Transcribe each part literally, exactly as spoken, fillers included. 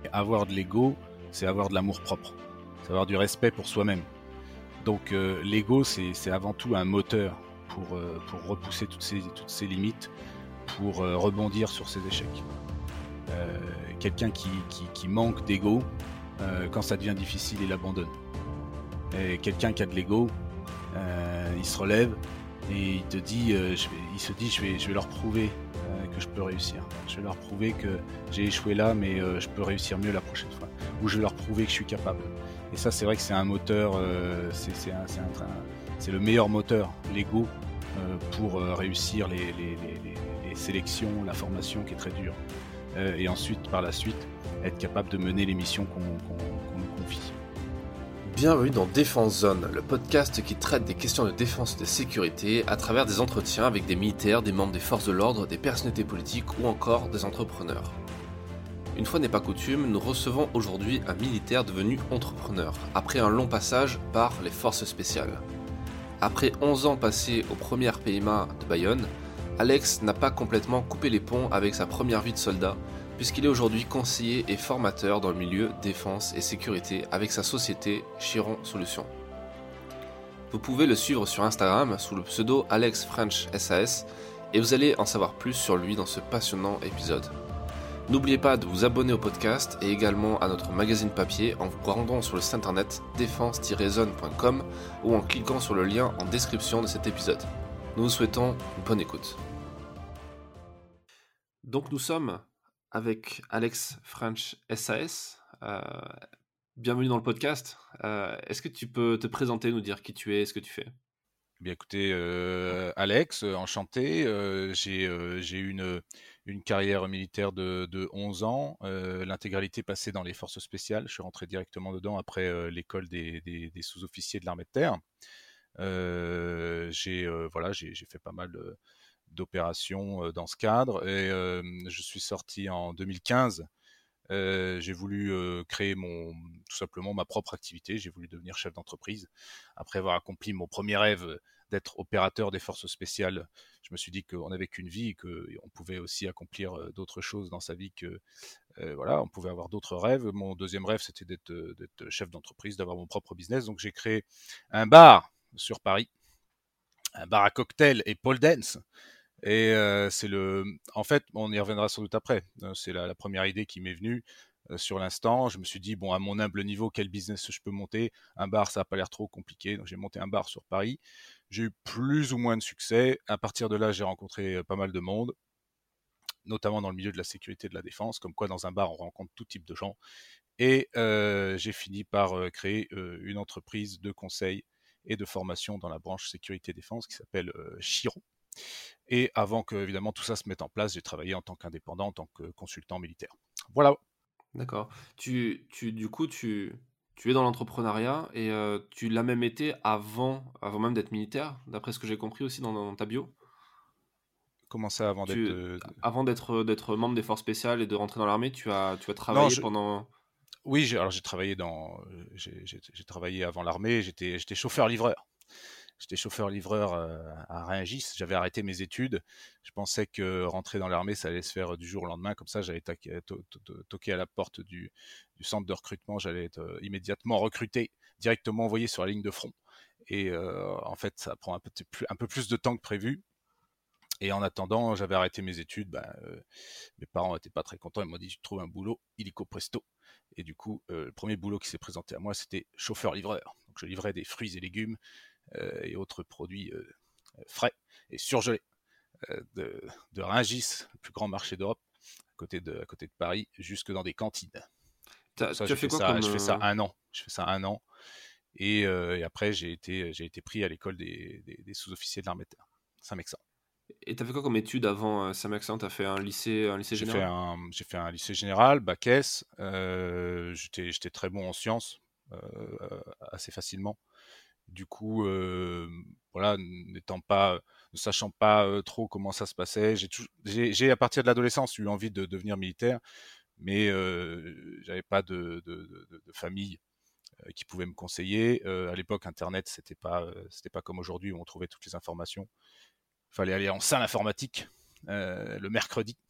Avoir de l'ego, c'est avoir de l'amour-propre, c'est avoir du respect pour soi-même. Donc euh, l'ego, c'est, c'est avant tout un moteur pour, euh, pour repousser toutes ces, toutes ces limites, pour euh, rebondir sur ses échecs. Euh, quelqu'un qui, qui, qui manque d'ego, euh, quand ça devient difficile, il abandonne. Et quelqu'un qui a de l'ego, euh, il se relève et il te dit, euh, je vais, il se dit, je vais, je vais leur prouver euh, que je peux réussir. Je vais leur prouver que j'ai échoué là, mais euh, je peux réussir mieux la prochaine fois. Ou je vais leur prouver que je suis capable. Et ça, c'est vrai que c'est un moteur, euh, c'est, c'est, un, c'est, un, c'est le meilleur moteur, l'ego, euh, pour euh, réussir les, les, les, les, les sélections, la formation qui est très dure. Euh, et ensuite, par la suite, être capable de mener les missions qu'on, qu'on, qu'on nous confie. Bienvenue dans Défense Zone, le podcast qui traite des questions de défense et de sécurité à travers des entretiens avec des militaires, des membres des forces de l'ordre, des personnalités politiques ou encore des entrepreneurs. Une fois n'est pas coutume, nous recevons aujourd'hui un militaire devenu entrepreneur, après un long passage par les forces spéciales. Après onze ans passés au premier R P M A de Bayonne, Alex n'a pas complètement coupé les ponts avec sa première vie de soldat, puisqu'il est aujourd'hui conseiller et formateur dans le milieu défense et sécurité avec sa société Chiron Solutions. Vous pouvez le suivre sur Instagram sous le pseudo Alex French S A S et vous allez en savoir plus sur lui dans ce passionnant épisode. N'oubliez pas de vous abonner au podcast et également à notre magazine papier en vous rendant sur le site internet défense tiret zone point com ou en cliquant sur le lien en description de cet épisode. Nous vous souhaitons une bonne écoute. Donc nous sommes avec Alex French S A S. Euh, bienvenue dans le podcast. Euh, est-ce que tu peux te présenter, nous dire qui tu es et ce que tu fais ? Bien écoutez, euh, Alex, enchanté. Euh, j'ai, euh, j'ai eu une, une carrière militaire de, de onze ans, euh, l'intégralité passée dans les forces spéciales. Je suis rentré directement dedans après euh, l'école des, des, des sous-officiers de l'armée de terre. Euh, j'ai, euh, voilà, j'ai, j'ai fait pas mal de, d'opérations euh, dans ce cadre et euh, je suis sorti en deux mille quinze. Euh, j'ai voulu euh, créer mon, tout simplement ma propre activité. J'ai voulu devenir chef d'entreprise. Après avoir accompli mon premier rêve d'être opérateur des forces spéciales, je me suis dit qu'on n'avait qu'une vie et qu'on pouvait aussi accomplir euh, d'autres choses dans sa vie, que euh, voilà, on pouvait avoir d'autres rêves. Mon deuxième rêve, c'était d'être, d'être chef d'entreprise, d'avoir mon propre business. Donc j'ai créé un bar sur Paris, un bar à cocktail et pole dance. Et euh, c'est le, en fait, on y reviendra sans doute après. Euh, C'est la, la première idée qui m'est venue euh, sur l'instant. Je me suis dit, bon, à mon humble niveau, quel business je peux monter ? Un bar, ça n'a pas l'air trop compliqué. Donc j'ai monté un bar sur Paris. J'ai eu plus ou moins de succès. À partir de là, j'ai rencontré euh, pas mal de monde, notamment dans le milieu de la sécurité et de la défense. Comme quoi, dans un bar, on rencontre tout type de gens. Et euh, j'ai fini par euh, créer euh, une entreprise de conseil et de formation dans la branche sécurité et défense qui s'appelle euh, Chiron. Et avant que, évidemment, tout ça se mette en place, j'ai travaillé en tant qu'indépendant, en tant que consultant militaire. Voilà. D'accord. Tu, tu, du coup, tu, tu es dans l'entrepreneuriat et euh, tu l'as même été avant, avant même d'être militaire, d'après ce que j'ai compris aussi dans, dans ta bio. Comment ça, avant d'être... Tu, euh, avant d'être, d'être membre des forces spéciales et de rentrer dans l'armée, tu as, tu as Non, travaillé je... pendant... oui, j'ai... alors j'ai travaillé dans... J'ai, j'ai, j'ai travaillé avant l'armée, j'étais, j'étais chauffeur-livreur. J'étais chauffeur-livreur euh, à Rungis, j'avais arrêté mes études. Je pensais que rentrer dans l'armée, ça allait se faire du jour au lendemain. Comme ça, j'allais taquer, to, to, to, toquer à la porte du, du centre de recrutement. J'allais être euh, immédiatement recruté, directement envoyé sur la ligne de front. Et euh, en fait, ça prend un peu, plus, un peu plus de temps que prévu. Et en attendant, j'avais arrêté mes études. Ben, euh, mes parents n'étaient pas très contents. Ils m'ont dit, tu trouves un boulot, illico presto. Et du coup, euh, le premier boulot qui s'est présenté à moi, c'était chauffeur-livreur. Donc, je livrais des fruits et légumes euh, et autres produits euh, frais et surgelés euh, de, de Rungis, le plus grand marché d'Europe, à côté de, à côté de Paris, jusque dans des cantines. Donc T'as- ça, tu as j'ai fait fait quoi ça, comme... je fais ça euh, un an. Je fais ça un an. Et, euh, et après, j'ai été, j'ai été pris à l'école des, des, des sous-officiers de l'armée de terre, Saint-Mexan. Et t'as fait quoi comme études avant euh, Saint-Maxent ? T'as fait un lycée, un lycée J'ai fait général ? un, j'ai fait un lycée général, bac S. Euh, j'étais, j'étais très bon en sciences, euh, assez facilement. Du coup, euh, voilà, n'étant pas, ne sachant pas euh, trop comment ça se passait, j'ai, tout, j'ai, j'ai à partir de l'adolescence eu envie de devenir militaire, mais euh, j'avais pas de, de, de, de famille euh, qui pouvait me conseiller. Euh, à l'époque, Internet, c'était pas, euh, c'était pas comme aujourd'hui où on trouvait toutes les informations. Il fallait aller en salle informatique euh, le mercredi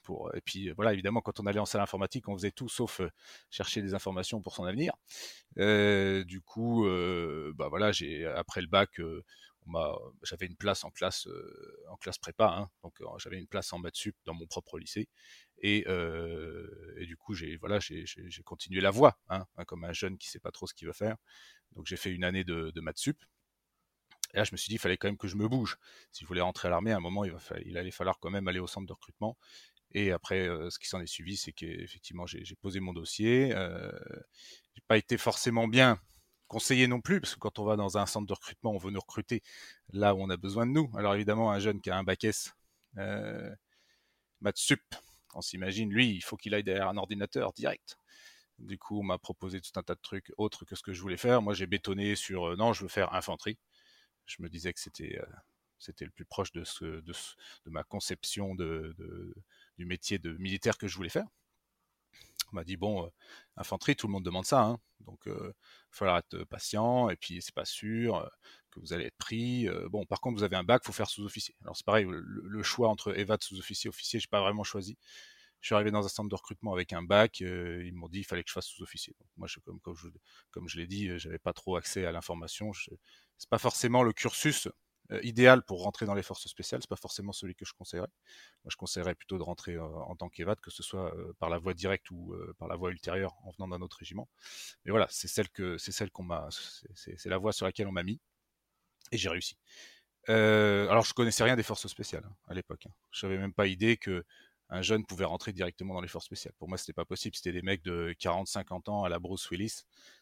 pour... Et puis voilà, évidemment, quand on allait en salle informatique, on faisait tout sauf euh, chercher des informations pour son avenir. Euh, du coup, euh, bah voilà, j'ai après le bac, euh, on m'a, j'avais une place en classe, euh, en classe prépa, hein, donc euh, j'avais une place en maths sup dans mon propre lycée, et, euh, et du coup, j'ai voilà, j'ai, j'ai, j'ai continué la voie, hein, hein, comme un jeune qui sait pas trop ce qu'il veut faire. Donc j'ai fait une année de, de maths sup. Et là, je me suis dit, il fallait quand même que je me bouge. Si je voulais rentrer à l'armée, à un moment, il, va fa- il allait falloir quand même aller au centre de recrutement. Et après, euh, ce qui s'en est suivi, c'est qu'effectivement, j'ai, j'ai posé mon dossier. Euh, j'ai pas été forcément bien conseillé non plus, parce que quand on va dans un centre de recrutement, on veut nous recruter là où on a besoin de nous. Alors évidemment, un jeune qui a un bac S, euh, maths sup, on s'imagine, lui, il faut qu'il aille derrière un ordinateur direct. Du coup, on m'a proposé tout un tas de trucs autres que ce que je voulais faire. Moi, j'ai bétonné sur euh, non, je veux faire infanterie. Je me disais que c'était euh, c'était le plus proche de, ce, de, ce, de ma conception de, de, du métier de militaire que je voulais faire. On m'a dit bon, euh, infanterie, tout le monde demande ça, hein, donc il euh, va falloir être patient, et puis c'est pas sûr euh, que vous allez être pris. Euh, bon, par contre, vous avez un bac, faut faire sous-officier. Alors c'est pareil, le, le choix entre EVAD, sous-officier, officier, j'ai pas vraiment choisi. Je suis arrivé dans un centre de recrutement avec un bac, euh, ils m'ont dit il fallait que je fasse sous-officier. Donc moi, je, comme, comme je, comme je l'ai dit, euh, j'avais pas trop accès à l'information. Je, c'est pas forcément le cursus euh, idéal pour rentrer dans les forces spéciales, c'est pas forcément celui que je conseillerais. Moi, je conseillerais plutôt de rentrer euh, en tant qu'E V A D, que ce soit euh, par la voie directe ou euh, par la voie ultérieure en venant d'un autre régiment. Mais voilà, c'est celle que c'est celle qu'on m'a, c'est, c'est, c'est la voie sur laquelle on m'a mis, et j'ai réussi. Euh, alors, je connaissais rien des forces spéciales hein, à l'époque. Hein. Je n'avais même pas idée que un jeune pouvait rentrer directement dans les forces spéciales. Pour moi, c'était pas possible. C'était des mecs de quarante cinquante ans à la Bruce Willis,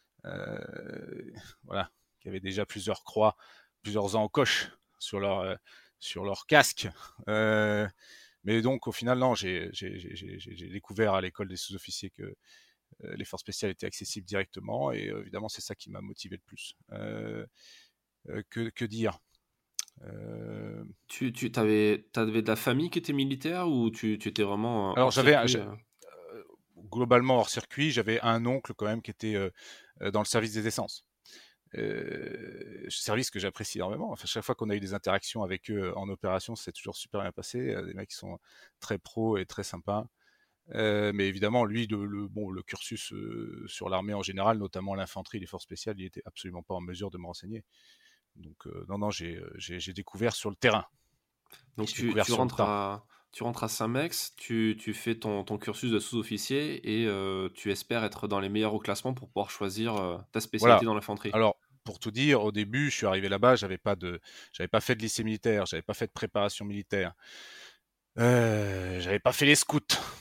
euh, voilà, qui avaient déjà plusieurs croix, plusieurs ans en coche sur leur euh, sur leur casque. Euh, mais donc, au final, non, j'ai, j'ai, j'ai, j'ai découvert à l'école des sous-officiers que euh, les forces spéciales étaient accessibles directement, et euh, évidemment, c'est ça qui m'a motivé le plus. Euh, euh, que, que dire euh, Tu, tu avais, t'avais de la famille qui était militaire ou tu, tu étais vraiment Alors hors j'avais, circuit euh euh, globalement hors circuit, j'avais un oncle quand même qui était euh, dans le service des essences. Euh, service que j'apprécie énormément. Enfin, chaque fois qu'on a eu des interactions avec eux en opération, c'est toujours super bien passé. Des mecs qui sont très pros et très sympas. Euh, mais évidemment, lui, le, le, bon, le cursus euh, sur l'armée en général, notamment l'infanterie, les forces spéciales, il était absolument pas en mesure de me renseigner. Donc euh, non, non, j'ai, j'ai, j'ai découvert sur le terrain. Donc J'ai tu, découvert tu sur le rentres temps. à, tu rentres à Saint-Mex, tu, tu fais ton, ton cursus de sous-officier et euh, tu espères être dans les meilleurs au classement pour pouvoir choisir euh, ta spécialité Voilà. dans l'infanterie. Alors, pour tout dire, au début, je suis arrivé là-bas, j'avais pas de, j'avais pas fait de lycée militaire, j'avais pas fait de préparation militaire, euh, j'avais pas fait les scouts,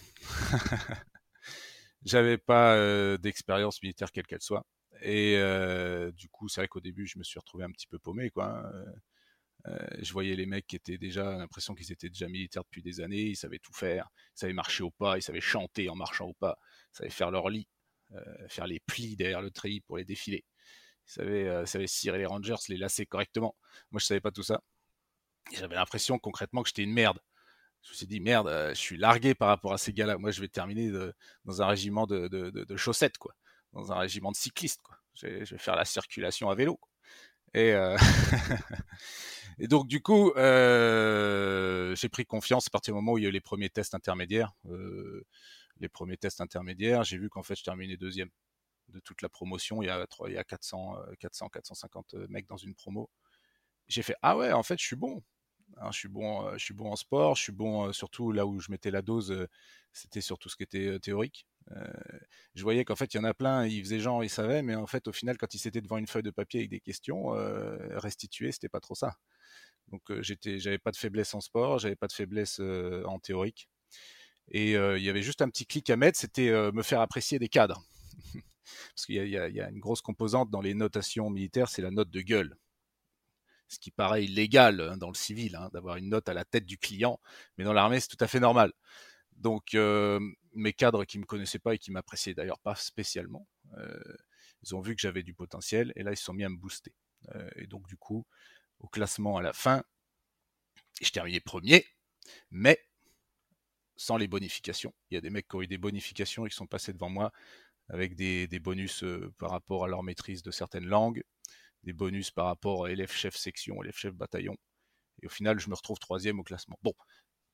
j'avais pas euh, d'expérience militaire quelle qu'elle soit. Et euh, du coup, c'est vrai qu'au début, je me suis retrouvé un petit peu paumé, quoi. Euh, je voyais les mecs qui étaient déjà, l'impression qu'ils étaient déjà militaires depuis des années, ils savaient tout faire, ils savaient marcher au pas, ils savaient chanter en marchant au pas, ils savaient faire leur lit, euh, faire les plis derrière le treillis pour les défiler. Ils savaient, euh, ils savaient cirer les Rangers, les lacer correctement. Moi, je savais pas tout ça. Et j'avais l'impression concrètement que j'étais une merde. Je me suis dit, merde, euh, je suis largué par rapport à ces gars-là. Moi, je vais terminer de, dans un régiment de, de, de, de, chaussettes, quoi. Dans un régiment de cyclistes, quoi. Je vais, je vais faire la circulation à vélo, quoi. Et, euh... et donc, du coup, euh, j'ai pris confiance à partir du moment où il y a eu les premiers tests intermédiaires. Euh, les premiers tests intermédiaires, j'ai vu qu'en fait, je terminais deuxième de toute la promotion. Il y a, il y a quatre cents, quatre cents, quatre cent cinquante mecs dans une promo. J'ai fait ah ouais, en fait, je suis bon. Hein, je suis bon, euh, je suis bon en sport. Je suis bon euh, surtout là où je mettais la dose. Euh, c'était sur tout ce qui était euh, théorique. Euh, je voyais qu'en fait, il y en a plein. Ils faisaient genre, ils savaient, mais en fait, au final, quand ils s'étaient devant une feuille de papier avec des questions, euh, restituer, c'était pas trop ça. Donc, euh, j'étais, j'avais pas de faiblesse en sport, j'avais pas de faiblesse euh, en théorique. Et euh, il y avait juste un petit clic à mettre, c'était euh, me faire apprécier des cadres. Parce qu'il y a, il y a, il y a une grosse composante dans les notations militaires, c'est la note de gueule. Ce qui paraît illégal hein, dans le civil, hein, d'avoir une note à la tête du client, mais dans l'armée, c'est tout à fait normal. Donc, euh, mes cadres qui me connaissaient pas et qui m'appréciaient d'ailleurs pas spécialement, euh, ils ont vu que j'avais du potentiel et là, ils se sont mis à me booster. Euh, et donc, du coup, au classement à la fin, je terminais premier, mais sans les bonifications. Il y a des mecs qui ont eu des bonifications et qui sont passés devant moi avec des, des bonus euh, par rapport à leur maîtrise de certaines langues, des bonus par rapport à élève chef section, élève chef bataillon. Et au final, je me retrouve troisième au classement. Bon,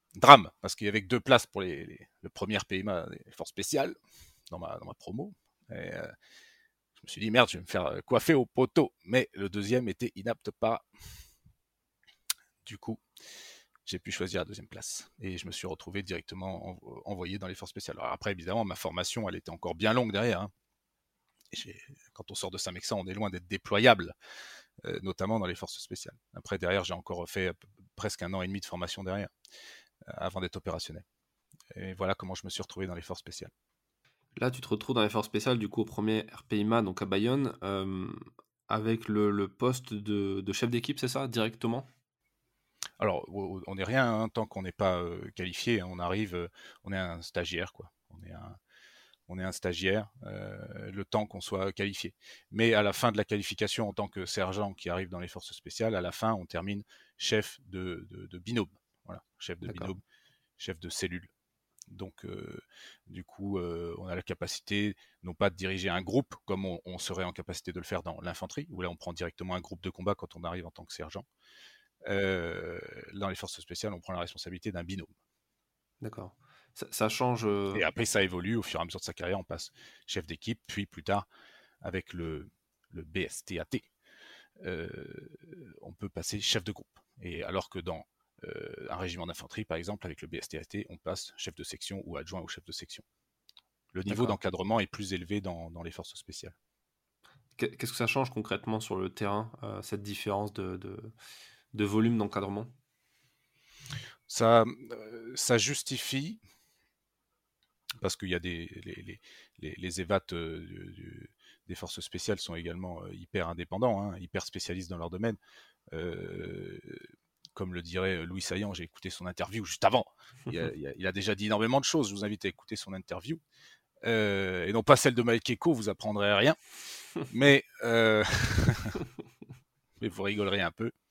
drame, parce qu'il y avait que deux places pour les, les, le premier P M A des forces spéciales dans ma, dans ma promo. Et, euh, je me suis dit, merde, je vais me faire coiffer au poteau. Mais le deuxième était inapte pas. Du coup, j'ai pu choisir la deuxième place. Et je me suis retrouvé directement en, envoyé dans les forces spéciales. Alors après, évidemment, ma formation, elle était encore bien longue derrière. Hein. Et quand on sort de Saint-Mexan, on est loin d'être déployable, euh, notamment dans les forces spéciales. Après, derrière, j'ai encore fait presque un an et demi de formation derrière, euh, avant d'être opérationnel. Et voilà comment je me suis retrouvé dans les forces spéciales. Là, tu te retrouves dans les forces spéciales, du coup, au premier R P I M A, donc à Bayonne, euh, avec le, le poste de, de chef d'équipe, c'est ça, directement? Alors, on n'est rien hein, tant qu'on n'est pas euh, qualifié. Hein, on arrive, euh, on est un stagiaire, quoi. On est un, on est un stagiaire, euh, le temps qu'on soit qualifié. Mais à la fin de la qualification, en tant que sergent qui arrive dans les forces spéciales, à la fin, on termine chef de, de, de binôme. Voilà, chef de D'accord. binôme, chef de cellule. Donc, euh, du coup, euh, on a la capacité, non pas de diriger un groupe, comme on, on serait en capacité de le faire dans l'infanterie, où là, on prend directement un groupe de combat quand on arrive en tant que sergent. Euh, dans les forces spéciales, on prend la responsabilité d'un binôme. D'accord. Ça, ça change. Euh... Et après, ça évolue au fur et à mesure de sa carrière. On passe chef d'équipe, puis plus tard, avec le, le B S T A T, euh, on peut passer chef de groupe. Et alors que dans euh, un régiment d'infanterie, par exemple, avec le B S T A T, on passe chef de section ou adjoint au chef de section. Le niveau D'accord. d'encadrement est plus élevé dans, dans les forces spéciales. Qu'est-ce que ça change concrètement sur le terrain, euh, cette différence de, de, de volume d'encadrement? Ça, euh, ça justifie, parce qu'il y a des les, les, les, les évats euh, du, du, des forces spéciales sont également euh, hyper indépendants, hein, hyper spécialistes dans leur domaine. Euh, comme le dirait Louis Saillant, j'ai écouté son interview juste avant. Il a, il a, il a déjà dit énormément de choses. Je vous invite à écouter son interview. Euh, et non pas celle de Mike Eko, vous apprendrez rien. Mais, euh... mais vous rigolerez un peu.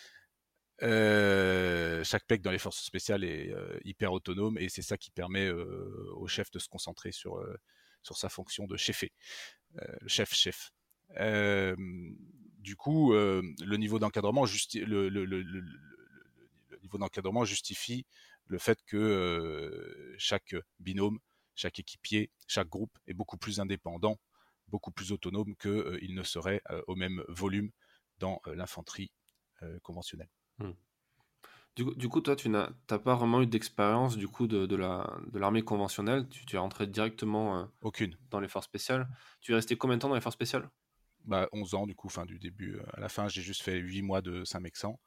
Euh, chaque P E C dans les forces spéciales est euh, hyper autonome et c'est ça qui permet euh, au chef de se concentrer sur, euh, sur sa fonction de chefé, euh, chef-chef. Euh, du coup, euh, le niveau d'encadrement justi- le, le, le, le, le niveau d'encadrement justifie le fait que euh, chaque binôme, chaque équipier, chaque groupe est beaucoup plus indépendant, beaucoup plus autonome qu'il euh, ne serait euh, au même volume dans euh, l'infanterie euh, conventionnelle. Hmm. Du coup, du coup, toi, tu n'as t'as pas vraiment eu d'expérience du coup de, de la de l'armée conventionnelle. Tu, tu es rentré directement euh, Aucune. dans les forces spéciales. Tu es resté combien de temps dans les forces spéciales? Bah, onze ans, du coup, fin, du début à la fin, j'ai juste fait huit mois de Saint-Mexan.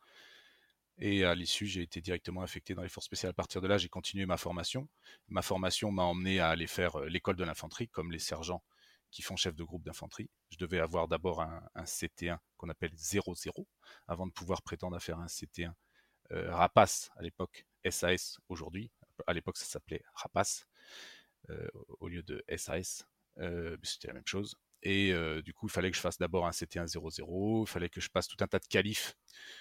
Et à l'issue, j'ai été directement affecté dans les forces spéciales. À partir de là, j'ai continué ma formation. Ma formation m'a emmené à aller faire l'école de l'infanterie, comme les sergents qui font chef de groupe d'infanterie. Je devais avoir d'abord un, un C T un qu'on appelle zéro zéro, avant de pouvoir prétendre à faire un C T un euh, Rapace à l'époque, S A S aujourd'hui. À l'époque, ça s'appelait Rapace euh, au lieu de S A S. Euh, C'était la même chose. Et euh, du coup, il fallait que je fasse d'abord un C T un zéro zéro, il fallait que je passe tout un tas de qualifs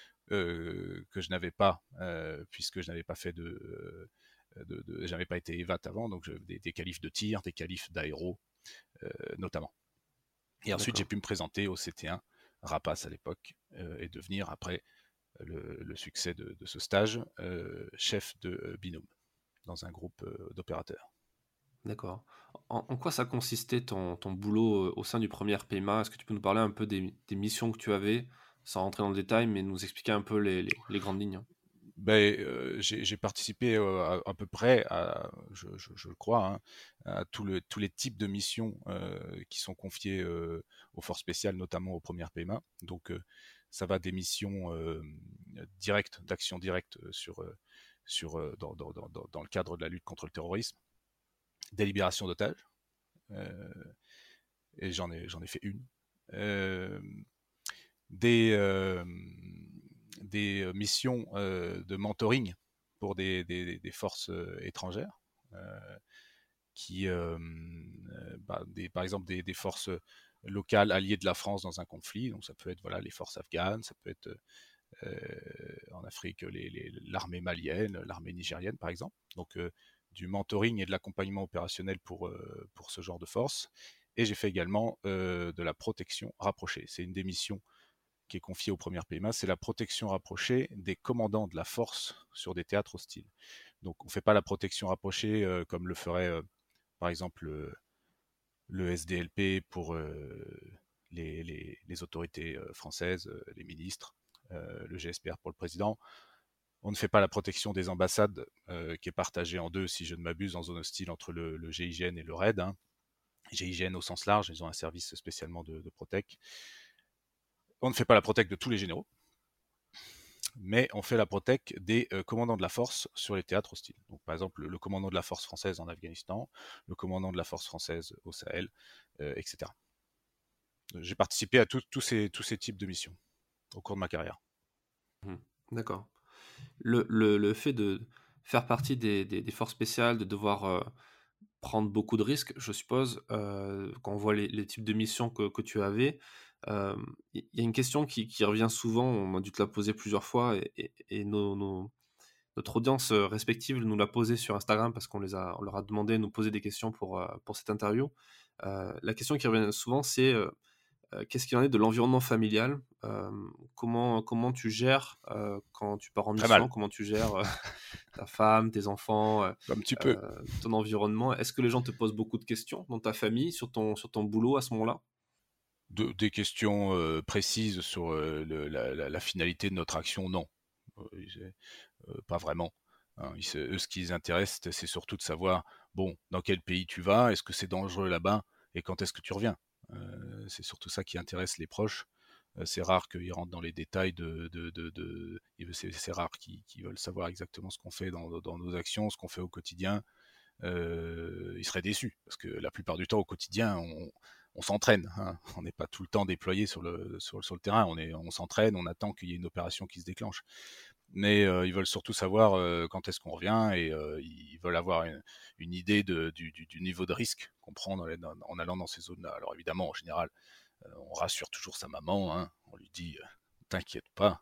euh, que je n'avais pas, euh, puisque je n'avais pas fait de. Euh, de, de j'avais pas été évat avant, donc je, des, des qualifs de tir, des qualifs d'aéro, euh, notamment. Et ensuite, j'ai pu me présenter au C T un, Rapace à l'époque, euh, et devenir, après le, le succès de, de, ce stage, euh, chef de binôme dans un groupe euh, d'opérateurs. D'accord. En, en, quoi ça consistait ton, ton boulot au sein du premier R P I M A? Est-ce que tu peux nous parler un peu des, des missions que tu avais, sans rentrer dans le détail, mais nous expliquer un peu les, les, les grandes lignes? Ben, euh, j'ai participé euh, à, à peu près, à, je, je, je crois, hein, à tout le, tous les types de missions euh, qui sont confiées euh, aux forces spéciales, notamment au premier P M A. Donc, euh, ça va des missions euh, directes, d'action directe sur, euh, sur, euh, dans, dans, dans, dans, le cadre de la lutte contre le terrorisme, des libérations d'otages, euh, et j'en ai, j'en ai fait une, euh, des, euh, des missions euh, de mentoring pour des, des, des forces euh, étrangères, euh, qui, euh, bah, des, par exemple, des, des forces locales alliées de la France dans un conflit. Donc ça peut être voilà les forces afghanes, ça peut être euh, en Afrique l'armée malienne, l'armée nigérienne, par exemple. Donc euh, du mentoring et de l'accompagnement opérationnel pour, euh, pour ce genre de forces. Et j'ai fait également euh, de la protection rapprochée. C'est une des missions qui est confiée au premier P M A, c'est la protection rapprochée des commandants de la force sur des théâtres hostiles. Donc on ne fait pas la protection rapprochée euh, comme le ferait euh, par exemple le, le S D L P pour euh, les, les, les, autorités euh, françaises, euh, les ministres, euh, le G S P R pour le président. On ne fait pas la protection des ambassades euh, qui est partagée en deux, si je ne m'abuse, en zone hostile entre le, le G I G N et le R A I D. Hein. G I G N au sens large, ils ont un service spécialement de, de Protec. On ne fait pas la Protec de tous les généraux, mais on fait la Protec des euh, commandants de la force sur les théâtres hostiles. Donc, par exemple, le, le commandant de la force française en Afghanistan, le commandant de la force française au Sahel, euh, et cetera. J'ai participé à tous ces, tous ces types de missions au cours de ma carrière. Mmh, d'accord. Le, le, le fait de faire partie des, des, des forces spéciales, de devoir euh, prendre beaucoup de risques, je suppose, euh, quand on voit les, les types de missions que, que tu avais, il euh, y a une question qui, qui revient souvent, on a dû te la poser plusieurs fois, et, et, et nos, nos, notre audience respective nous l'a posée sur Instagram parce qu'on les a, on leur a demandé de nous poser des questions pour, pour cette interview. Euh, la question qui revient souvent, c'est euh, Euh, qu'est-ce qu'il en est de l'environnement familial? euh, comment, comment tu gères euh, quand tu pars en Très mission? mal. Comment tu gères euh, ta femme, tes enfants, euh, Un petit peu. euh, ton environnement? Est-ce que les gens te posent beaucoup de questions dans ta famille, sur ton, sur ton boulot à ce moment-là? De, des questions euh, précises sur euh, le, la, la, la finalité de notre action, non. Euh, euh, pas vraiment. Hein. Ils, eux, ce qui les intéresse, c'est surtout de savoir, bon, dans quel pays tu vas, est-ce que c'est dangereux là-bas, et quand est-ce que tu reviens. Euh, c'est surtout ça qui intéresse les proches. Euh, c'est rare qu'ils rentrent dans les détails de... de, de, de... C'est, c'est rare qu'ils, qu'ils veulent savoir exactement ce qu'on fait dans, dans nos actions, ce qu'on fait au quotidien. Euh, ils seraient déçus, parce que la plupart du temps, au quotidien, on, on s'entraîne. Hein. On n'est pas tout le temps déployé sur le, sur, sur le terrain. On, est, on s'entraîne, on attend qu'il y ait une opération qui se déclenche. Mais euh, ils veulent surtout savoir euh, quand est-ce qu'on revient, et euh, ils veulent avoir une, une idée de, du, du, du niveau de risque qu'on prend dans les, dans, en allant dans ces zones-là. Alors évidemment, en général, euh, on rassure toujours sa maman. Hein. On lui dit euh, t'inquiète pas,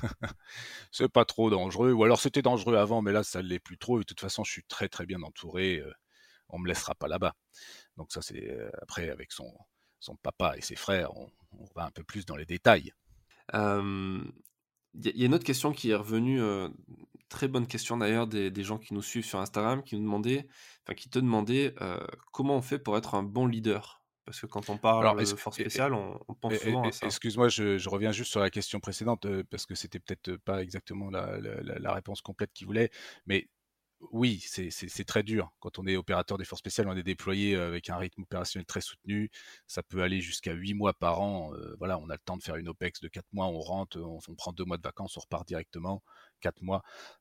c'est pas trop dangereux. Ou alors c'était dangereux avant, mais là ça ne l'est plus trop. Et de toute façon, je suis très très bien entouré. Euh, on me laissera pas là-bas. Donc ça, c'est euh, après avec son, son papa et ses frères, on, on va un peu plus dans les détails. Euh, Il y, y a une autre question qui est revenue, euh, très bonne question d'ailleurs, des, des gens qui nous suivent sur Instagram, qui nous demandaient, enfin qui te demandaient euh, comment on fait pour être un bon leader. Parce que quand on Alors, parle est-ce, de force est- spéciale, on, on pense est- souvent à est- ça. excuse-moi, je, je reviens juste sur la question précédente, euh, parce que c'était peut-être pas exactement la, la- la- la réponse complète qu'il voulait, mais oui, c'est, c'est- c'est très dur. Quand on est opérateur des forces spéciales, on est déployé euh, avec un rythme opérationnel très soutenu. Ça peut aller jusqu'à huit mois par an. Euh, voilà, on a le temps de faire une OPEX de quatre mois, on rentre, on, on prend deux mois de vacances, on repart directement. Quatre mois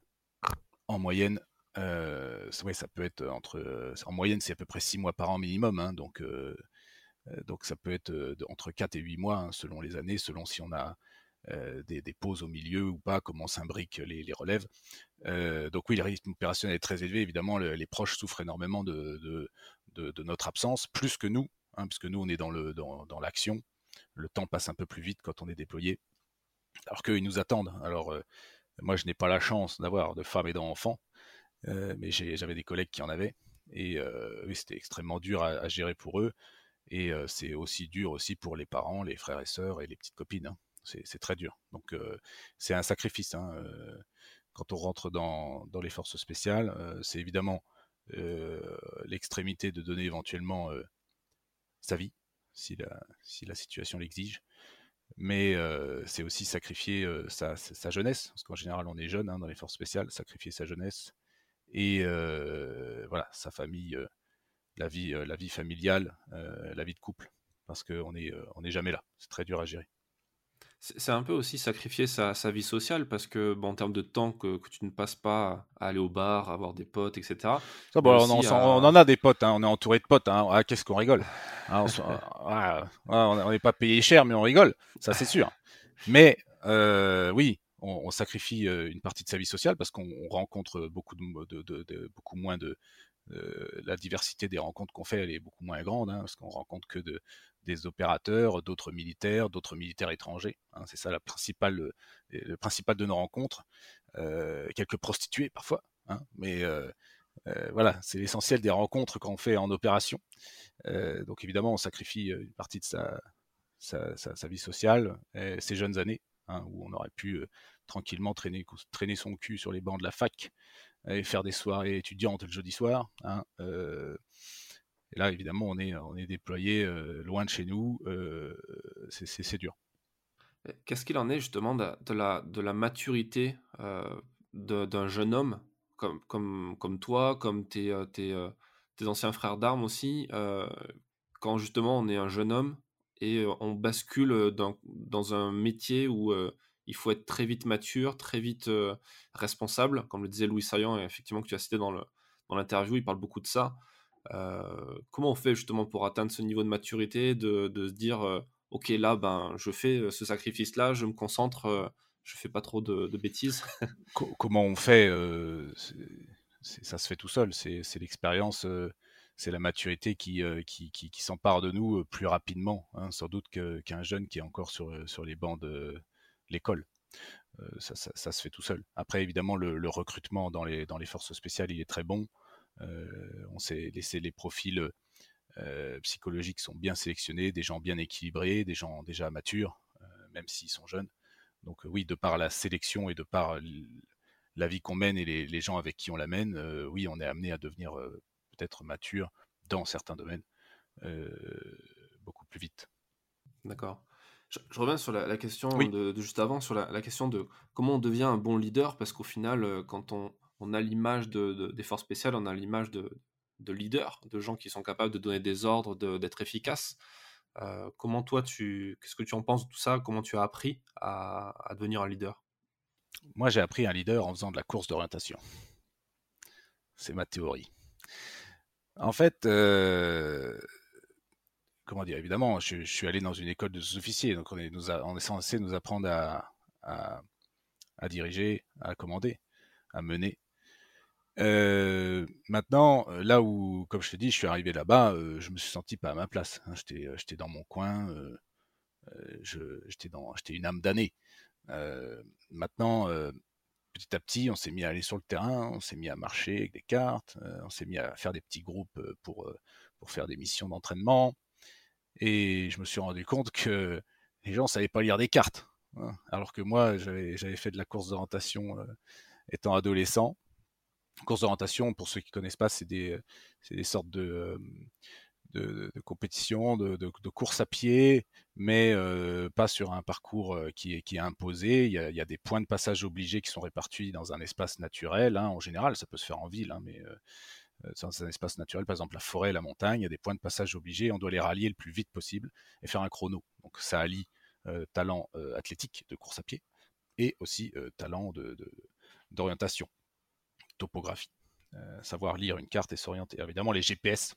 en moyenne. Euh, ouais, ça peut être entre, euh, en moyenne, c'est à peu près six mois par an minimum. Hein, donc, euh, donc ça peut être euh, entre quatre et huit mois, hein, selon les années, selon si on a euh, des, des pauses au milieu ou pas, comment s'imbriquent les, les relèves. Euh, donc oui, le rythme opérationnel est très élevé. Évidemment, le, les proches souffrent énormément de, de, de, de notre absence, plus que nous, hein, parce que nous, on est dans, le, dans, dans l'action. Le temps passe un peu plus vite quand on est déployé, alors qu'eux, ils nous attendent. Alors, euh, moi, je n'ai pas la chance d'avoir de femmes et d'enfants, euh, mais j'ai, j'avais des collègues qui en avaient. Et euh, oui, c'était extrêmement dur à, à gérer pour eux. Et euh, c'est aussi dur aussi pour les parents, les frères et sœurs et les petites copines. Hein. C'est, c'est très dur. Donc, euh, c'est un sacrifice. Hein. Euh, quand on rentre dans, dans les forces spéciales, euh, c'est évidemment euh, l'extrémité de donner éventuellement euh, sa vie, si la, si la situation l'exige. Mais euh, c'est aussi sacrifier euh, sa, sa, jeunesse, parce qu'en général on est jeune hein, dans les forces spéciales, sacrifier sa jeunesse et euh, voilà, sa famille, euh, la, vie, euh, la vie familiale, euh, la vie de couple, parce qu'on n'est euh, on est jamais là, c'est très dur à gérer. C'est c'est un peu aussi sacrifier sa, sa vie sociale parce que, bon, en termes de temps que, que tu ne passes pas à aller au bar, à avoir des potes, et cetera. Ça, Mais bon, on, en, aussi on en à... a des potes, hein, on est entouré de potes. Hein. Ah, qu'est-ce qu'on rigole. Hein, on, ah, on n'est pas payé cher, mais on rigole, ça c'est sûr. Mais euh, oui, on, on sacrifie euh, une partie de sa vie sociale parce qu'on rencontre beaucoup, de, de, de, de, beaucoup moins de... Euh, la diversité des rencontres qu'on fait, elle est beaucoup moins grande, hein, parce qu'on rencontre que de, des opérateurs, d'autres militaires, d'autres militaires étrangers. Hein, c'est ça la principale, le, le principal de nos rencontres. Euh, quelques prostituées parfois, hein, mais... Euh, euh, voilà, c'est l'essentiel des rencontres qu'on fait en opération. Euh, donc évidemment, on sacrifie une partie de sa, sa, sa, sa vie sociale, et ses jeunes années, hein, où on aurait pu euh, tranquillement traîner, traîner son cul sur les bancs de la fac aller faire des soirées étudiantes le jeudi soir. Hein, euh, et là, évidemment, on est, on est déployé euh, loin de chez nous. Euh, c'est, c'est, c'est dur. Qu'est-ce qu'il en est justement de, de la, de la maturité euh, de- d'un jeune homme comme, comme, comme toi, comme tes, euh, tes, euh, tes anciens frères d'armes aussi, euh, quand justement on est un jeune homme et euh, on bascule dans, dans un métier où euh, il faut être très vite mature, très vite euh, responsable, comme le disait Louis Saillant, et effectivement que tu as cité dans le, dans l'interview, il parle beaucoup de ça. Euh, comment on fait justement pour atteindre ce niveau de maturité, de, de se dire euh, ok, là ben je fais euh, ce sacrifice là, je me concentre, euh, je fais pas trop de, de bêtises. Co- comment on fait euh, c'est, c'est- Ça se fait tout seul. C'est, c'est l'expérience, euh, c'est la maturité qui, euh, qui, qui, qui s'empare de nous euh, plus rapidement, hein, sans doute que, qu'un jeune qui est encore sur, euh, sur les bancs de l'école. Euh, ça, ça, ça se fait tout seul. Après, évidemment, le, le recrutement dans les, dans les forces spéciales, il est très bon. Euh, on s'est laissé les profils euh, psychologiques sont bien sélectionnés, des gens bien équilibrés, des gens déjà matures, euh, même s'ils sont jeunes. Donc euh, oui, de par la sélection et de par la vie qu'on mène et les, les gens avec qui on la mène, euh, oui, on est amené à devenir euh, peut-être mature dans certains domaines euh, beaucoup plus vite. D'accord. Je, je reviens sur la, la question Oui, de, de juste avant, sur la, la question de comment on devient un bon leader, parce qu'au final, euh, quand on, on a l'image de, de- des forces spéciales, on a l'image de, de leaders, de gens qui sont capables de donner des ordres, de- d'être efficaces. Euh, comment toi, tu, qu'est-ce que tu en penses de tout ça? Comment tu as appris à, à devenir un leader? moi j'ai appris un leader en faisant de la course d'orientation. C'est ma théorie. En fait, euh, comment dire, évidemment, je, je suis allé dans une école de sous-officiers, donc on est, nous a- on est censé nous apprendre à, à, à diriger, à commander, à mener. Euh, maintenant, euh, là où, comme je te dis, je suis arrivé là-bas, euh, je me suis senti pas à ma place. Hein. J'étais, euh, j'étais dans mon coin, euh, euh, je- j'étais dans, j'étais une âme damnée. Euh, Maintenant, euh, petit à petit, on s'est mis à aller sur le terrain, on s'est mis à marcher avec des cartes, euh, on s'est mis à faire des petits groupes euh, pour, euh, pour faire des missions d'entraînement. Et je me suis rendu compte que les gens ne savaient pas lire des cartes. Hein. Alors que moi, j'avais, j'avais fait de la course d'orientation euh, étant adolescent. Course d'orientation, pour ceux qui ne connaissent pas, c'est des, c'est des sortes de, euh, de, de compétition, de, de, de course à pied, mais euh, pas sur un parcours euh, qui est, qui est imposé. Il y, a, il y a des points de passage obligés qui sont répartis dans un espace naturel. Hein. En général, ça peut se faire en ville, hein, mais euh, dans un espace naturel, par exemple la forêt, la montagne, il y a des points de passage obligés. On doit les rallier le plus vite possible et faire un chrono. Donc ça allie euh, talent euh, athlétique de course à pied et aussi euh, talent de, de, d'orientation, topographie. Euh, savoir lire une carte et s'orienter. Évidemment, les G P S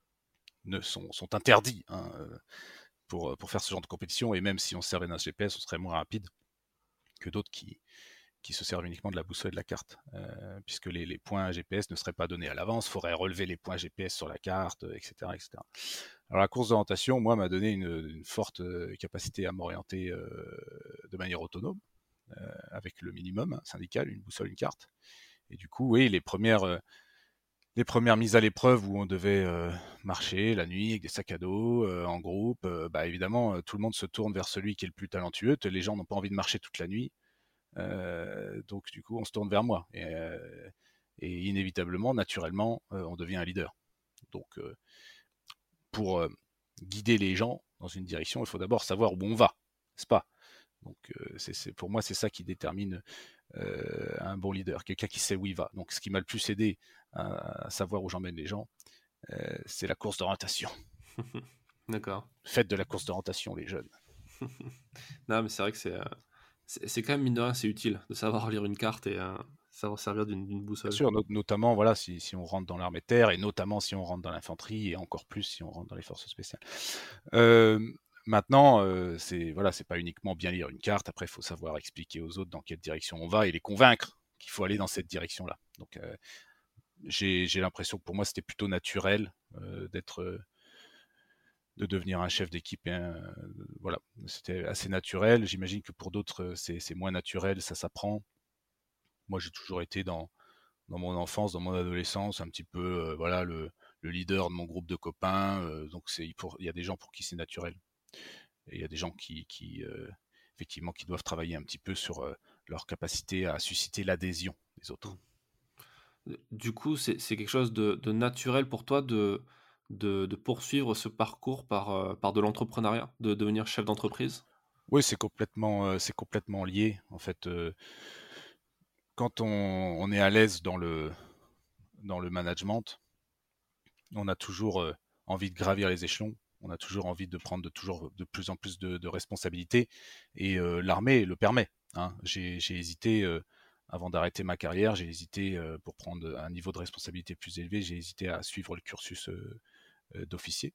ne sont, sont interdits hein, pour, pour faire ce genre de compétition, et même si on se servait d'un G P S, on serait moins rapide que d'autres qui, qui se servent uniquement de la boussole et de la carte, euh, puisque les, les points G P S ne seraient pas donnés à l'avance, il faudrait relever les points G P S sur la carte, et cetera, et cetera. Alors la course d'orientation, moi, m'a donné une, une forte capacité à m'orienter euh, de manière autonome, euh, avec le minimum hein, syndical, une boussole, une carte. Et du coup, oui, les premières, euh, les premières mises à l'épreuve où on devait euh, marcher la nuit avec des sacs à dos, euh, en groupe, euh, bah évidemment, euh, tout le monde se tourne vers celui qui est le plus talentueux. Les gens n'ont pas envie de marcher toute la nuit. Euh, donc du coup, on se tourne vers moi. Et, euh, et inévitablement, naturellement, euh, on devient un leader. Donc euh, pour euh, guider les gens dans une direction, il faut d'abord savoir où on va, n'est-ce pas? Donc euh, c'est, c'est, pour moi, c'est ça qui détermine euh, un bon leader, quelqu'un qui sait où il va. Donc ce qui m'a le plus aidé à, à savoir où j'emmène les gens, euh, c'est la course d'orientation. D'accord. Faites de la course d'orientation, les jeunes. Non, mais c'est vrai que c'est, euh, c'est, c'est quand même, mine de rien, c'est utile de savoir lire une carte et euh, savoir servir d'une, d'une Bien boussole. sûr, not- notamment voilà, si, si on rentre dans l'armée de terre, et notamment si on rentre dans l'infanterie, et encore plus si on rentre dans les forces spéciales. Euh, Maintenant, euh, c'est voilà, c'est pas uniquement bien lire une carte. Après, il faut savoir expliquer aux autres dans quelle direction on va et les convaincre qu'il faut aller dans cette direction-là. Donc, euh, j'ai, j'ai l'impression que pour moi, c'était plutôt naturel euh, d'être, euh, de devenir un chef d'équipe. Et un, euh, voilà, c'était assez naturel. J'imagine que pour d'autres, euh, c'est, c'est moins naturel, ça s'apprend. Moi, j'ai toujours été dans, dans mon enfance, dans mon adolescence, un petit peu, euh, voilà, le, le leader de mon groupe de copains. Euh, donc, c'est, pour, il y a des gens pour qui c'est naturel. Et il y a des gens qui, qui euh, effectivement, qui doivent travailler un petit peu sur euh, leur capacité à susciter l'adhésion des autres. Du coup, c'est c'est quelque chose de de naturel pour toi de de de poursuivre ce parcours par, heu, par de l'entrepreneuriat? De devenir chef d'entreprise? Oui, c'est complètement, heu, c'est complètement lié. En fait, heu, quand on on est à l'aise dans le dans le management, on a toujours, heu, envie de gravir les échelons. On a toujours envie de prendre de toujours de plus en plus de de responsabilités et heu, l'armée le permet, hein. J'ai j'ai hésité, heu, avant d'arrêter ma carrière, j'ai hésité, heu, pour prendre un niveau de responsabilité plus élevé, j'ai hésité à suivre le cursus, heu heu, d'officier.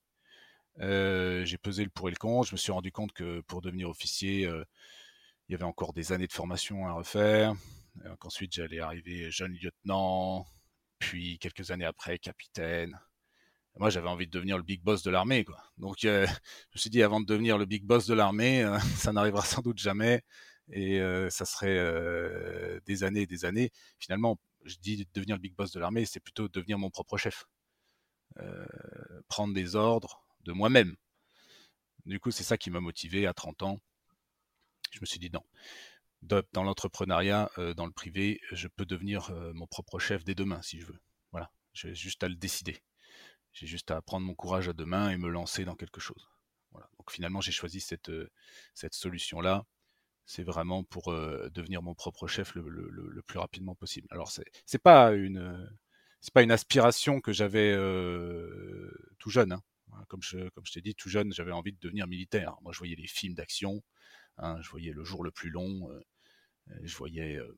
Heu, j'ai pesé le pour et le contre. Je me suis rendu compte que pour devenir officier, heu, il y avait encore des années de formation à refaire, heu, qu'ensuite j'allais arriver jeune lieutenant, puis quelques années après capitaine. Moi, j'avais envie de devenir le big boss de l'armée, quoi. Donc, heu, je me suis dit: «Avant de devenir le big boss de l'armée, heu, ça n'arrivera sans doute jamais et heu, ça serait, heu, des années et des années». Finalement, je dis devenir le big boss de l'armée, c'est plutôt devenir mon propre chef, heu, prendre des ordres de moi-même. Du coup, c'est ça qui m'a motivé à trente ans. Je me suis dit: «Non, dans l'entrepreneuriat, heu, dans le privé, je peux devenir, heu, mon propre chef dès demain si je veux». Voilà, j'ai juste à le décider. J'ai juste à prendre mon courage à deux mains et me lancer dans quelque chose. Voilà. Donc finalement, j'ai choisi cette, heu, cette solution-là. C'est vraiment pour, heu, devenir mon propre chef le le le le plus rapidement possible. Alors c'est c'est pas une, heu, c'est pas une aspiration que j'avais, heu, tout jeune, hein. Voilà, comme je comme je t'ai dit, tout jeune, j'avais envie de devenir militaire. Moi, je voyais les films d'action, hein, je voyais Le jour le plus long, heu, je voyais, heu,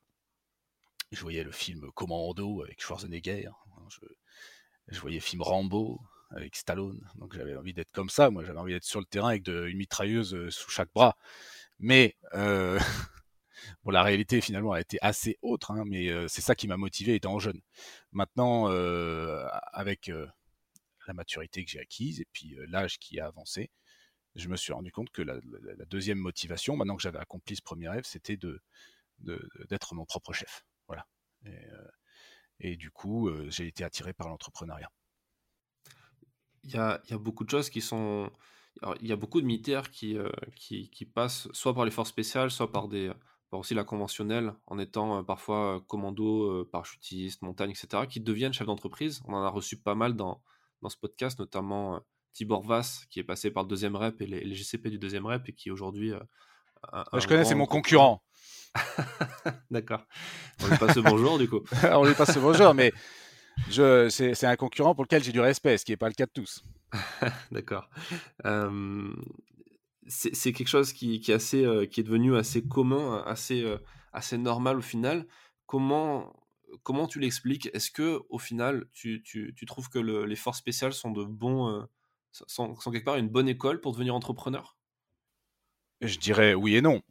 je voyais le film Commando avec Schwarzenegger, hein, je je voyais film Rambo avec Stallone, donc j'avais envie d'être comme ça. Moi, j'avais envie d'être sur le terrain avec de, une mitrailleuse euh, sous chaque bras. Mais euh, bon, la réalité finalement a été assez autre, hein, mais euh, c'est ça qui m'a motivé étant jeune. Maintenant, euh, avec euh, la maturité que j'ai acquise et puis euh, l'âge qui a avancé, je me suis rendu compte que la, la- la deuxième motivation, maintenant que j'avais accompli ce premier rêve, c'était de, de- d'être mon propre chef. Voilà. Et, euh, et du coup, euh, j'ai été attiré par l'entrepreneuriat. Il y a il y a beaucoup de choses qui sont alors il y a beaucoup de militaires qui, heu, qui qui passent soit par les forces spéciales, soit par des, par aussi la conventionnelle en étant, heu, parfois, heu, commando, heu, parachutiste, montagne et cetera, qui deviennent chefs d'entreprise. On en a reçu pas mal dans dans ce podcast, notamment, heu, Tibor Vass qui est passé par le deuxième rep et les les G C P du deuxième rep et qui est aujourd'hui, heu, un Euh, un Je connais, c'est grand mon entrepreneur. concurrent. D'accord. On lui passe le bonjour du coup. On lui passe le bonjour, mais je, c'est, c'est un concurrent pour lequel j'ai du respect, ce qui n'est pas le cas de tous. D'accord. Hem, c'est c'est quelque chose qui qui est assez, heu, qui est devenu assez commun, assez, heu, assez normal au final. Comment comment tu l'expliques? Est-ce que au final, tu tu tu trouves que le les forces spéciales sont de bons, heu, sont sont sont quelque part une bonne école pour devenir entrepreneur? Je dirais oui et non.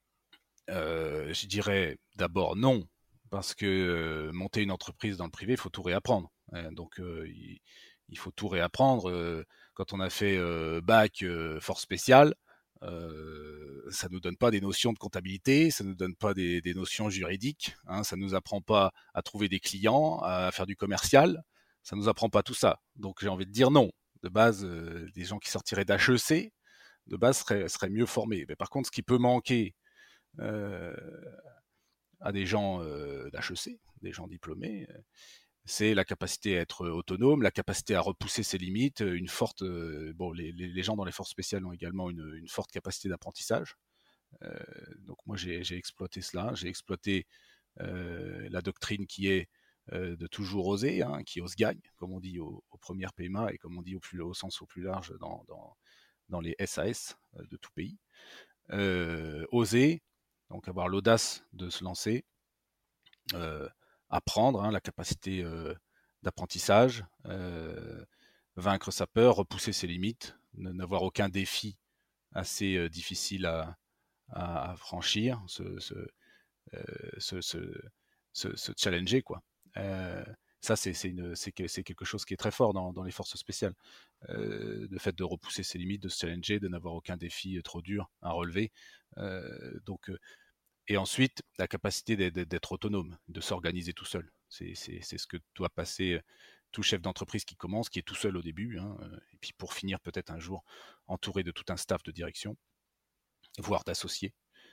Euh, je dirais d'abord non, parce que euh, monter une entreprise dans le privé, il faut tout réapprendre. Hein. Donc euh, il, il faut tout réapprendre. Euh, quand on a fait euh, bac euh, force spéciale, euh, ça nous donne pas des notions de comptabilité, ça nous donne pas des, des notions juridiques, hein, ça nous apprend pas à trouver des clients, à faire du commercial, ça nous apprend pas tout ça. Donc j'ai envie de dire non. De base, euh, des gens qui sortiraient d'H E C, de base, seraient, seraient mieux formés. Mais par contre, ce qui peut manquer euh, à des gens euh, d'H E C, des gens diplômés, euh, c'est la capacité à être autonome, la capacité à repousser ses limites, une forte. Euh, bon, les, les, les gens dans les forces spéciales ont également une, une forte capacité d'apprentissage. Euh, donc moi j'ai j'ai exploité cela, j'ai exploité euh, la doctrine qui est euh, de toujours oser, hein, qui ose gagne, comme on dit au, au premier P M A et comme on dit au, plus, au sens au plus large dans, dans, dans les S A S de tout pays. Euh, oser, donc avoir l'audace de se lancer, euh, apprendre, hein, la capacité euh, d'apprentissage, euh, vaincre sa peur, repousser ses limites, n'avoir aucun défi assez euh, difficile à, à, à franchir, se, se, euh, se, se, se, se challenger, quoi. Euh, ça, c'est, c'est, une, c'est, que, c'est quelque chose qui est très fort dans, dans les forces spéciales. Euh, le fait de repousser ses limites, de se challenger, de n'avoir aucun défi trop dur à relever. Euh, donc, euh, et ensuite, la capacité d'être autonome, de s'organiser tout seul. C'est ce que doit passer tout chef d'entreprise qui commence, qui est tout seul au début, hein, et puis pour finir peut-être un jour entouré de tout un staff de direction, voire d'associés.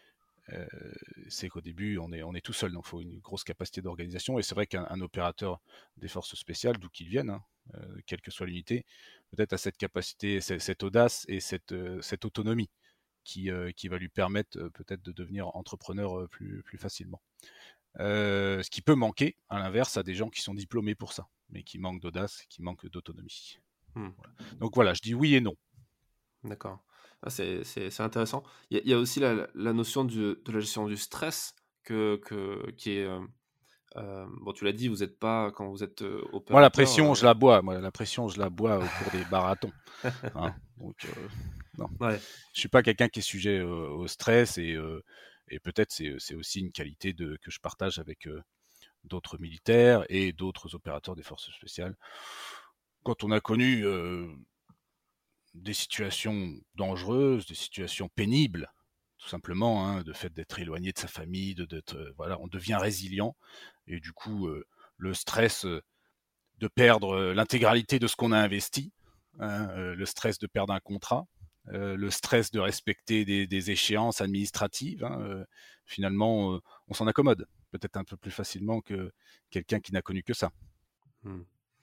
euh, c'est qu'au début, on est, on est tout seul, donc il faut une grosse capacité d'organisation. Et c'est vrai qu'un un opérateur des forces spéciales, d'où qu'ils viennent, hein, euh, quelle que soit l'unité, peut-être a cette capacité, cette, cette audace et cette, euh, cette autonomie qui, euh, qui va lui permettre euh, peut-être de devenir entrepreneur euh, plus, plus facilement. Euh, ce qui peut manquer, à l'inverse, à des gens qui sont diplômés pour ça, mais qui manquent d'audace, qui manquent d'autonomie. Hmm. Voilà. Donc voilà, je dis oui et non. D'accord. Ah, c'est, c'est, c'est intéressant. Il y, a- il y a aussi la, la notion du- de la gestion du stress que, que, qui est... euh, euh, bon, tu l'as dit, vous n'êtes pas, quand vous êtes euh, Moi, la opérateur... pression, euh, je la bois. Moi, la pression, je la bois au cours des marathons. Hein. Donc, euh, non. ouais. Je suis pas quelqu'un qui est sujet euh, au stress et, euh, et peut-être c'est, c'est aussi une qualité de, que je partage avec euh, d'autres militaires et d'autres opérateurs des forces spéciales. Quand on a connu euh, des situations dangereuses, des situations pénibles, tout simplement, hein, de fait d'être éloigné de sa famille, de, d'être, euh, voilà, on devient résilient et du coup euh, le stress euh, de perdre euh, l'intégralité de ce qu'on a investi, hein, euh, le stress de perdre un contrat, euh, le stress de respecter des, des échéances administratives, hein, euh, finalement euh, on s'en accommode peut-être un peu plus facilement que quelqu'un qui n'a connu que ça. Hmm.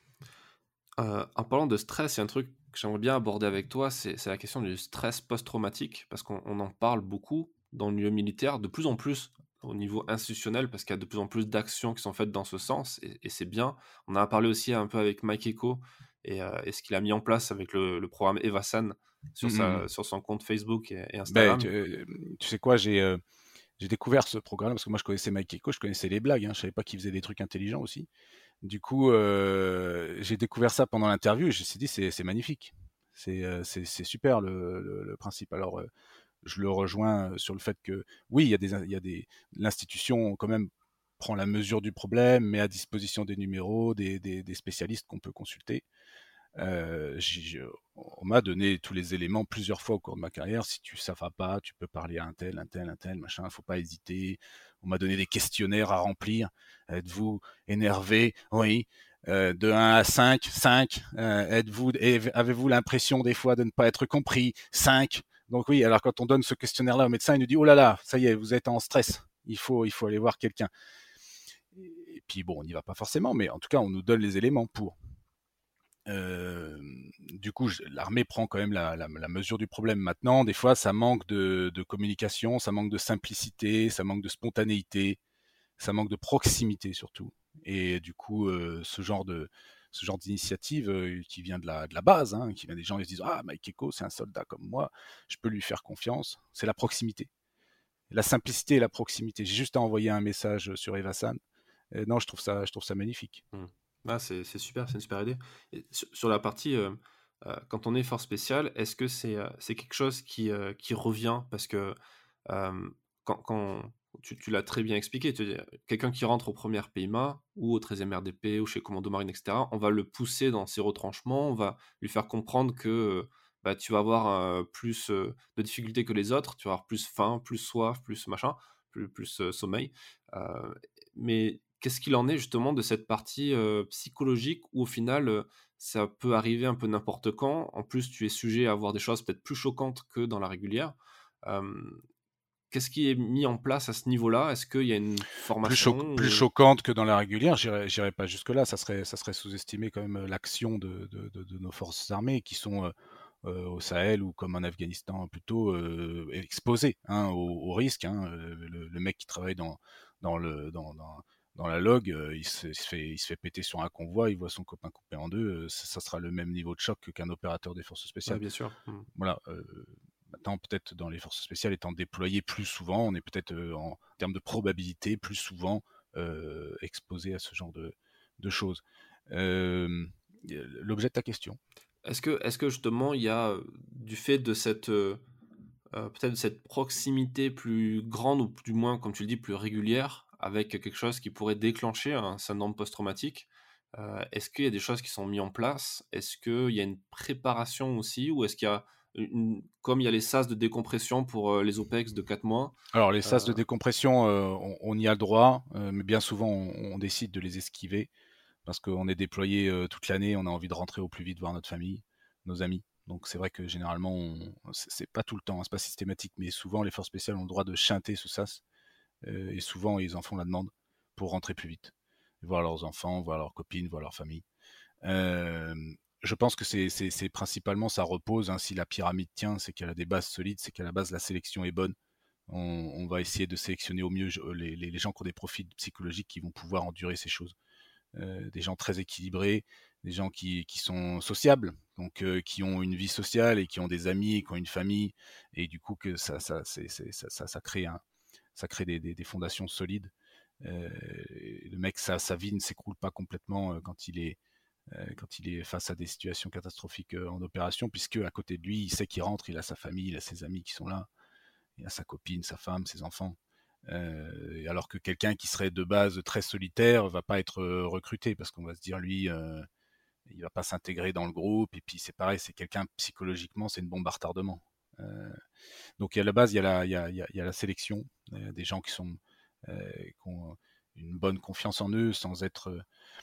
Euh, en parlant de stress, il y a un truc que j'aimerais bien aborder avec toi, c'est, c'est la question du stress post-traumatique, parce qu'on on en parle beaucoup dans le milieu militaire, de plus en plus au niveau institutionnel, parce qu'il y a de plus en plus d'actions qui sont faites dans ce sens, et, et c'est bien. On en a parlé aussi un peu avec Mike Echo, et, euh, et ce qu'il a mis en place avec le, le programme Evasan sur, Mmh. sa, sur son compte Facebook et, et Ben, Instagram. tu, euh, tu sais quoi, j'ai euh, j'ai découvert ce programme parce que moi je connaissais Mike Echo, je connaissais les blagues, hein, je savais pas qu'il faisait des trucs intelligents aussi. Du coup, euh, j'ai découvert ça pendant l'interview et je me suis dit c'est c'est magnifique, c'est euh, c'est c'est super le, le, le principe. Alors euh, je le rejoins sur le fait que oui, il y a des il y a des l'institution quand même prend la mesure du problème, met à disposition des numéros, des, des, des spécialistes qu'on peut consulter. Euh, j'ai- on m'a donné tous les éléments plusieurs fois au cours de ma carrière. Si tu ça va pas, tu peux parler à un tel, un tel, un tel, machin. Faut pas hésiter. On m'a donné des questionnaires à remplir. Êtes-vous énervé? Oui. Euh, de un à cinq, cinq. Euh, êtes-vous, avez-vous l'impression des fois de ne pas être compris? cinq. Donc oui. Alors quand on donne ce questionnaire-là au médecin, il nous dit oh là là, ça y est, vous êtes en stress. Il faut, il faut aller voir quelqu'un. Et puis bon, on n'y va pas forcément, mais en tout cas, on nous donne les éléments pour. Euh, du coup, l'armée prend quand même la, la, la, mesure du problème maintenant. Des fois, ça manque de, de, communication, ça manque de simplicité, ça manque de spontanéité, ça manque de proximité surtout. Et du coup, euh, ce genre de ce genre d'initiative euh, qui vient de la, de la base, hein, qui vient des gens qui se disent ah Mike Echo c'est un soldat comme moi, je peux lui faire confiance. C'est la proximité, la simplicité et la proximité. J'ai juste à envoyer un message sur Evasan. Et non, je trouve ça, je trouve ça magnifique. Hmm. Ah, c'est, c'est super, c'est une super idée. Et sur, sur la partie, euh, euh, quand on est force spéciale, est-ce que c'est, euh, c'est quelque chose qui, euh, qui revient? Parce que euh, quand, quand tu, tu l'as très bien expliqué, tu dis, quelqu'un qui rentre au premier P M A ou au treizième R D P ou chez Commando Marine, et cetera, on va le pousser dans ses retranchements, on va lui faire comprendre que euh, bah, tu vas avoir euh, plus euh, de difficultés que les autres, tu vas avoir plus faim, plus soif, plus machin, plus, plus euh, sommeil. Euh, mais qu'est-ce qu'il en est justement de cette partie euh, psychologique où au final euh, ça peut arriver un peu n'importe quand. En plus, tu es sujet à voir des choses peut-être plus choquantes que dans la régulière. Euh, Qu'est-ce qui est mis en place à ce niveau-là? Est-ce qu'il y a une Plus, cho formation plus ou... choquante que dans la régulière, j'irai pas jusque-là, ça serait, ça serait sous-estimer quand même l'action de, de, de, de, nos forces armées qui sont euh, au Sahel ou comme en Afghanistan plutôt euh, exposées hein, au, au risque. Hein. Le, le, mec qui travaille dans, dans, le, dans, dans, dans la log, euh, il, se, il, se fait, il se fait péter sur un convoi, il voit son copain coupé en deux, euh, ça, ça sera le même niveau de choc qu'un opérateur des forces Ouais, spéciales. bien sûr. Hmm. Voilà. Euh, Maintenant, peut-être dans les forces spéciales étant déployées plus souvent, on est peut-être euh, en termes de probabilité plus souvent euh, exposé à ce genre de, de choses. Euh, L'objet de ta question. Est-ce que, est-ce que justement il y a du fait de cette euh, euh, peut-être de cette proximité plus grande ou du moins, comme tu le dis, plus régulière avec quelque chose qui pourrait déclencher un syndrome post-traumatique? Euh, est-ce qu'il y a des choses qui sont mises en place? Est-ce qu'il y a une préparation aussi? Ou est-ce qu'il y a, une, comme il y a les sas de décompression pour euh, les OPEX de quatre mois? Alors, les sas euh, de décompression, euh, on, on, y a le droit, euh, mais bien souvent, on, on décide de les esquiver parce qu'on est déployé euh, toute l'année, on a envie de rentrer au plus vite voir notre famille, nos amis. Donc c'est vrai que généralement, on, c'est, c'est pas tout le temps, hein, c'est pas systématique, mais souvent les forces spéciales ont le droit de chanter sous sas, euh, et souvent ils en font la demande pour rentrer plus vite, voir leurs enfants, voir leurs copines, voir leur famille. Euh, je pense que c'est, c'est, c'est principalement ça repose, hein, si la pyramide tient, c'est qu'elle a des bases solides, c'est qu'à la base la sélection est bonne. On, on va essayer de sélectionner au mieux les, les, les gens qui ont des profils psychologiques qui vont pouvoir endurer ces choses. Euh, des gens très équilibrés, des gens qui, qui sont sociables, donc euh, qui ont une vie sociale et qui ont des amis, et qui ont une famille, et du coup que ça, ça, c'est, c'est, ça, ça, ça crée, un, ça crée des, des, des fondations solides. Euh, le mec, sa, sa vie ne s'écroule pas complètement euh, quand il est euh, quand il est face à des situations catastrophiques euh, en opération, puisque à côté de lui, il sait qu'il rentre, il a sa famille, il a ses amis qui sont là, il a sa copine, sa femme, ses enfants. Euh, alors que quelqu'un qui serait de base très solitaire va pas être euh, recruté parce qu'on va se dire lui, euh, il va pas s'intégrer dans le groupe. Et puis c'est pareil, c'est quelqu'un psychologiquement, c'est une bombe à retardement. Euh, donc à la base, il y a la, il y a, il y a, il y a la sélection, euh, des gens qui sont euh, qui ont une bonne confiance en eux sans être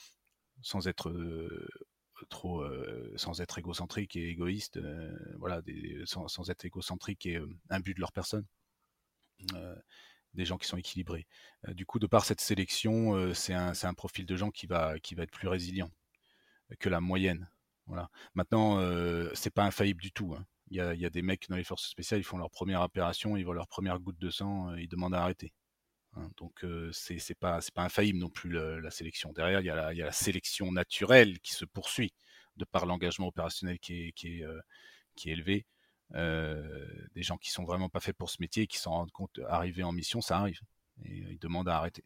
sans être euh, trop euh, sans être égocentrique et égoïste, euh, voilà, des, sans, sans être égocentrique et euh, imbu de leur personne. Euh, des gens qui sont équilibrés. Euh, du coup, de par cette sélection, euh, c'est un, c'est un profil de gens qui va, qui va être plus résilient que la moyenne. Voilà. Maintenant, euh, c'est pas infaillible du tout, hein. Il y a, il y a des mecs dans les forces spéciales, ils font leur première opération, ils voient leur première goutte de sang, euh, ils demandent à arrêter, hein. Donc euh, c'est, c'est pas, c'est pas infaillible non plus le, la sélection. Derrière, il y, a la, il y a la sélection naturelle qui se poursuit de par l'engagement opérationnel qui est, qui est, euh, qui est élevé. Euh, des gens qui sont vraiment pas faits pour ce métier et qui s'en rendent compte arriver en mission, ça arrive. Et euh, ils demandent à arrêter.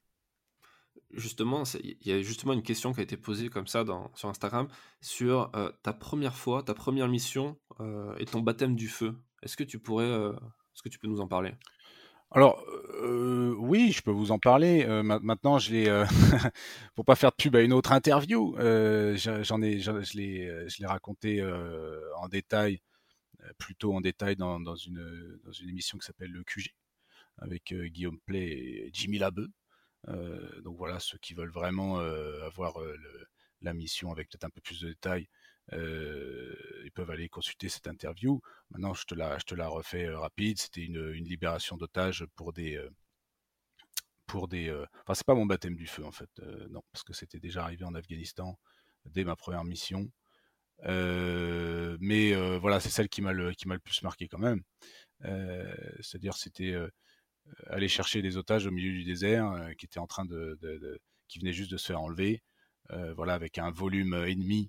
Justement, c'est- il y a justement une question qui a été posée comme ça dans, sur Instagram sur euh, ta première fois, ta première mission euh, et ton baptême du feu. Est-ce que tu pourrais, euh, est-ce que tu peux nous en parler? Alors, euh, oui, je peux vous en parler. Euh, ma- maintenant, je l'ai, euh, pour pas faire de pub à une autre interview, euh, j'en j'en ai, j'en- je l'ai, euh, je l'ai raconté euh, en détail, euh, plutôt en détail dans, dans une, dans une émission qui s'appelle le Q G, avec euh, Guillaume Play et Jimmy Labeu. Euh, donc voilà, ceux qui veulent vraiment euh, avoir euh, le- la mission avec peut-être un peu plus de détails, euh, ils peuvent aller consulter cette interview. Maintenant, je te la, je te la refais euh, rapide. C'était une, une libération d'otages pour des, euh, pour des. euh, Enfin, c'est pas mon baptême du feu en fait, euh, non, parce que c'était déjà arrivé en Afghanistan dès ma première mission. Euh, mais euh, voilà, c'est celle qui m'a le, qui m'a le plus marqué quand même. Euh, c'est-à-dire, c'était euh, aller chercher des otages au milieu du désert euh, qui étaient en train de, de, de, qui venaient juste de se faire enlever, euh, voilà, avec un volume ennemi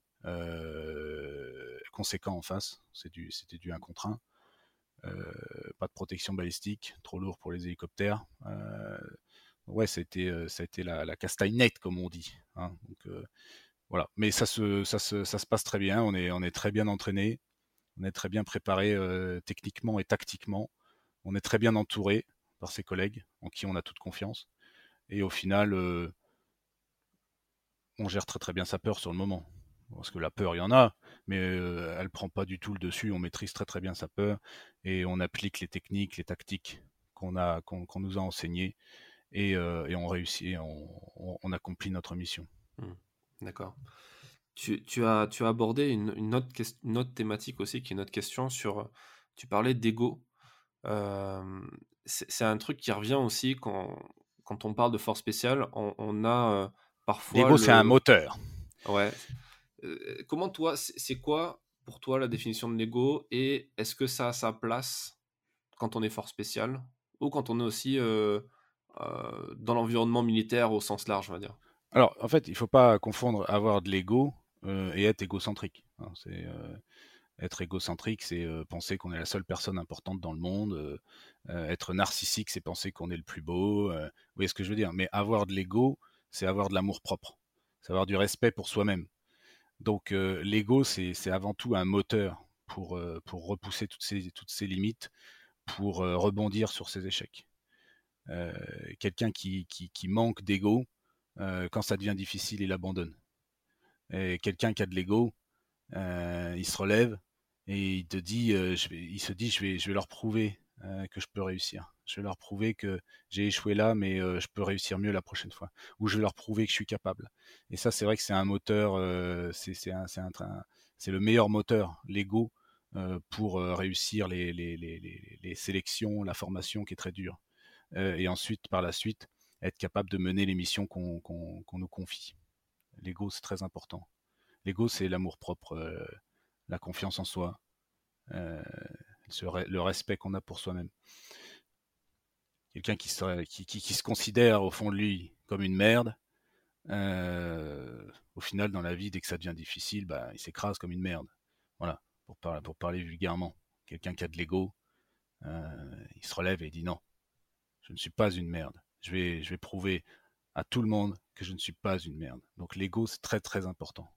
euh, conséquent en face. C'est du, c'était du un contre un. Euh, pas de protection balistique, trop lourd pour les hélicoptères. Euh, ouais, ça a été, euh, ça a été la, la castagnette, comme on dit, hein. Donc, euh, voilà. Mais ça se, ça, se, ça se passe très bien. On est, on est très bien entraîné. On est très bien préparé euh, techniquement et tactiquement. On est très bien entouré par ses collègues en qui on a toute confiance. Et au final, euh, on gère très très bien sa peur sur le moment. Parce que la peur, il y en a, mais euh, elle prend pas du tout le dessus. On maîtrise très très bien sa peur et on applique les techniques, les tactiques qu'on a, qu'on, qu'on nous a enseignées et, euh, et on réussit, on, on, on accomplit notre mission. Hmm, d'accord. Tu, tu as, tu as abordé une, une autre, ques- une autre thématique aussi, qui est une autre question sur. Tu parlais d'ego. Euh, c'est c'est un truc qui revient aussi quand, quand on parle de force spéciale. On, on a euh, parfois L'ego, c'est un le. moteur. Ouais. Euh, comment toi, c'est c'est quoi pour toi la définition de l'ego et est-ce que ça a sa place quand on est force spéciale ou quand on est aussi euh, euh, dans l'environnement militaire au sens large, on va dire? Alors, en fait, il faut pas confondre avoir de l'ego euh, et être égocentrique, hein. C'est euh, être égocentrique, c'est euh, penser qu'on est la seule personne importante dans le monde. Euh, euh, être narcissique, c'est penser qu'on est le plus beau. Euh, vous voyez ce que je veux dire? Mais avoir de l'ego, c'est avoir de l'amour propre. C'est avoir du respect pour soi-même. Donc euh, l'ego, c'est c'est avant tout un moteur pour, euh, pour repousser toutes ces, toutes ces limites, pour euh, rebondir sur ses échecs. Euh, Quelqu'un qui, qui, qui manque d'ego, euh, quand ça devient difficile, il abandonne. Et quelqu'un qui a de l'ego, euh, il se relève et il te dit, euh, je vais, il se dit, je vais, je vais leur prouver euh, que je peux réussir. Je vais leur prouver que j'ai échoué là, mais euh, je peux réussir mieux la prochaine fois. Ou je vais leur prouver que je suis capable. Et ça, c'est vrai que c'est un moteur, euh, c'est, c'est un, c'est un, un- c'est le meilleur moteur, l'ego, euh, pour euh, réussir les, les, les, les, les sélections, la formation qui est très dure. Euh, et ensuite, par la suite, être capable de mener les missions qu'on qu'on, qu'on nous confie. L'ego, c'est très important. L'ego, c'est l'amour-propre, euh, la confiance en soi, euh, le respect qu'on a pour soi-même. Quelqu'un qui, qui, qui, qui se considère au fond de lui comme une merde, euh, au final, dans la vie, dès que ça devient difficile, bah, il s'écrase comme une merde. Voilà, pour, par, pour parler vulgairement. Quelqu'un qui a de l'ego, euh, il se relève et il dit non, je ne suis pas une merde. Je vais, je vais prouver à tout le monde que je ne suis pas une merde. Donc l'ego, c'est très très important.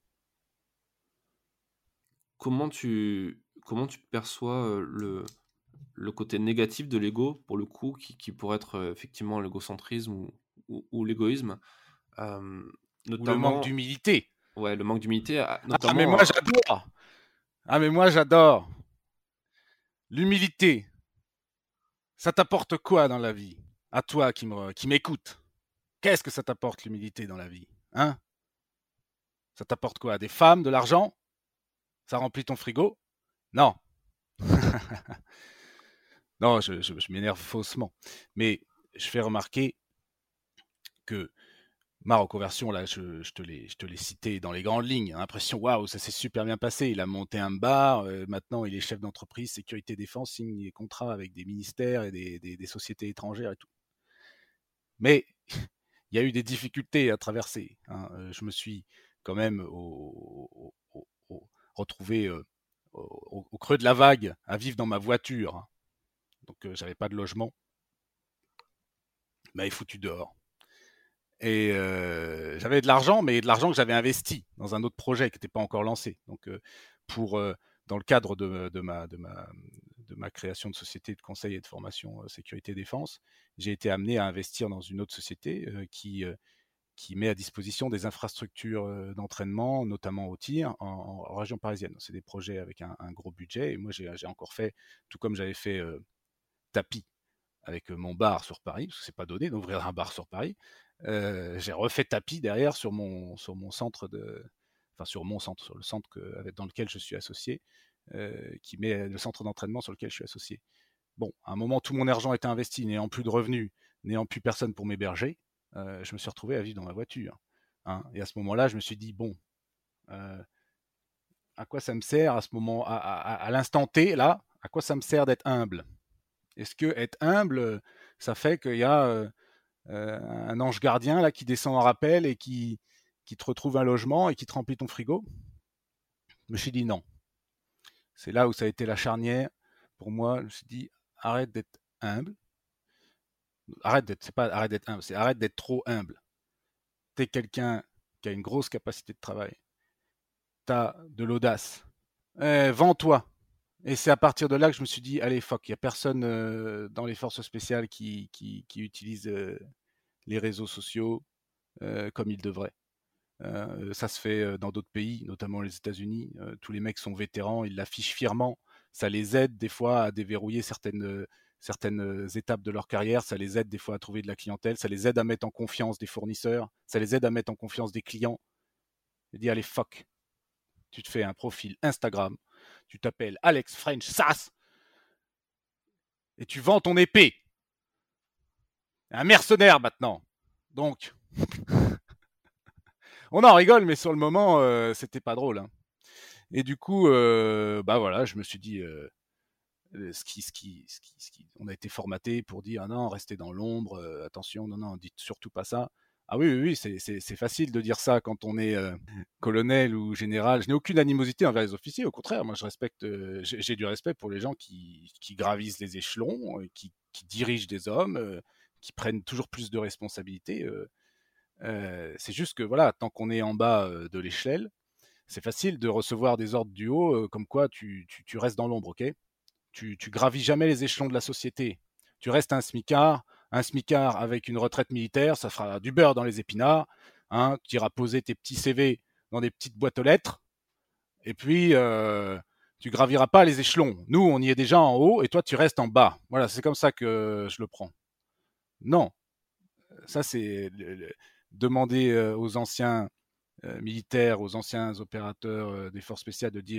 Comment tu, comment tu perçois le, le côté négatif de l'ego, pour le coup, qui, qui pourrait être effectivement l'égocentrisme ou, ou, ou l'égoïsme, euh, notamment... Ou le manque d'humilité. Ouais, le manque d'humilité, notamment... Ah, mais moi, j'adore Ah, mais moi, j'adore l'humilité. Ça t'apporte quoi dans la vie? À toi qui me, qui m'écoute. Qu'est-ce que ça t'apporte, l'humilité, dans la vie? Hein? Ça t'apporte quoi? Des femmes, de l'argent? Ça remplit ton frigo? Non. Non, je, je, je m'énerve faussement. Mais je fais remarquer que ma reconversion, là, je, je te l'ai cité dans les grandes lignes. L'impression, waouh, ça s'est super bien passé. Il a monté un bar, euh, maintenant il est chef d'entreprise, sécurité défense, signe des contrats avec des ministères et des, des, des sociétés étrangères et tout. Mais il y a eu des difficultés à traverser. Hein. Je me suis quand même au, au, au, au, retrouvé euh, au, au creux de la vague à vivre dans ma voiture. Hein. Donc euh, j'avais pas de logement. Mais foutu dehors. Et euh, j'avais de l'argent, mais de l'argent que j'avais investi dans un autre projet qui n'était pas encore lancé. Donc, euh, pour, euh, dans le cadre de, de, ma, de, ma, de ma création de société de conseil et de formation euh, sécurité défense, j'ai été amené à investir dans une autre société euh, qui, euh, qui met à disposition des infrastructures euh, d'entraînement, notamment au tir, en, en région parisienne. C'est des projets avec un, un gros budget. Et moi, j'ai encore fait, tout comme j'avais fait euh, tapis avec mon bar sur Paris, parce que c'est pas donné d'ouvrir un bar sur Paris. Euh, j'ai refait tapis derrière sur mon, sur mon centre de, enfin sur mon centre, sur le centre que, dans lequel je suis associé, euh, qui met le centre d'entraînement sur lequel je suis associé. Bon, à un moment, tout mon argent était investi, n'ayant plus de revenus, n'ayant plus personne pour m'héberger, euh, je me suis retrouvé à vivre dans ma voiture. Hein. Et à ce moment-là, je me suis dit, bon, euh, à quoi ça me sert à ce moment, à, à, à l'instant T, là, à quoi ça me sert d'être humble? Est-ce que être humble, ça fait qu'il y a euh, euh, un ange gardien là qui descend en rappel et qui, qui te retrouve un logement et qui te remplit ton frigo? Je me suis dit non. C'est là où ça a été la charnière. Pour moi, je me suis dit, arrête d'être humble. Arrête d'être, c'est pas arrête d'être humble, c'est arrête d'être trop humble. T'es quelqu'un qui a une grosse capacité de travail. T'as de l'audace. Eh, vends-toi. Et c'est à partir de là que je me suis dit, allez, fuck, il n'y a personne euh, dans les forces spéciales qui, qui, qui utilise euh, les réseaux sociaux euh, comme ils devraient. Euh, ça se fait dans d'autres pays, notamment les États-Unis. Euh, tous les mecs sont vétérans, ils l'affichent fièrement. Ça les aide des fois à déverrouiller certaines, certaines étapes de leur carrière. Ça les aide des fois à trouver de la clientèle. Ça les aide à mettre en confiance des fournisseurs. Ça les aide à mettre en confiance des clients. Je dis, allez, fuck. Tu te fais un profil Instagram. Tu t'appelles Alex French Sass. Et tu vends ton épée. Un mercenaire maintenant. Donc, on en rigole, mais sur le moment, euh, c'était pas drôle. Hein. Et du coup, euh, bah voilà, je me suis dit, euh, ce qui, ce qui, ce qui, ce qui, on a été formaté pour dire, ah non, restez dans l'ombre, euh, attention, non, non, dites surtout pas ça. Ah oui, oui, oui, c'est, c'est, c'est facile de dire ça quand on est euh, colonel ou général. Je n'ai aucune animosité envers les officiers, au contraire, moi je respecte, euh, j'ai, j'ai du respect pour les gens qui, qui gravissent les échelons, euh, qui, qui dirigent des hommes, euh, qui prennent toujours plus de responsabilités. Euh, euh, c'est juste que voilà, tant qu'on est en bas euh, de l'échelle, c'est facile de recevoir des ordres du haut, euh, comme quoi tu, tu, tu restes dans l'ombre, ok? Tu, tu gravis jamais les échelons de la société. Tu restes un smicard, un smicard avec une retraite militaire, ça fera du beurre dans les épinards. Hein, tu iras poser tes petits C V dans des petites boîtes aux lettres, et puis euh, tu graviras pas les échelons. Nous, on y est déjà en haut, et toi, tu restes en bas. Voilà, c'est comme ça que je le prends. Non, ça c'est le, le, demander aux anciens euh, militaires, aux anciens opérateurs euh, des forces spéciales de dire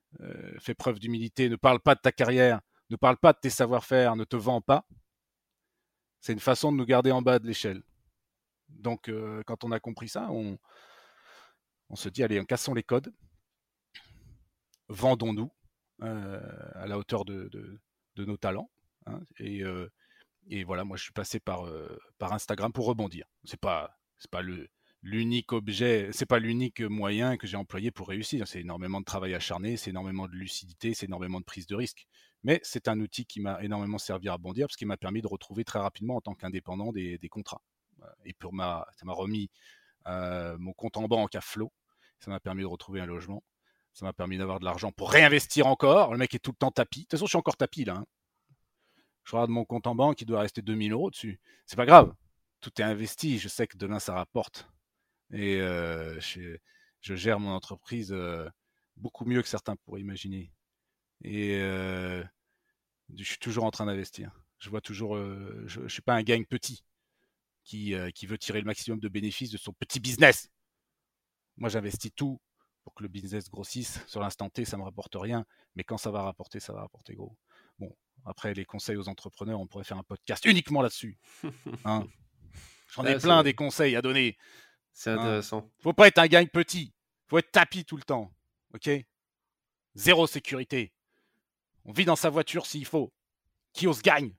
euh, fais preuve d'humilité, ne parle pas de ta carrière, ne parle pas de tes savoir-faire, ne te vends pas. C'est une façon de nous garder en bas de l'échelle. Donc, euh, quand on a compris ça, on, on se dit, allez, cassons les codes, vendons-nous euh, à la hauteur de, de, de nos talents. Hein, et, euh, et voilà, moi, je suis passé par, euh, par Instagram pour rebondir. C'est pas, c'est pas le, l'unique objet, c'est pas l'unique moyen que j'ai employé pour réussir. C'est énormément de travail acharné, c'est énormément de lucidité, c'est énormément de prise de risque. Mais c'est un outil qui m'a énormément servi à rebondir parce qu'il m'a permis de retrouver très rapidement en tant qu'indépendant des, des contrats. Et pour ma, ça m'a remis euh, mon compte en banque à flot. Ça m'a permis de retrouver un logement. Ça m'a permis d'avoir de l'argent pour réinvestir encore. Le mec est tout le temps tapis. De toute façon, je suis encore tapis là. Hein. Je regarde mon compte en banque, il doit rester deux mille euros dessus. C'est pas grave. Tout est investi. Je sais que demain, ça rapporte. Et euh, je, je gère mon entreprise euh, beaucoup mieux que certains pourraient imaginer. Et euh, je suis toujours en train d'investir. Je vois toujours, euh, je, je suis pas un gang petit qui, euh, qui veut tirer le maximum de bénéfices de son petit business. Moi, j'investis tout pour que le business grossisse. Sur l'instant T, ça me rapporte rien, mais quand ça va rapporter, ça va rapporter gros. Bon, après les conseils aux entrepreneurs, on pourrait faire un podcast uniquement là-dessus. Hein. J'en ai ah, plein des conseils à donner. C'est intéressant. Hein. Faut pas être un gang petit. Faut être tapis tout le temps. Ok. Zéro sécurité. On vit dans sa voiture s'il faut. Qui ose gagne.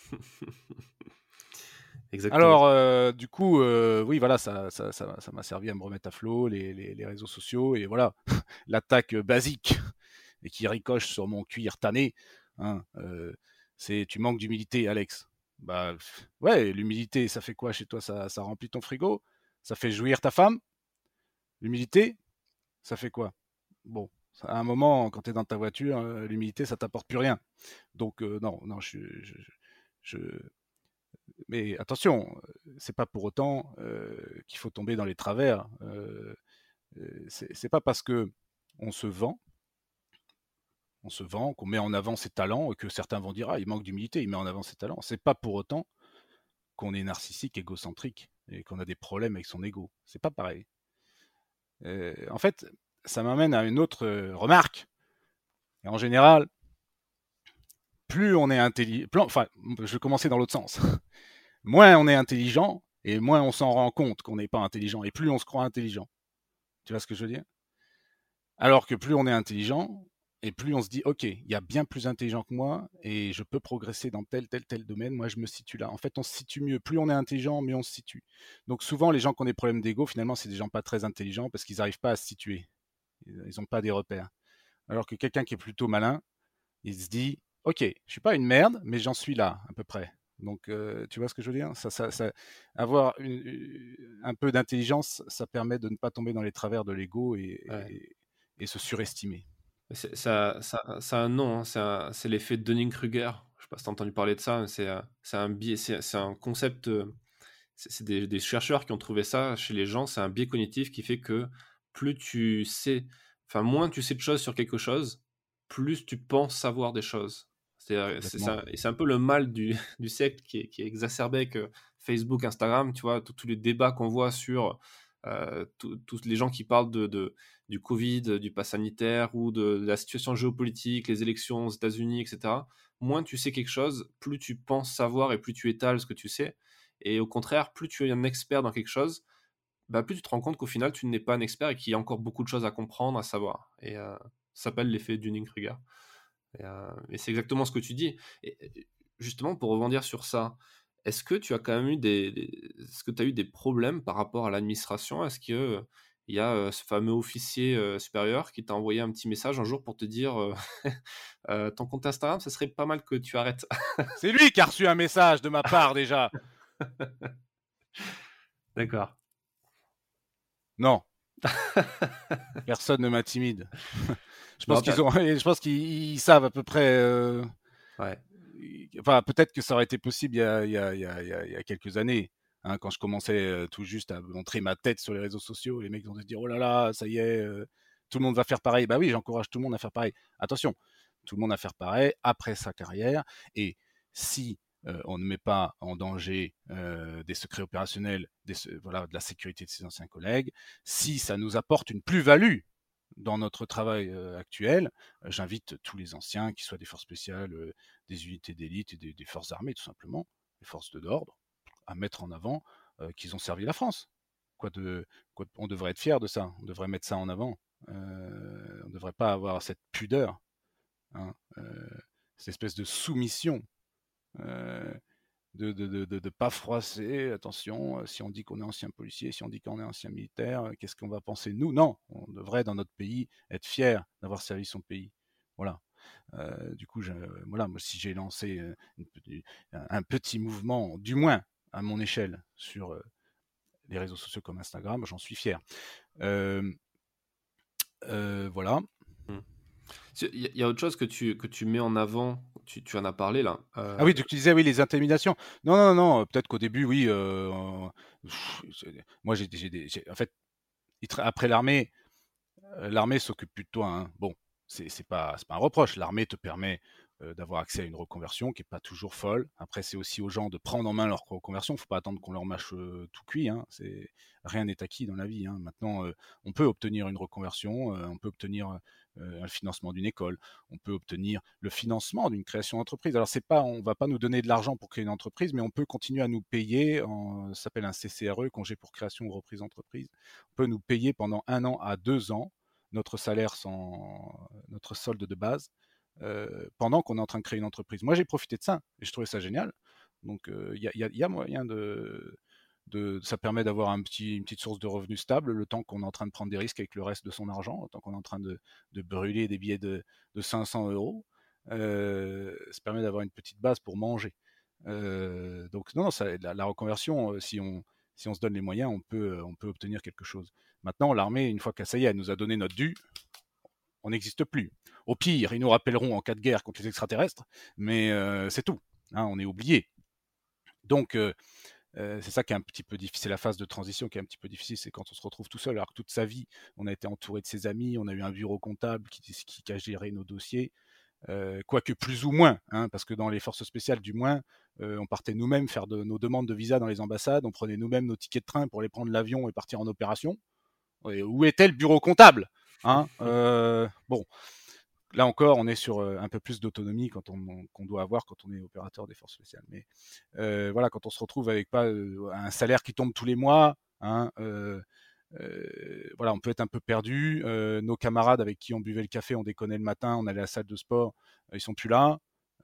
Exactement. Alors, euh, du coup, euh, oui, voilà, ça, ça, ça, ça m'a servi à me remettre à flot, les, les, les réseaux sociaux, et voilà, l'attaque basique et qui ricoche sur mon cuir tanné. Hein, euh, c'est tu manques d'humilité, Alex. Bah, ouais, l'humilité, ça fait quoi chez toi? Ça, ça remplit ton frigo? Ça fait jouir ta femme? L'humilité, ça fait quoi? Bon, à un moment, quand tu es dans ta voiture, euh, l'humilité, ça t'apporte plus rien. Donc, euh, non, non, je, je, je, mais attention, c'est pas pour autant euh, qu'il faut tomber dans les travers. Euh, c'est, c'est pas parce que on se vend, on se vend, qu'on met en avant ses talents, que certains vont dire ah il manque d'humilité, il met en avant ses talents. C'est pas pour autant qu'on est narcissique, égocentrique et qu'on a des problèmes avec son ego. C'est pas pareil. Euh, en fait, ça m'amène à une autre remarque. Et en général, plus on est intelligent, enfin, je vais commencer dans l'autre sens. Moins on est intelligent, et moins on s'en rend compte qu'on n'est pas intelligent, et plus on se croit intelligent. Tu vois ce que je veux dire? Alors que plus on est intelligent, et plus on se dit, ok, il y a bien plus intelligent que moi, et je peux progresser dans tel, tel, tel domaine, moi je me situe là. En fait, on se situe mieux. Plus on est intelligent, mieux on se situe. Donc souvent, les gens qui ont des problèmes d'ego, finalement, c'est des gens pas très intelligents, parce qu'ils n'arrivent pas à se situer. Ils n'ont pas des repères. Alors que quelqu'un qui est plutôt malin, il se dit, ok, je suis pas une merde, mais j'en suis là, à peu près. Donc, euh, tu vois ce que je veux dire? ça, ça, ça, Avoir une, une, un peu d'intelligence, ça permet de ne pas tomber dans les travers de l'ego et, ouais. et, et se surestimer. C'est, ça, ça, ça a un nom, hein, c'est, un, c'est l'effet de Dunning-Kruger. Je ne sais pas si tu as entendu parler de ça, c'est, c'est, un, biais, c'est, c'est un concept, c'est, c'est des, des chercheurs qui ont trouvé ça chez les gens, c'est un biais cognitif qui fait que plus tu sais, enfin moins tu sais de choses sur quelque chose, plus tu penses savoir des choses. C'est, c'est, c'est, un, et c'est un peu le mal du, du siècle qui est, qui est exacerbé avec Facebook, Instagram, tu vois, tous les débats qu'on voit sur euh, tous les gens qui parlent de, de, du Covid, du pass sanitaire ou de, de la situation géopolitique, les élections aux États-Unis, et cetera. Moins tu sais quelque chose, plus tu penses savoir et plus tu étales ce que tu sais. Et au contraire, plus tu es un expert dans quelque chose, bah, plus tu te rends compte qu'au final, tu n'es pas un expert et qu'il y a encore beaucoup de choses à comprendre, à savoir. Et euh, ça s'appelle l'effet Dunning-Kruger. Et, euh, et c'est exactement ce que tu dis. Et justement, pour rebondir sur ça, est-ce que tu as quand même eu des, des est-ce que tu as eu des problèmes par rapport à l'administration? Est-ce qu'il euh, y a euh, ce fameux officier euh, supérieur qui t'a envoyé un petit message un jour pour te dire euh, euh, ton compte Instagram, ça serait pas mal que tu arrêtes? C'est lui qui a reçu un message de ma part déjà. D'accord. Non. Personne ne m'intimide. Je pense, bon, qu'ils ont, je pense qu'ils savent à peu près. Euh, ouais. Enfin, peut-être que ça aurait été possible il y a, il y a, il y a, il y a quelques années, hein, quand je commençais euh, tout juste à montrer ma tête sur les réseaux sociaux. Les mecs vont se dire oh là là, ça y est, euh, tout le monde va faire pareil. Bah oui, j'encourage tout le monde à faire pareil. Attention, tout le monde à faire pareil après sa carrière. Et si euh, on ne met pas en danger euh, des secrets opérationnels, des, voilà, de la sécurité de ses anciens collègues, si ça nous apporte une plus-value dans notre travail euh, actuel, euh, j'invite tous les anciens, qu'ils soient des forces spéciales, euh, des unités d'élite et des, des forces armées, tout simplement, des forces de l'ordre, à mettre en avant euh, qu'ils ont servi la France. Quoi de, quoi, on devrait être fier de ça, on devrait mettre ça en avant. Euh, on ne devrait pas avoir cette pudeur, hein, euh, cette espèce de soumission. Euh, de ne de, de, de pas froisser, attention, euh, si on dit qu'on est ancien policier, si on dit qu'on est ancien militaire, euh, qu'est-ce qu'on va penser nous? Non, on devrait dans notre pays être fier d'avoir servi son pays. Voilà. Euh, du coup, je, voilà, moi, si j'ai lancé euh, une, un petit mouvement, du moins à mon échelle, sur euh, les réseaux sociaux comme Instagram, j'en suis fier. Euh, euh, voilà. Mmh. Il y a autre chose que tu, que tu mets en avant, tu, tu en as parlé là. Euh... Ah oui, tu disais oui les intimidations. Non, non, non, peut-être qu'au début, oui. Euh, pff, moi, j'ai, j'ai, j'ai, en fait, après l'armée, euh, l'armée s'occupe plus de toi. Hein. Bon, c'est, c'est pas, c'est pas un reproche. L'armée te permet euh, d'avoir accès à une reconversion qui est pas toujours folle. Après, c'est aussi aux gens de prendre en main leur reconversion. Faut pas attendre qu'on leur mâche euh, tout cuit. Hein. C'est rien n'est acquis dans la vie. Hein. Maintenant, euh, on peut obtenir une reconversion, euh, on peut obtenir euh, un financement d'une école, on peut obtenir le financement d'une création d'entreprise. Alors c'est pas, on va pas nous donner de l'argent pour créer une entreprise, mais on peut continuer à nous payer. En, ça s'appelle un C C R E, congé pour création ou reprise d'entreprise. On peut nous payer pendant un an à deux ans notre salaire sans notre solde de base euh, pendant qu'on est en train de créer une entreprise. Moi, j'ai profité de ça et je trouvais ça génial. Donc, il euh, y, y, y a moyen de, de, ça permet d'avoir un petit, une petite source de revenus stable le temps qu'on est en train de prendre des risques avec le reste de son argent, le temps qu'on est en train de, de brûler des billets de, de cinq cents euros. Euh, ça permet d'avoir une petite base pour manger. Euh, donc non, ça, la, la reconversion, si on, si on se donne les moyens, on peut, on peut obtenir quelque chose. Maintenant, l'armée, une fois que ça y est, elle nous a donné notre dû, on n'existe plus. Au pire, ils nous rappelleront en cas de guerre contre les extraterrestres, mais euh, c'est tout. Hein, on est oublié. Donc, euh, euh, c'est ça qui est un petit peu difficile. C'est la phase de transition qui est un petit peu difficile. C'est quand on se retrouve tout seul, alors que toute sa vie, on a été entouré de ses amis, on a eu un bureau comptable qui, qui, qui a géré nos dossiers. Euh, quoique plus ou moins, hein, parce que dans les forces spéciales, du moins, euh, on partait nous-mêmes faire de, nos demandes de visa dans les ambassades, on prenait nous-mêmes nos tickets de train pour aller prendre l'avion et partir en opération. Et où était le bureau comptable, hein euh, Bon, là encore, on est sur euh, un peu plus d'autonomie quand on, on, qu'on doit avoir quand on est opérateur des forces spéciales. Mais euh, voilà, quand on se retrouve avec pas euh, un salaire qui tombe tous les mois, hein, euh, euh, voilà, on peut être un peu perdu. Euh, nos camarades avec qui on buvait le café, on déconnait le matin, on allait à la salle de sport, euh, ils sont plus là.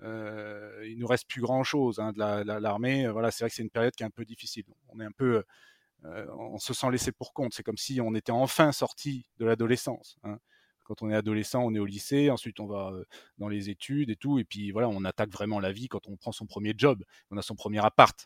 Euh, il nous reste plus grand chose hein, de la, la, l'armée. Voilà, c'est vrai que c'est une période qui est un peu difficile. On est un peu, euh, on se sent laissé pour compte. C'est comme si on était enfin sorti de l'adolescence. Hein. Quand on est adolescent, on est au lycée, ensuite on va euh, dans les études et tout, et puis voilà, on attaque vraiment la vie quand on prend son premier job, on a son premier appart.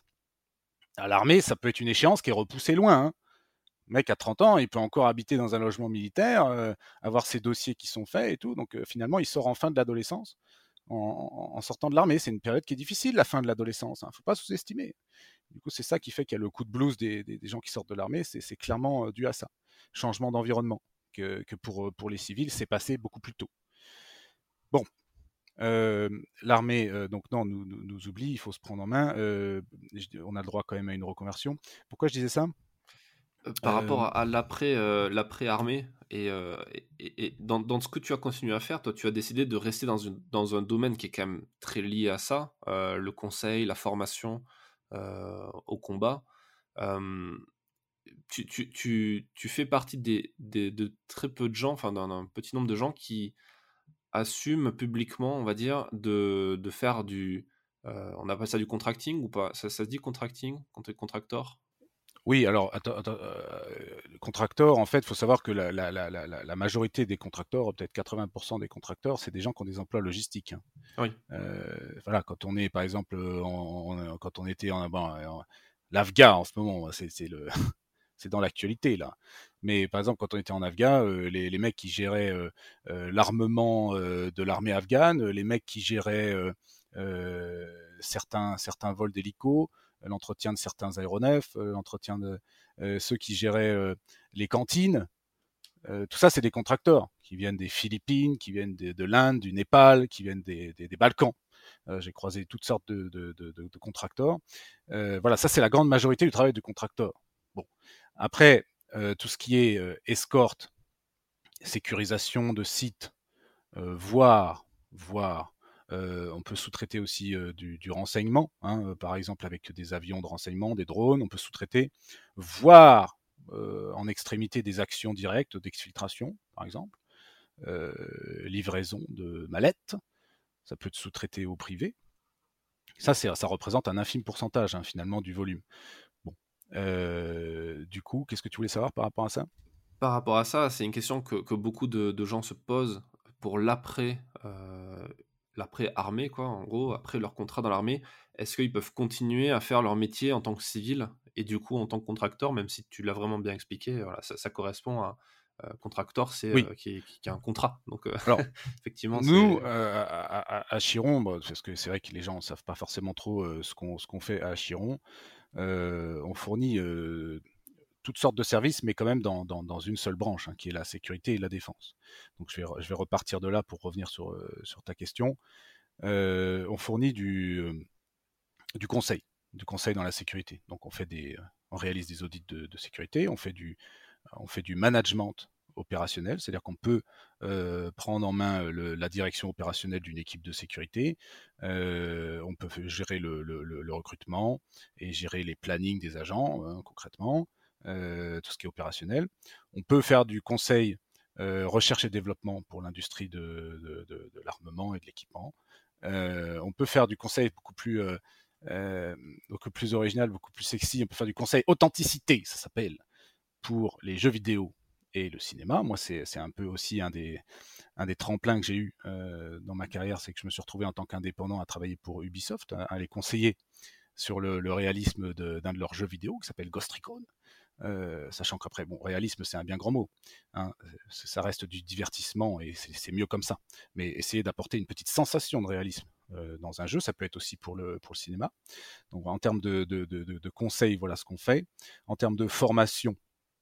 À l'armée, ça peut être une échéance qui est repoussée loin. Hein. Le mec à trente ans, il peut encore habiter dans un logement militaire, euh, avoir ses dossiers qui sont faits et tout. Donc euh, finalement, il sort en fin de l'adolescence, en, en, en sortant de l'armée. C'est une période qui est difficile, la fin de l'adolescence. Il hein. ne faut pas sous-estimer. Du coup, c'est ça qui fait qu'il y a le coup de blues des, des, des gens qui sortent de l'armée. C'est, c'est clairement euh, dû à ça. Changement d'environnement. Que, que pour, pour les civils, c'est passé beaucoup plus tôt. Bon. Euh, l'armée, euh, donc non, nous, nous, nous oublie, il faut se prendre en main. Euh, on a le droit quand même à une reconversion. Pourquoi je disais ça ? Par euh... rapport à, à l'après, euh, l'après armée et, euh, et, et dans, dans ce que tu as continué à faire, toi, tu as décidé de rester dans, une, dans un domaine qui est quand même très lié à ça, euh, le conseil, la formation euh, au combat. Euh, tu, tu, tu, tu fais partie des, des, de très peu de gens, enfin d'un, d'un petit nombre de gens qui assument publiquement, on va dire, de, de faire du... Euh, on appelle ça du contracting ou pas ? Ça, ça se dit contracting quand tu es contractor ? Oui, alors, attends, attends, euh, contracteurs, en fait, il faut savoir que la, la, la, la, la majorité des contracteurs, peut-être quatre-vingts pour cent des contracteurs, c'est des gens qui ont des emplois logistiques. Hein. Oui. Euh, voilà, quand on est, par exemple, en, en, quand on était en, bon, en l'Afga en ce moment, c'est, c'est le... c'est dans l'actualité là. Mais par exemple, quand on était en Afghan, euh, les, les mecs qui géraient euh, euh, l'armement euh, de l'armée afghane, les mecs qui géraient euh, euh, certains, certains vols d'hélicos, l'entretien de certains aéronefs, euh, l'entretien de euh, ceux qui géraient euh, les cantines, euh, tout ça, c'est des contracteurs qui viennent des Philippines, qui viennent de, de l'Inde, du Népal, qui viennent des, des, des Balkans. Euh, j'ai croisé toutes sortes de, de, de, de, de contracteurs. Euh, voilà, ça c'est la grande majorité du travail du contracteur. Bon. Après, euh, tout ce qui est euh, escorte, sécurisation de sites, euh, voire, voire euh, on peut sous-traiter aussi euh, du, du renseignement, hein, euh, par exemple avec des avions de renseignement, des drones, on peut sous-traiter, voire euh, en extrémité des actions directes d'exfiltration, par exemple, euh, livraison de mallettes, ça peut être sous-traité au privé. Ça, c'est, ça représente un infime pourcentage, hein, finalement, du volume. Bon. Euh, du coup, qu'est-ce que tu voulais savoir par rapport à ça? Par rapport à ça, c'est une question que, que beaucoup de, de gens se posent pour l'après, euh, l'après armée, quoi, en gros, après leur contrat dans l'armée. Est-ce qu'ils peuvent continuer à faire leur métier en tant que civil et du coup en tant que contracteur, même si tu l'as vraiment bien expliqué, voilà, ça, ça correspond à euh, contractor, c'est Oui. euh, qui, qui, qui a un contrat. Donc euh, Alors, effectivement, nous, c'est euh, à, à, à Chiron, bah, parce que c'est vrai que les gens ne savent pas forcément trop euh, ce qu'on ce qu'on fait à Chiron, euh, on fournit euh, toutes sortes de services, mais quand même dans, dans, dans une seule branche, hein, qui est la sécurité et la défense. Donc je vais, je vais repartir de là pour revenir sur, euh, sur ta question. Euh, on fournit du, euh, du conseil, du conseil dans la sécurité. Donc on fait des, on réalise des audits de, de sécurité, on fait du, on fait du management opérationnel, c'est-à-dire qu'on peut euh, prendre en main le, la direction opérationnelle d'une équipe de sécurité, euh, on peut gérer le, le, le, recrutement et gérer les plannings des agents, hein, concrètement, euh, tout ce qui est opérationnel. On peut faire du conseil euh, recherche et développement pour l'industrie de, de, de, de l'armement et de l'équipement. Euh, on peut faire du conseil beaucoup plus, euh, euh, beaucoup plus original, beaucoup plus sexy. On peut faire du conseil authenticité, ça s'appelle, pour les jeux vidéo et le cinéma. Moi, c'est, c'est un peu aussi un des, un des tremplins que j'ai eu euh, dans ma carrière, c'est que je me suis retrouvé en tant qu'indépendant à travailler pour Ubisoft, à, à les conseiller sur le, le réalisme de, d'un de leurs jeux vidéo qui s'appelle Ghost Recon. Euh, sachant qu'après, bon, réalisme, c'est un bien grand mot. Hein, ça reste du divertissement et c'est, c'est mieux comme ça. Mais essayer d'apporter une petite sensation de réalisme euh, dans un jeu, ça peut être aussi pour le, pour le cinéma. Donc, en termes de, de, de, de conseils, voilà ce qu'on fait. En termes de formation,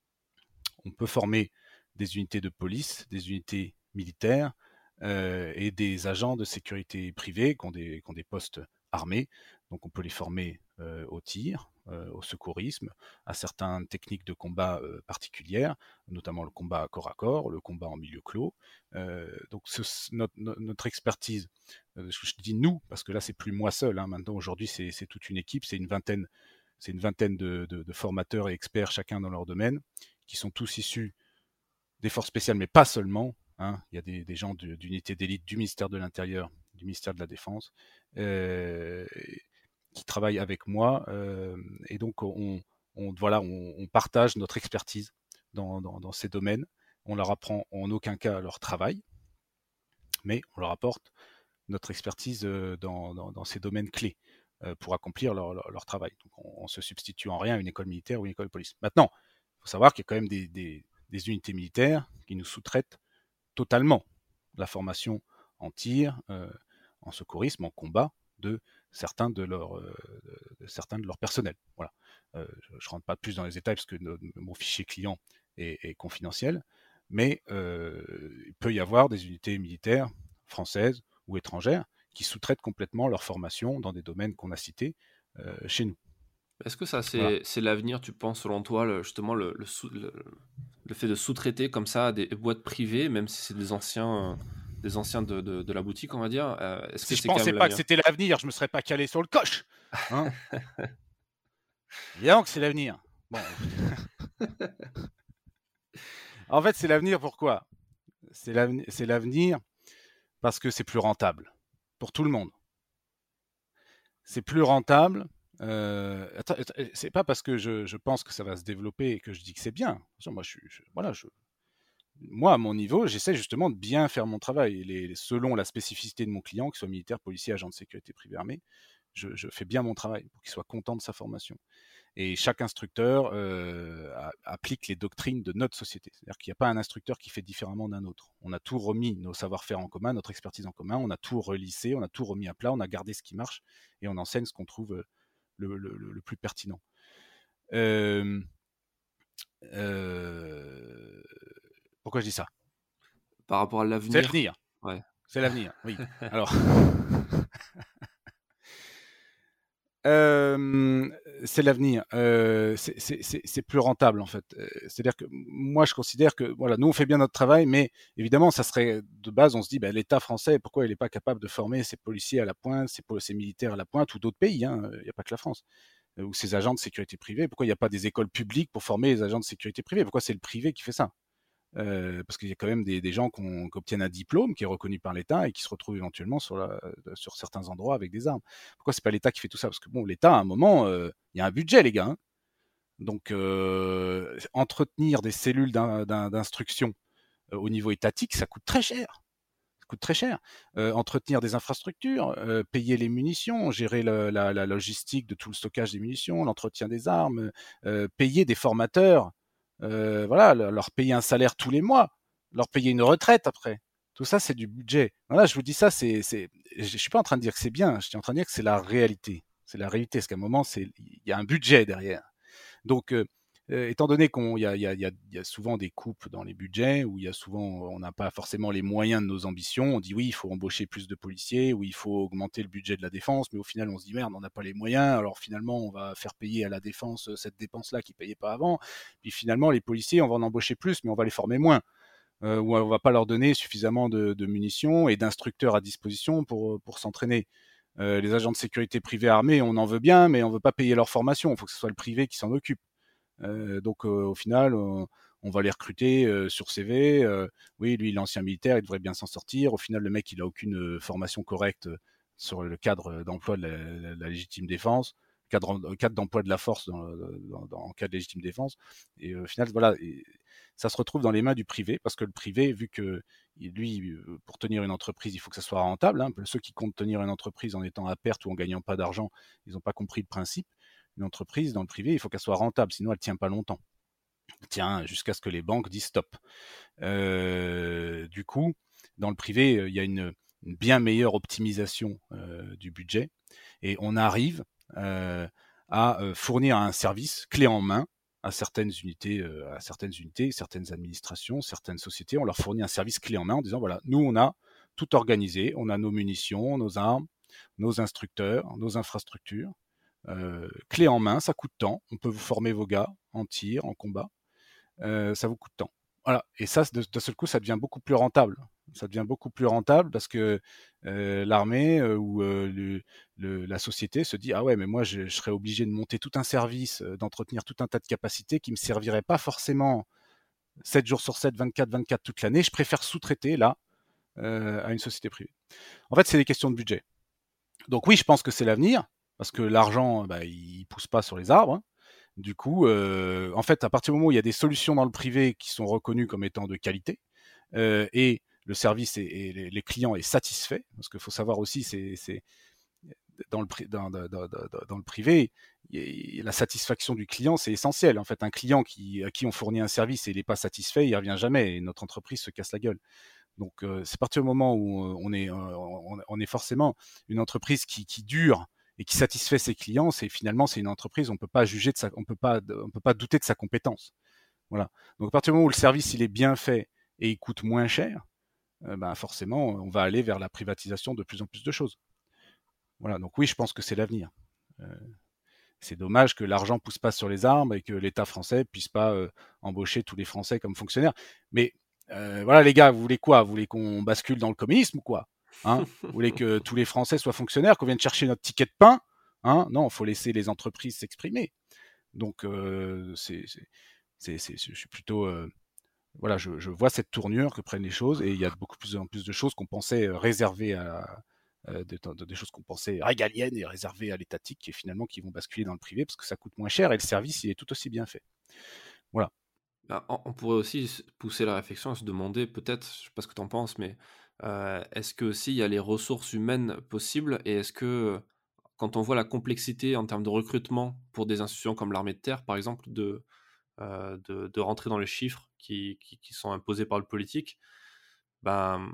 on peut former des unités de police, des unités militaires euh, et des agents de sécurité privée qui ont des, qui ont des postes armés. Donc on peut les former euh, au tir, euh, au secourisme, à certaines techniques de combat euh, particulières, notamment le combat corps à corps, le combat en milieu clos. Euh, donc ce, notre, notre, expertise, euh, je dis nous, parce que là c'est plus moi seul, hein, maintenant aujourd'hui c'est, c'est toute une équipe, c'est une vingtaine, c'est une vingtaine de, de, de formateurs et experts chacun dans leur domaine, qui sont tous issus des forces spéciales, mais pas seulement. Hein. Il y a des, des gens de, d'unités d'élite du ministère de l'Intérieur, du ministère de la Défense, euh, qui travaillent avec moi. Euh, et donc, on, on, voilà, on, on partage notre expertise dans, dans, dans ces domaines. On leur apprend en aucun cas leur travail, mais on leur apporte notre expertise dans, dans, dans ces domaines clés euh, pour accomplir leur, leur, leur travail. Donc, on, on se substitue en rien à une école militaire ou une école de police. Maintenant, il faut savoir qu'il y a quand même des, des, des unités militaires qui nous sous-traitent totalement la formation en tir, euh, en secourisme, en combat de certains de leurs euh, de certains de leur personnel. Voilà. Euh, je ne rentre pas plus dans les détails parce que no, mon fichier client est, est confidentiel, mais euh, il peut y avoir des unités militaires françaises ou étrangères qui sous-traitent complètement leur formation dans des domaines qu'on a cités euh, chez nous. Est-ce que ça, c'est, voilà. c'est l'avenir, tu penses, selon toi, le, justement, le, le, sous, le, le fait de sous-traiter comme ça à des boîtes privées, même si c'est des anciens, euh, des anciens de, de, de la boutique, on va dire, euh, est-ce Si que je c'est quand pensais même pas que l'avenir? c'était l'avenir, je me serais pas calé sur le coche. Hein. Évidemment que c'est l'avenir. Bon. En fait, c'est l'avenir pourquoi? C'est l'avenir, c'est l'avenir parce que c'est plus rentable pour tout le monde. C'est plus rentable. Euh, attends, c'est pas parce que je, je, pense que ça va se développer et que je dis que c'est bien. Moi, je, je, voilà, je, moi, à mon niveau, j'essaie justement de bien faire mon travail. Les, selon la spécificité de mon client, qu'il soit militaire, policier, agent de sécurité privée armée, je, je fais bien mon travail pour qu'il soit content de sa formation. Et chaque instructeur euh, a, applique les doctrines de notre société. C'est-à-dire qu'il n'y a pas un instructeur qui fait différemment d'un autre. On a tout remis, nos savoir-faire en commun, notre expertise en commun, on a tout relissé, on a tout remis à plat, on a gardé ce qui marche et on enseigne ce qu'on trouve le, le, le, le plus pertinent. Euh, euh, pourquoi je dis ça? Par rapport à l'avenir. C'est l'avenir. Ouais. C'est l'avenir, oui. Alors, Euh, c'est l'avenir. Euh, c'est, c'est, c'est, c'est plus rentable en fait. Euh, C'est-à-dire que moi je considère que voilà, nous on fait bien notre travail, mais évidemment ça serait de base on se dit ben, l'État français pourquoi il n'est pas capable de former ses policiers à la pointe, ses, ses militaires à la pointe ou d'autres pays. Hein, il n'y a pas que la France. Euh, ou ses agents de sécurité privée. Pourquoi il n'y a pas des écoles publiques pour former les agents de sécurité privée? Pourquoi c'est le privé qui fait ça? Euh, parce qu'il y a quand même des, des gens qui obtiennent un diplôme qui est reconnu par l'État et qui se retrouvent éventuellement sur, la, sur certains endroits avec des armes. Pourquoi c'est pas l'État qui fait tout ça? Parce que bon, l'État, à un moment, euh, il y a un budget, les gars. Hein. Donc, euh, entretenir des cellules d'in, d'in, d'instruction euh, au niveau étatique, ça coûte très cher. Ça coûte très cher. Euh, entretenir des infrastructures, euh, payer les munitions, gérer le, la, la logistique de tout le stockage des munitions, l'entretien des armes, euh, payer des formateurs, euh, voilà, leur payer un salaire tous les mois, leur payer une retraite après. Tout ça, c'est du budget. Voilà, je vous dis ça, c'est, c'est, je suis pas en train de dire que c'est bien, je suis en train de dire que c'est la réalité. C'est la réalité, parce qu'à un moment, c'est, il y a un budget derrière. Donc, euh, euh, étant donné qu'il y a, y, a, y, a, y a souvent des coupes dans les budgets, où il y a souvent, on n'a pas forcément les moyens de nos ambitions, on dit oui, il faut embaucher plus de policiers, ou il faut augmenter le budget de la défense, mais au final, on se dit merde, on n'a pas les moyens, alors finalement, on va faire payer à la défense cette dépense-là qui ne payait pas avant, puis finalement, les policiers, on va en embaucher plus, mais on va les former moins. Euh, ou on va pas leur donner suffisamment de, de munitions et d'instructeurs à disposition pour, pour s'entraîner. Euh, les agents de sécurité privés armés, on en veut bien, mais on ne veut pas payer leur formation. Il faut que ce soit le privé qui s'en occupe. Euh, donc, euh, au final, on, on va les recruter euh, sur C V. Euh, oui, lui, l'ancien militaire, il devrait bien s'en sortir. Au final, le mec, il n'a aucune formation correcte sur le cadre d'emploi de la, la, la légitime défense, cadre, cadre d'emploi de la force dans, dans, dans, en cas de légitime défense. Et euh, au final, voilà, et ça se retrouve dans les mains du privé, parce que le privé, vu que lui, pour tenir une entreprise, il faut que ça soit rentable. Hein. Ceux qui comptent tenir une entreprise en étant à perte ou en gagnant pas d'argent, ils n'ont pas compris le principe. Une entreprise dans le privé, il faut qu'elle soit rentable, sinon elle ne tient pas longtemps. Elle tient jusqu'à ce que les banques disent stop. Euh, du coup, dans le privé, il y a une, une bien meilleure optimisation euh, du budget et on arrive euh, à fournir un service clé en main à certaines unités, euh, à certaines unités, certaines administrations, certaines sociétés. On leur fournit un service clé en main en disant voilà, nous on a tout organisé, on a nos munitions, nos armes, nos instructeurs, nos infrastructures. Euh, clé en main, ça coûte temps. On peut vous former vos gars en tir, en combat. Euh, ça vous coûte temps. Voilà. Et ça, de, d'un seul coup, ça devient beaucoup plus rentable. Ça devient beaucoup plus rentable parce que euh, l'armée euh, ou euh, le, le, la société se dit ah ouais, mais moi je, je serais obligé de monter tout un service, euh, d'entretenir tout un tas de capacités qui me serviraient pas forcément sept jours sur sept, vingt-quatre vingt-quatre toute l'année. Je préfère sous-traiter là euh, à une société privée. En fait, c'est des questions de budget. Donc oui, je pense que c'est l'avenir parce que l'argent, bah, il pousse pas sur les arbres. Hein. Du coup, euh, en fait, à partir du moment où il y a des solutions dans le privé qui sont reconnues comme étant de qualité euh, et le service et, et les, les clients est satisfait, parce qu'il faut savoir aussi, c'est, c'est dans, le, dans, dans, dans, dans le privé, la satisfaction du client, c'est essentiel. En fait, un client qui, à qui on fournit un service et il n'est pas satisfait, il ne revient jamais et notre entreprise se casse la gueule. Donc, euh, c'est à partir du moment où on est, euh, on, on est forcément une entreprise qui, qui dure et qui satisfait ses clients, c'est finalement c'est une entreprise, on peut pas juger de sa, on peut pas, on peut pas douter de sa compétence. Voilà. Donc à partir du moment où le service il est bien fait et il coûte moins cher, euh, ben forcément on va aller vers la privatisation de plus en plus de choses. Voilà. Donc oui, je pense que c'est l'avenir. Euh, c'est dommage que l'argent pousse pas sur les arbres et que l'État français puisse pas euh, embaucher tous les Français comme fonctionnaires. Mais euh, voilà les gars, vous voulez quoi? Vous voulez qu'on bascule dans le communisme ou quoi? Hein, vous voulez que tous les Français soient fonctionnaires, qu'on vienne chercher notre ticket de pain? Hein, non, il faut laisser les entreprises s'exprimer. Donc, euh, c'est, c'est, c'est, c'est, je suis plutôt, euh, voilà, je, je vois cette tournure que prennent les choses et il y a beaucoup plus en plus de choses qu'on pensait réservées à, euh, de, de, des choses qu'on pensait régaliennes et réservées à l'étatique et finalement qui vont basculer dans le privé parce que ça coûte moins cher et le service il est tout aussi bien fait. Voilà. On pourrait aussi pousser la réflexion à se demander, peut-être, je ne sais pas ce que tu en penses, mais euh, est-ce que aussi il y a les ressources humaines possibles et est-ce que quand on voit la complexité en termes de recrutement pour des institutions comme l'armée de terre, par exemple, de, euh, de, de rentrer dans les chiffres qui, qui, qui sont imposés par le politique, ben,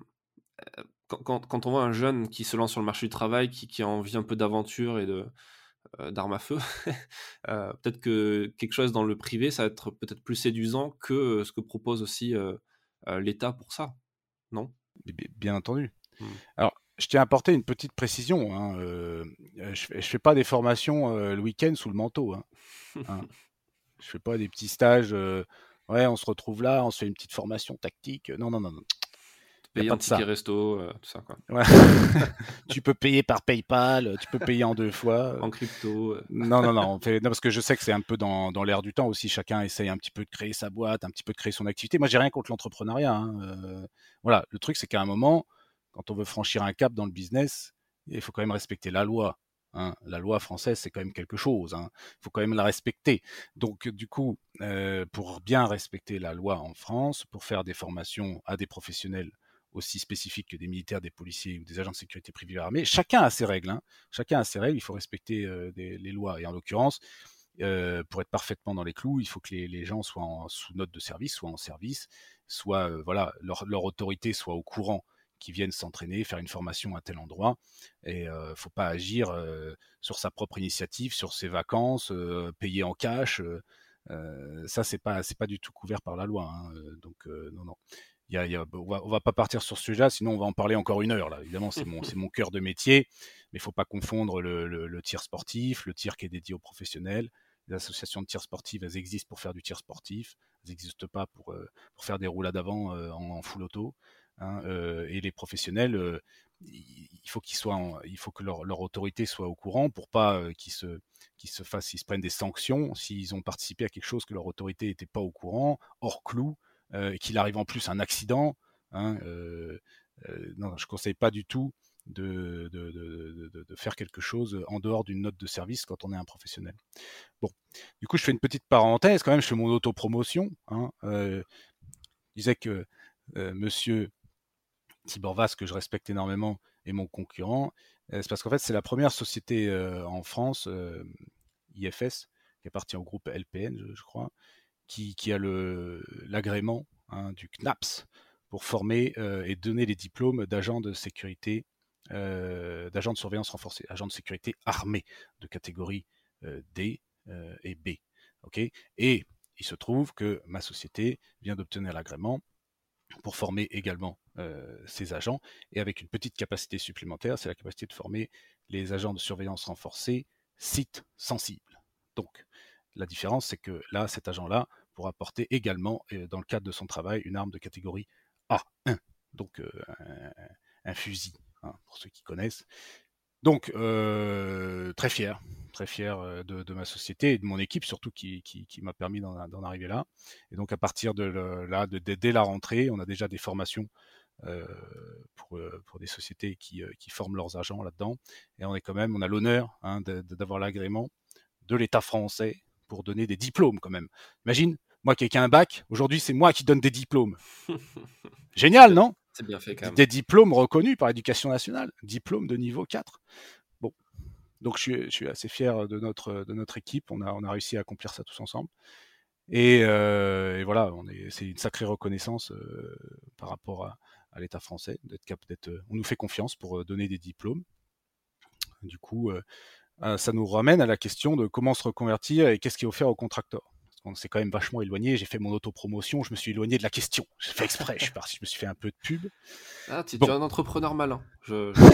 quand, quand, quand on voit un jeune qui se lance sur le marché du travail, qui, qui a envie un peu d'aventure et de, euh, d'armes à feu, euh, peut-être que quelque chose dans le privé, ça va être peut-être plus séduisant que ce que propose aussi euh, euh, l'État pour ça, non? Bien entendu. Hmm. Alors, je tiens à apporter une petite précision. Hein. Euh, je fais, je fais pas des formations euh, le week-end sous le manteau. Hein. Hein. Je fais pas des petits stages. Euh, ouais, on se retrouve là, on se fait une petite formation tactique. Non, non, non, non. Il y a Payer pas un de ticket ça. resto, euh, tout ça, quoi. Ouais. Tu peux payer par PayPal, tu peux payer en deux fois. En crypto. euh. Non, non, non, on fait... non, parce que je sais que c'est un peu dans, dans l'air du temps aussi. Chacun essaye un petit peu de créer sa boîte, un petit peu de créer son activité. Moi, j'ai rien contre l'entrepreneuriat. Hein. Euh, voilà, le truc, c'est qu'à un moment, quand on veut franchir un cap dans le business, il faut quand même respecter la loi. Hein. La loi française, c'est quand même quelque chose. Hein. Il faut quand même la respecter. Donc, du coup, euh, pour bien respecter la loi en France, pour faire des formations à des professionnels aussi spécifiques que des militaires, des policiers ou des agents de sécurité privée armés, chacun a ses règles. Hein. Chacun a ses règles. Il faut respecter euh, des, les lois. Et en l'occurrence, euh, pour être parfaitement dans les clous, il faut que les, les gens soient en, sous note de service, soient en service, soit euh, voilà, leur, leur autorité soit au courant qui viennent s'entraîner, faire une formation à tel endroit. Et il euh, ne faut pas agir euh, sur sa propre initiative, sur ses vacances, euh, payer en cash. Euh, euh, ça, c'est pas, c'est pas du tout couvert par la loi. Hein. Donc, euh, non, non. Il y a, il y a, on, va, on va pas partir sur ce sujet-là, sinon on va en parler encore une heure. Là. Évidemment, c'est mon, c'est mon cœur de métier, mais il faut pas confondre le, le, le tir sportif, le tir qui est dédié aux professionnels. Les associations de tir sportif, elles existent pour faire du tir sportif. Elles n'existent pas pour, euh, pour faire des roulades avant euh, en, en full auto. Hein, euh, et les professionnels, euh, il faut qu'ils soient, en, il faut que leur, leur autorité soit au courant pour pas euh, qu'ils se, qu'ils se fassent, ils se prennent des sanctions s'ils ont participé à quelque chose que leur autorité n'était pas au courant, hors clou, euh, et qu'il arrive en plus un accident. Hein, euh, euh, non, je conseille pas du tout de, de, de, de, de faire quelque chose en dehors d'une note de service quand on est un professionnel. Bon, du coup, je fais une petite parenthèse quand même. Je fais mon autopromotion. Hein, euh, je disais que euh, Monsieur Tibor Vaz, que je respecte énormément, est mon concurrent. Euh, c'est parce qu'en fait, c'est la première société euh, en France, euh, I F S, qui appartient au groupe L P N, je, je crois, qui, qui a le, l'agrément hein, du C N A P S pour former euh, et donner les diplômes d'agents de sécurité, euh, d'agents de surveillance renforcée, agents de sécurité armés de catégorie euh, D euh, et B. Okay, et il se trouve que ma société vient d'obtenir l'agrément pour former également euh, ces agents, et avec une petite capacité supplémentaire, c'est la capacité de former les agents de surveillance renforcée sites sensibles. Donc, la différence, c'est que là, cet agent-là pourra porter également, euh, dans le cadre de son travail, une arme de catégorie A un, donc euh, un, un fusil, hein, pour ceux qui connaissent. Donc, euh, très fier, très fier de, de ma société et de mon équipe, surtout qui, qui, qui m'a permis d'en, d'en arriver là. Et donc, à partir de là, de, de, dès la rentrée, on a déjà des formations euh, pour, pour des sociétés qui, qui forment leurs agents là-dedans. Et on est quand même, on a l'honneur hein, de, de, d'avoir l'agrément de l'État français pour donner des diplômes quand même. Imagine, moi qui ai un bac, aujourd'hui c'est moi qui donne des diplômes. Génial, non ? C'est bien fait quand même. Des diplômes reconnus par l'Éducation nationale, diplôme de niveau quatre. Bon, donc je suis, je suis assez fier de notre, de notre équipe, on a, on a réussi à accomplir ça tous ensemble. Et, euh, et voilà, on est, c'est une sacrée reconnaissance euh, par rapport à, à l'État français, d'être cap, d'être, on nous fait confiance pour donner des diplômes. Du coup, euh, ça nous ramène à la question de comment se reconvertir et qu'est-ce qui est offert aux contracteurs. On s'est quand même vachement éloigné. J'ai fait mon autopromotion, je me suis éloigné de la question. J'ai fait exprès, je suis parti, je me suis fait un peu de pub. Ah, tu, bon. tu es un entrepreneur malin. Je, je...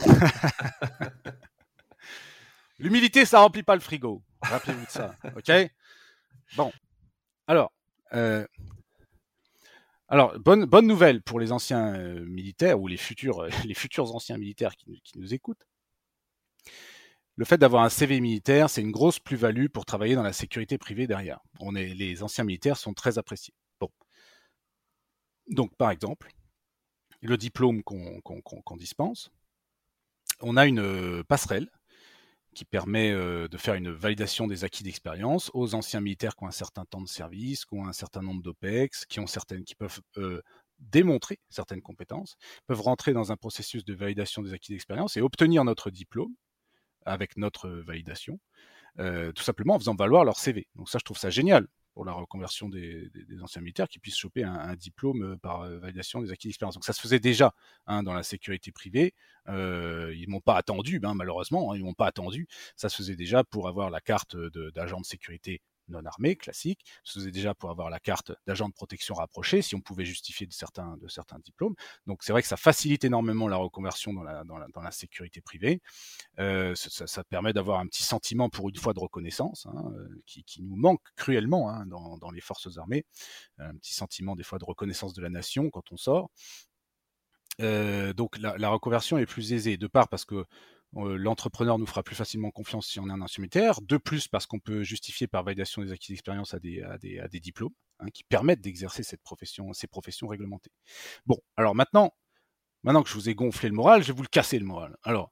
L'humilité, ça remplit pas le frigo. Rappelez-vous de ça, ok ? Bon, alors, euh, alors bonne, bonne nouvelle pour les anciens euh, militaires ou les futurs, euh, les futurs anciens militaires qui, qui nous écoutent. Le fait d'avoir un C V militaire, c'est une grosse plus-value pour travailler dans la sécurité privée derrière. On est, les anciens militaires sont très appréciés. Bon. Donc, par exemple, le diplôme qu'on, qu'on, qu'on dispense, on a une passerelle qui permet euh, de faire une validation des acquis d'expérience aux anciens militaires qui ont un certain temps de service, qui ont un certain nombre d'O P E X, qui, ont certaines, qui peuvent euh, démontrer certaines compétences, peuvent rentrer dans un processus de validation des acquis d'expérience et obtenir notre diplôme avec notre validation, euh, tout simplement en faisant valoir leur C V. Donc ça, je trouve ça génial pour la reconversion des, des, des anciens militaires qui puissent choper un, un diplôme par euh, validation des acquis d'expérience. Donc ça se faisait déjà hein, dans la sécurité privée. Euh, ils m'ont pas attendu, ben, malheureusement, hein, ils m'ont pas attendu. Ça se faisait déjà pour avoir la carte de, d'agent de sécurité non armés, classiques, ça se faisait déjà pour avoir la carte d'agent de protection rapproché, si on pouvait justifier de certains, de certains diplômes. Donc c'est vrai que ça facilite énormément la reconversion dans la, dans la, dans la sécurité privée. Euh, ça, ça permet d'avoir un petit sentiment, pour une fois, de reconnaissance, hein, qui, qui nous manque cruellement hein, dans, dans les forces armées. Un petit sentiment, des fois, de reconnaissance de la nation quand on sort. Euh, donc la, la reconversion est plus aisée, de part parce que euh, l'entrepreneur nous fera plus facilement confiance si on est un ancien militaire, de plus parce qu'on peut justifier par validation des acquis d'expérience à des, à des, à des diplômes hein, qui permettent d'exercer cette profession, ces professions réglementées. Bon, alors maintenant, maintenant que je vous ai gonflé le moral, je vais vous le casser le moral. Alors,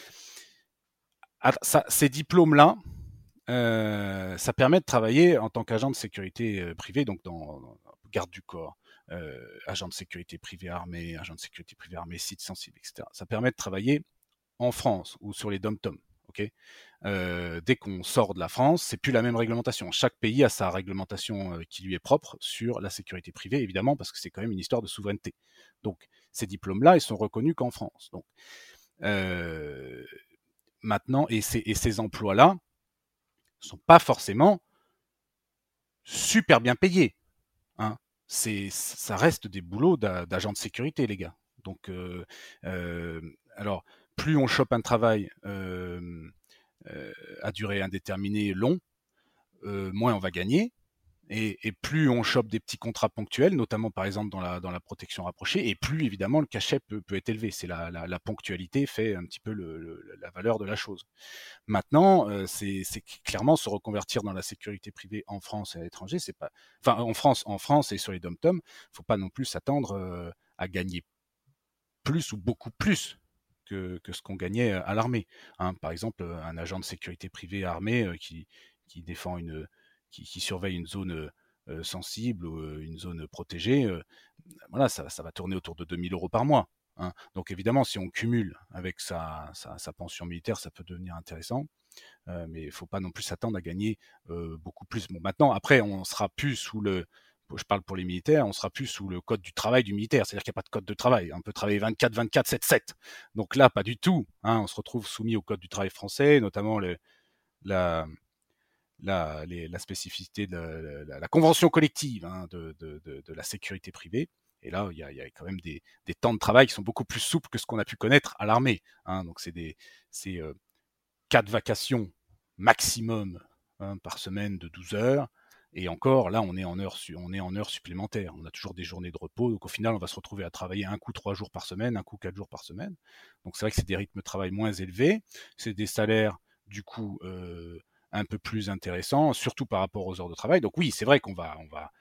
ça, ces diplômes-là, euh, ça permet de travailler en tant qu'agent de sécurité euh, privée, donc dans, dans garde du corps, euh, agent de sécurité privée armée, agent de sécurité privée armée, site sensible, et cetera. Ça permet de travailler en France ou sur les dom-tom. Okay euh, dès qu'on sort de la France, c'est plus la même réglementation. Chaque pays a sa réglementation euh, qui lui est propre sur la sécurité privée, évidemment, parce que c'est quand même une histoire de souveraineté. Donc, ces diplômes-là, ils sont reconnus qu'en France. Donc, euh, maintenant, et ces, et ces emplois-là sont pas forcément super bien payés. Hein. C'est, ça reste des boulots d'agents de sécurité, les gars. Donc, euh, euh, alors, plus on chope un travail euh, euh, à durée indéterminée long, euh, moins on va gagner. Et, et plus on chope des petits contrats ponctuels, notamment par exemple dans la, dans la protection rapprochée, et plus évidemment le cachet peut, peut être élevé. C'est la, la, la ponctualité fait un petit peu le, le, la valeur de la chose. Maintenant, euh, c'est, c'est clairement se reconvertir dans la sécurité privée en France et à l'étranger. C'est pas, enfin en France, en France et sur les dom-tom, faut pas non plus s'attendre euh, à gagner plus ou beaucoup plus que, que ce qu'on gagnait à l'armée. Hein, par exemple, un agent de sécurité privée armé euh, qui, qui défend une, qui, qui surveille une zone euh, sensible ou euh, une zone protégée, euh, voilà, ça, ça va tourner autour de deux mille euros par mois. Hein. Donc évidemment, si on cumule avec sa, sa, sa pension militaire, ça peut devenir intéressant. Euh, mais il ne faut pas non plus s'attendre à gagner euh, beaucoup plus. Bon, maintenant, après, on sera plus sous le, je parle pour les militaires, on sera plus sous le code du travail du militaire, c'est-à-dire qu'il n'y a pas de code de travail. On peut travailler vingt-quatre, vingt-quatre, sept, sept. Donc là, pas du tout. Hein, on se retrouve soumis au code du travail français, notamment le, la, la, les, la spécificité de la, la, la convention collective hein, de, de, de, de la sécurité privée. Et là, il y a, il y a quand même des, des temps de travail qui sont beaucoup plus souples que ce qu'on a pu connaître à l'armée. Hein, donc c'est des c'est euh, quatre vacations maximum hein, par semaine de douze heures. Et encore, là, on est en heures, on est en heures supplémentaires. On a toujours des journées de repos. Donc, au final, on va se retrouver à travailler un coup trois jours par semaine, un coup quatre jours par semaine. Donc, c'est vrai que c'est des rythmes de travail moins élevés. C'est des salaires, du coup, euh, un peu plus intéressants, surtout par rapport aux heures de travail. Donc, oui, c'est vrai qu'on va, on va,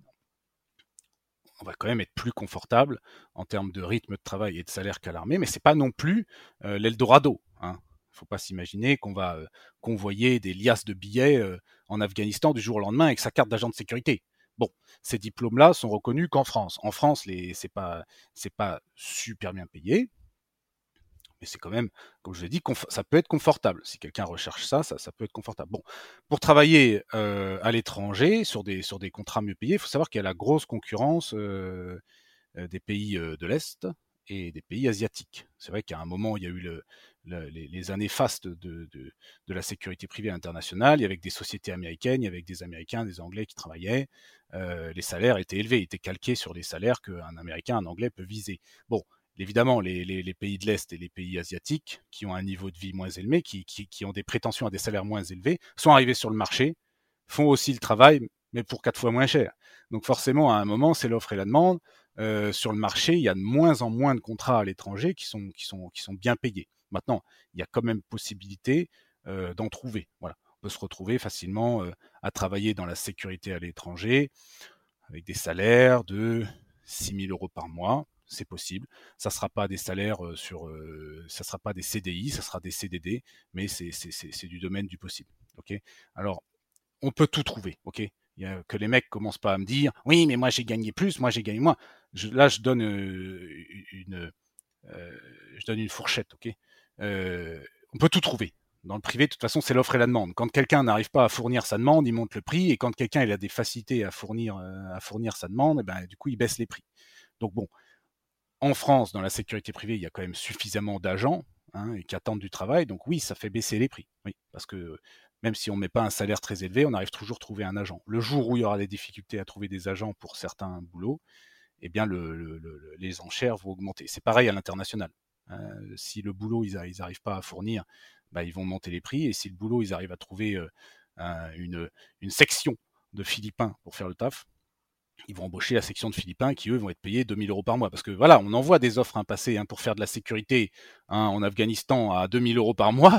on va quand même être plus confortable en termes de rythme de travail et de salaire qu'à l'armée, mais c'est pas non plus euh, l'Eldorado. Hein. Il ne faut pas s'imaginer qu'on va euh, convoyer des liasses de billets euh, en Afghanistan du jour au lendemain avec sa carte d'agent de sécurité. Bon, ces diplômes-là sont reconnus qu'en France. En France, les, c'est pas, c'est pas super bien payé, mais c'est quand même, comme je vous l'ai dit, conf- ça peut être confortable. Si quelqu'un recherche ça, ça, ça peut être confortable. Bon, pour travailler euh, à l'étranger sur des, sur des contrats mieux payés, il faut savoir qu'il y a la grosse concurrence euh, euh, des pays euh, de l'Est et des pays asiatiques. C'est vrai qu'à un moment, il y a eu le, le, les, les années fastes de, de, de la sécurité privée internationale, il y avait des sociétés américaines, il y avait des Américains, des Anglais qui travaillaient. Euh, les salaires étaient élevés, étaient calqués sur les salaires qu'un Américain, un Anglais peut viser. Bon, évidemment, les, les, les, pays de l'Est et les pays asiatiques, qui ont un niveau de vie moins élevé, qui, qui, qui ont des prétentions à des salaires moins élevés, sont arrivés sur le marché, font aussi le travail, mais pour quatre fois moins cher. Donc forcément, à un moment, c'est l'offre et la demande. Euh, sur le marché, il y a de moins en moins de contrats à l'étranger qui sont, qui sont, qui sont bien payés. Maintenant, il y a quand même possibilité euh, d'en trouver. Voilà. On peut se retrouver facilement euh, à travailler dans la sécurité à l'étranger avec des salaires de six mille euros par mois. C'est possible. Ça ne sera pas des salaires euh, sur, euh, ça sera pas des C D I, ça sera des C D D, mais c'est, c'est, c'est, c'est du domaine du possible. Ok. Alors, on peut tout trouver. Ok. Il y a, que les mecs commencent pas à me dire, oui, mais moi j'ai gagné plus, moi j'ai gagné moins. Je, là, je donne euh, une, euh, je donne une fourchette. Ok. Euh, on peut tout trouver. Dans le privé, de toute façon, c'est l'offre et la demande. Quand quelqu'un n'arrive pas à fournir sa demande, il monte le prix, et quand quelqu'un il a des facilités à fournir, à fournir sa demande, et ben, du coup, il baisse les prix. Donc bon, en France, dans la sécurité privée, il y a quand même suffisamment d'agents hein, et qui attendent du travail. Donc oui, ça fait baisser les prix. Oui, parce que même si on ne met pas un salaire très élevé, on arrive toujours à trouver un agent. Le jour où il y aura des difficultés à trouver des agents pour certains boulots, eh bien le, le, le, les enchères vont augmenter. C'est pareil à l'international. Euh, si le boulot, ils n'arrivent pas à fournir, bah, ils vont monter les prix. Et si le boulot, ils arrivent à trouver euh, une, une section de Philippins pour faire le taf, ils vont embaucher la section de Philippins qui, eux, vont être payés deux mille euros par mois. Parce que voilà, on envoie des offres hein, passées hein, pour faire de la sécurité hein, en Afghanistan à deux mille euros par mois.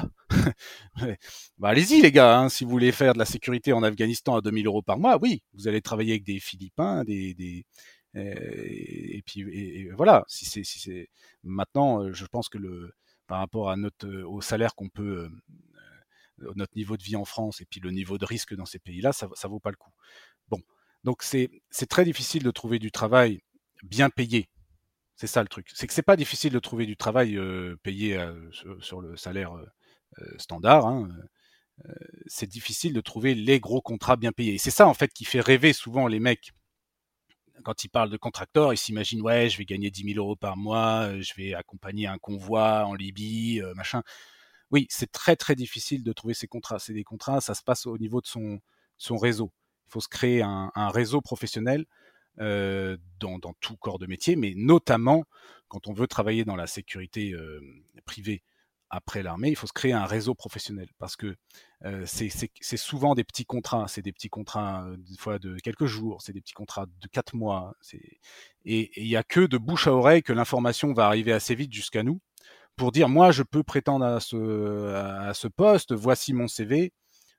bah, allez-y, les gars, hein, si vous voulez faire de la sécurité en Afghanistan à deux mille euros par mois, oui, vous allez travailler avec des Philippins, des... des et, et puis et, et voilà, si c'est, si c'est... maintenant, je pense que le, par rapport à notre, au salaire qu'on peut... Euh, notre niveau de vie en France et puis le niveau de risque dans ces pays-là, ça, ça vaut pas le coup. Bon, donc c'est, c'est très difficile de trouver du travail bien payé. C'est ça le truc. C'est que c'est pas difficile de trouver du travail euh, payé euh, sur, sur le salaire euh, standard. Hein. Euh, c'est difficile de trouver les gros contrats bien payés. Et c'est ça en fait qui fait rêver souvent les mecs. Quand ils parlent de contracteurs, ils s'imaginent ouais, je vais gagner dix mille euros par mois, je vais accompagner un convoi en Libye, euh, machin. Oui, c'est très très difficile de trouver ces contrats. C'est des contrats, ça se passe au niveau de son, son réseau. Il faut se créer un, un réseau professionnel euh, dans, dans tout corps de métier, mais notamment quand on veut travailler dans la sécurité euh, privée après l'armée, il faut se créer un réseau professionnel parce que euh, c'est, c'est, c'est souvent des petits contrats. C'est des petits contrats euh, des fois de quelques jours, c'est des petits contrats de quatre mois. C'est... Et il n'y a que de bouche à oreille que l'information va arriver assez vite jusqu'à nous pour dire moi je peux prétendre à ce, à ce poste, voici mon C V.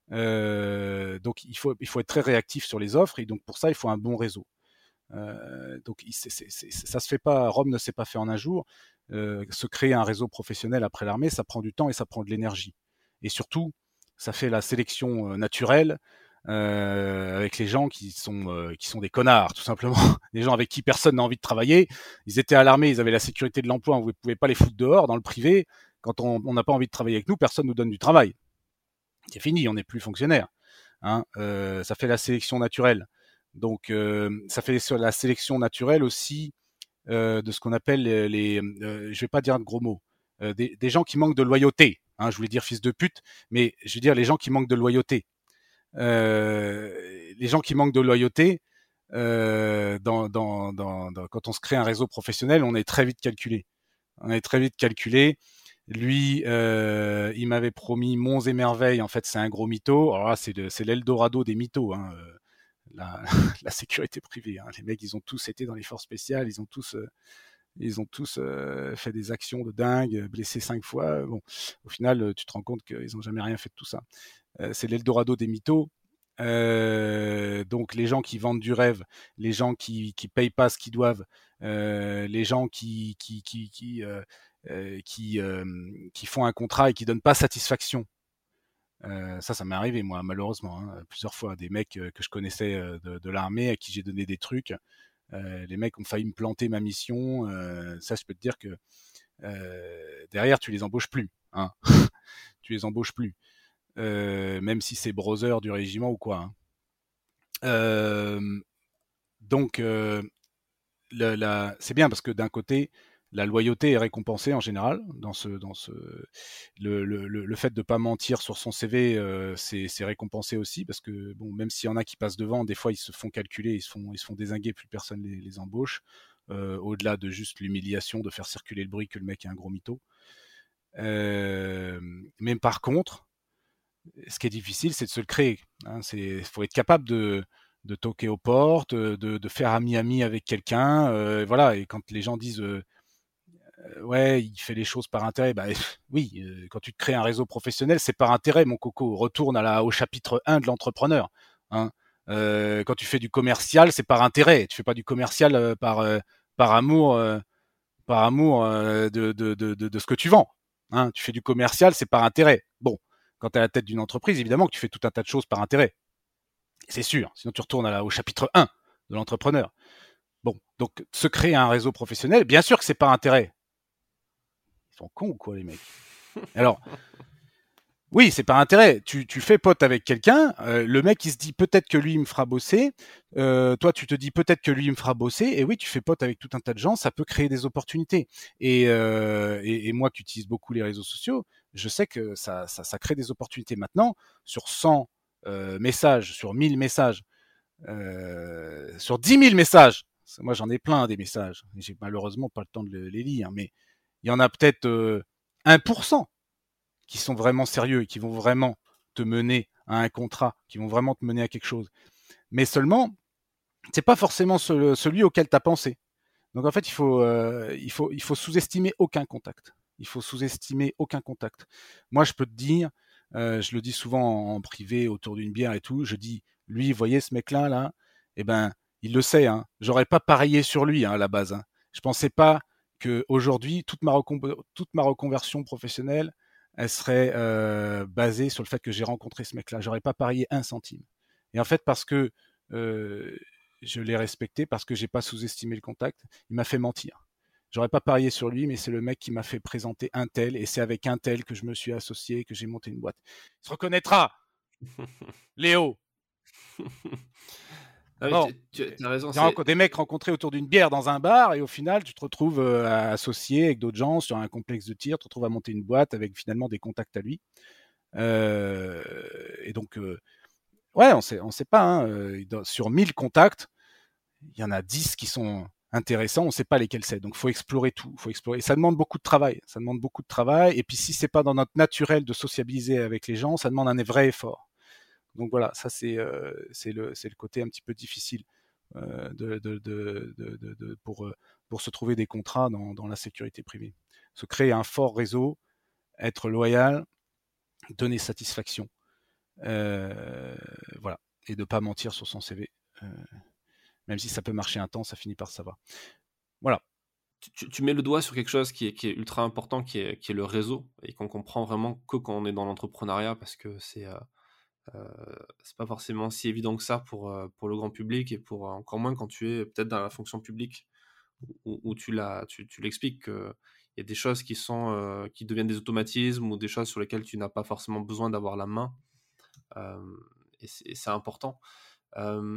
Euh, donc il faut, il faut être très réactif sur les offres et donc pour ça il faut un bon réseau. Euh, donc c'est, c'est, c'est, ça se fait pas, Rome ne s'est pas fait en un jour. Euh, se créer un réseau professionnel après l'armée, ça prend du temps et ça prend de l'énergie. Et surtout, ça fait la sélection euh, naturelle euh, avec les gens qui sont euh, qui sont des connards, tout simplement. Des gens avec qui personne n'a envie de travailler. Ils étaient à l'armée, ils avaient la sécurité de l'emploi, on ne pouvait pas les foutre dehors. Dans le privé, quand on n'a pas envie de travailler avec nous, personne nous donne du travail. C'est fini, on n'est plus fonctionnaire. Hein. Euh, ça fait la sélection naturelle. Donc, euh, ça fait la sélection naturelle aussi euh, de ce qu'on appelle les, les euh, je vais pas dire de gros mots, euh, des, des gens qui manquent de loyauté. Hein, je voulais dire fils de pute, mais je veux dire les gens qui manquent de loyauté. Euh, les gens qui manquent de loyauté, euh, dans, dans, dans, dans, quand on se crée un réseau professionnel, on est très vite calculé. On est très vite calculé. Lui, euh, il m'avait promis monts et merveilles. En fait, c'est un gros mytho. Alors là, c'est, de, c'est l'Eldorado des mythos. Hein. La, la sécurité privée. Hein. Les mecs, ils ont tous été dans les forces spéciales. Ils ont tous, euh, ils ont tous euh, fait des actions de dingue, blessés cinq fois. Bon, au final, tu te rends compte qu'ils n'ont jamais rien fait de tout ça. Euh, c'est l'Eldorado des mythos. Euh, donc les gens qui vendent du rêve, les gens qui qui payent pas ce qu'ils doivent, euh, les gens qui qui qui qui euh, euh, qui, euh, qui font un contrat et qui donnent pas satisfaction. Euh, ça, ça m'est arrivé moi malheureusement hein, plusieurs fois. Des mecs euh, que je connaissais euh, de, de l'armée à qui j'ai donné des trucs. Euh, les mecs ont failli me planter ma mission. Euh, ça, je peux te dire que euh, derrière, tu les embauches plus. Hein. Tu les embauches plus. Euh, même si c'est brother du régiment ou quoi. Hein. Euh, donc, euh, la, la, c'est bien parce que d'un côté, la loyauté est récompensée en général. Dans ce, dans ce, le, le, le fait de ne pas mentir sur son C V, euh, c'est, c'est récompensé aussi parce que bon, même s'il y en a qui passent devant, des fois ils se font calculer, ils se font, ils se font dézinguer, plus personne les, les embauche. Euh, au-delà de juste l'humiliation de faire circuler le bruit que le mec est un gros mytho. Euh, mais par contre, ce qui est difficile, c'est de se le créer. Hein. Il faut être capable de, de toquer aux portes, de, de faire ami-ami avec quelqu'un. Euh, voilà. Et quand les gens disent euh, ouais, il fait les choses par intérêt, bah oui, euh, quand tu te crées un réseau professionnel, c'est par intérêt, mon coco. Retourne à la, au chapitre un de l'entrepreneur. Hein. Euh, quand tu fais du commercial, c'est par intérêt. Tu fais pas du commercial euh, par, euh, par amour, euh, par amour euh, de, de, de, de, de ce que tu vends. Hein. Tu fais du commercial, c'est par intérêt. Bon. Quand tu es à la tête d'une entreprise, évidemment que tu fais tout un tas de choses par intérêt. C'est sûr. Sinon, tu retournes à la, au chapitre un de l'entrepreneur. Bon, donc se créer un réseau professionnel, bien sûr que c'est par intérêt. Ils sont cons ou quoi, les mecs? Alors, oui, c'est par intérêt. Tu, tu fais pote avec quelqu'un, euh, le mec il se dit peut-être que lui il me fera bosser, euh, toi tu te dis peut-être que lui il me fera bosser, et oui, tu fais pote avec tout un tas de gens, ça peut créer des opportunités. Et, euh, et, et moi qui utilise beaucoup les réseaux sociaux, je sais que ça, ça, ça crée des opportunités. Maintenant, sur cent euh, messages, sur mille messages, euh, sur dix mille messages, moi j'en ai plein des messages, j'ai malheureusement pas le temps de les lire, mais il y en a peut-être euh, un pour cent qui sont vraiment sérieux et qui vont vraiment te mener à un contrat, qui vont vraiment te mener à quelque chose. Mais seulement, c'est pas forcément celui auquel tu as pensé. Donc en fait, il faut, euh, il faut, il faut sous-estimer aucun contact. Il faut sous-estimer aucun contact. Moi, je peux te dire, euh, je le dis souvent en privé autour d'une bière et tout, je dis, lui, vous voyez ce mec-là, là, eh ben, il le sait, hein. J'aurais pas parié sur lui hein, à la base. Hein. Je pensais pas que aujourd'hui toute ma recon- toute ma reconversion professionnelle, elle serait euh, basée sur le fait que j'ai rencontré ce mec-là. J'aurais pas parié un centime. Et en fait, parce que euh, je l'ai respecté, parce que j'ai pas sous-estimé le contact, il m'a fait mentir. J'aurais pas parié sur lui, mais c'est le mec qui m'a fait présenter un tel, et c'est avec un tel que je me suis associé, que j'ai monté une boîte. Il se reconnaîtra, Léo. Ah bon, oui, tu, tu as raison. C'est... Des mecs rencontrés autour d'une bière dans un bar, et au final, tu te retrouves euh, associé avec d'autres gens sur un complexe de tir, tu te retrouves à monter une boîte avec finalement des contacts à lui. Euh, et donc, euh, ouais, on sait, on sait pas. Hein, euh, sur mille contacts, il y en a dix qui sont intéressants, on ne sait pas lesquels c'est. Donc, il faut explorer tout. Faut explorer. Et ça demande beaucoup de travail. Ça demande beaucoup de travail. Et puis, si c'est pas dans notre naturel de sociabiliser avec les gens, ça demande un vrai effort. Donc voilà, ça c'est euh, c'est le c'est le côté un petit peu difficile euh, de, de, de, de, de pour pour se trouver des contrats dans, dans la sécurité privée. Se créer un fort réseau, être loyal, donner satisfaction, euh, voilà, et de pas mentir sur son C V. Euh, même si ça peut marcher un temps, ça finit par ça va. Voilà. Tu, tu mets le doigt sur quelque chose qui est, qui est ultra important, qui est, qui est le réseau, et qu'on comprend vraiment que quand on est dans l'entrepreneuriat, parce que c'est euh, euh, c'est pas forcément si évident que ça pour, euh, pour le grand public, et pour euh, encore moins quand tu es peut-être dans la fonction publique, où, où tu, l'as, tu, tu l'expliques qu'il y a des choses qui, sont, euh, qui deviennent des automatismes, ou des choses sur lesquelles tu n'as pas forcément besoin d'avoir la main, euh, et, c'est, et c'est important. Euh,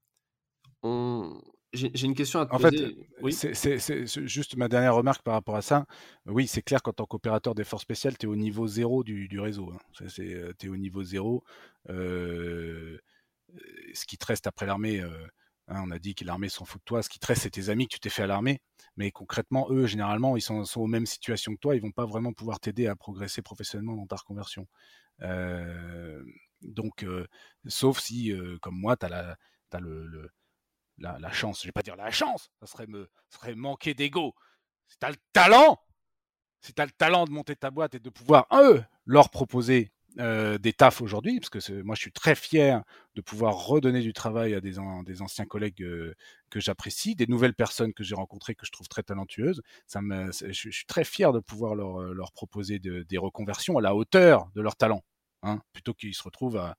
on... J'ai, j'ai une question à te En poser. fait, Oui. c'est, c'est, c'est juste ma dernière remarque par rapport à ça. Oui, c'est clair qu'en tant qu'opérateur des forces spéciales, tu es au niveau zéro du, du réseau. Hein. Tu es au niveau zéro. Euh, ce qui te reste après l'armée, euh, hein, on a dit que l'armée s'en fout de toi. Ce qui te reste, c'est tes amis que tu t'es fait à l'armée. Mais concrètement, eux, généralement, ils sont, sont aux mêmes situations que toi. Ils vont pas vraiment pouvoir t'aider à progresser professionnellement dans ta reconversion. Euh, donc, euh, sauf si, euh, comme moi, tu as le, le la, la chance, je vais pas dire la chance, ça serait me, ça serait manquer d'ego. Si tu as le talent, si tu as le talent de monter ta boîte et de pouvoir, eux, leur proposer euh, des tafs aujourd'hui, parce que moi je suis très fier de pouvoir redonner du travail à des, an, des anciens collègues euh, que j'apprécie, des nouvelles personnes que j'ai rencontrées que je trouve très talentueuses. Ça me, je, je suis très fier de pouvoir leur, leur proposer de, des reconversions à la hauteur de leur talent, hein, plutôt qu'ils se retrouvent à,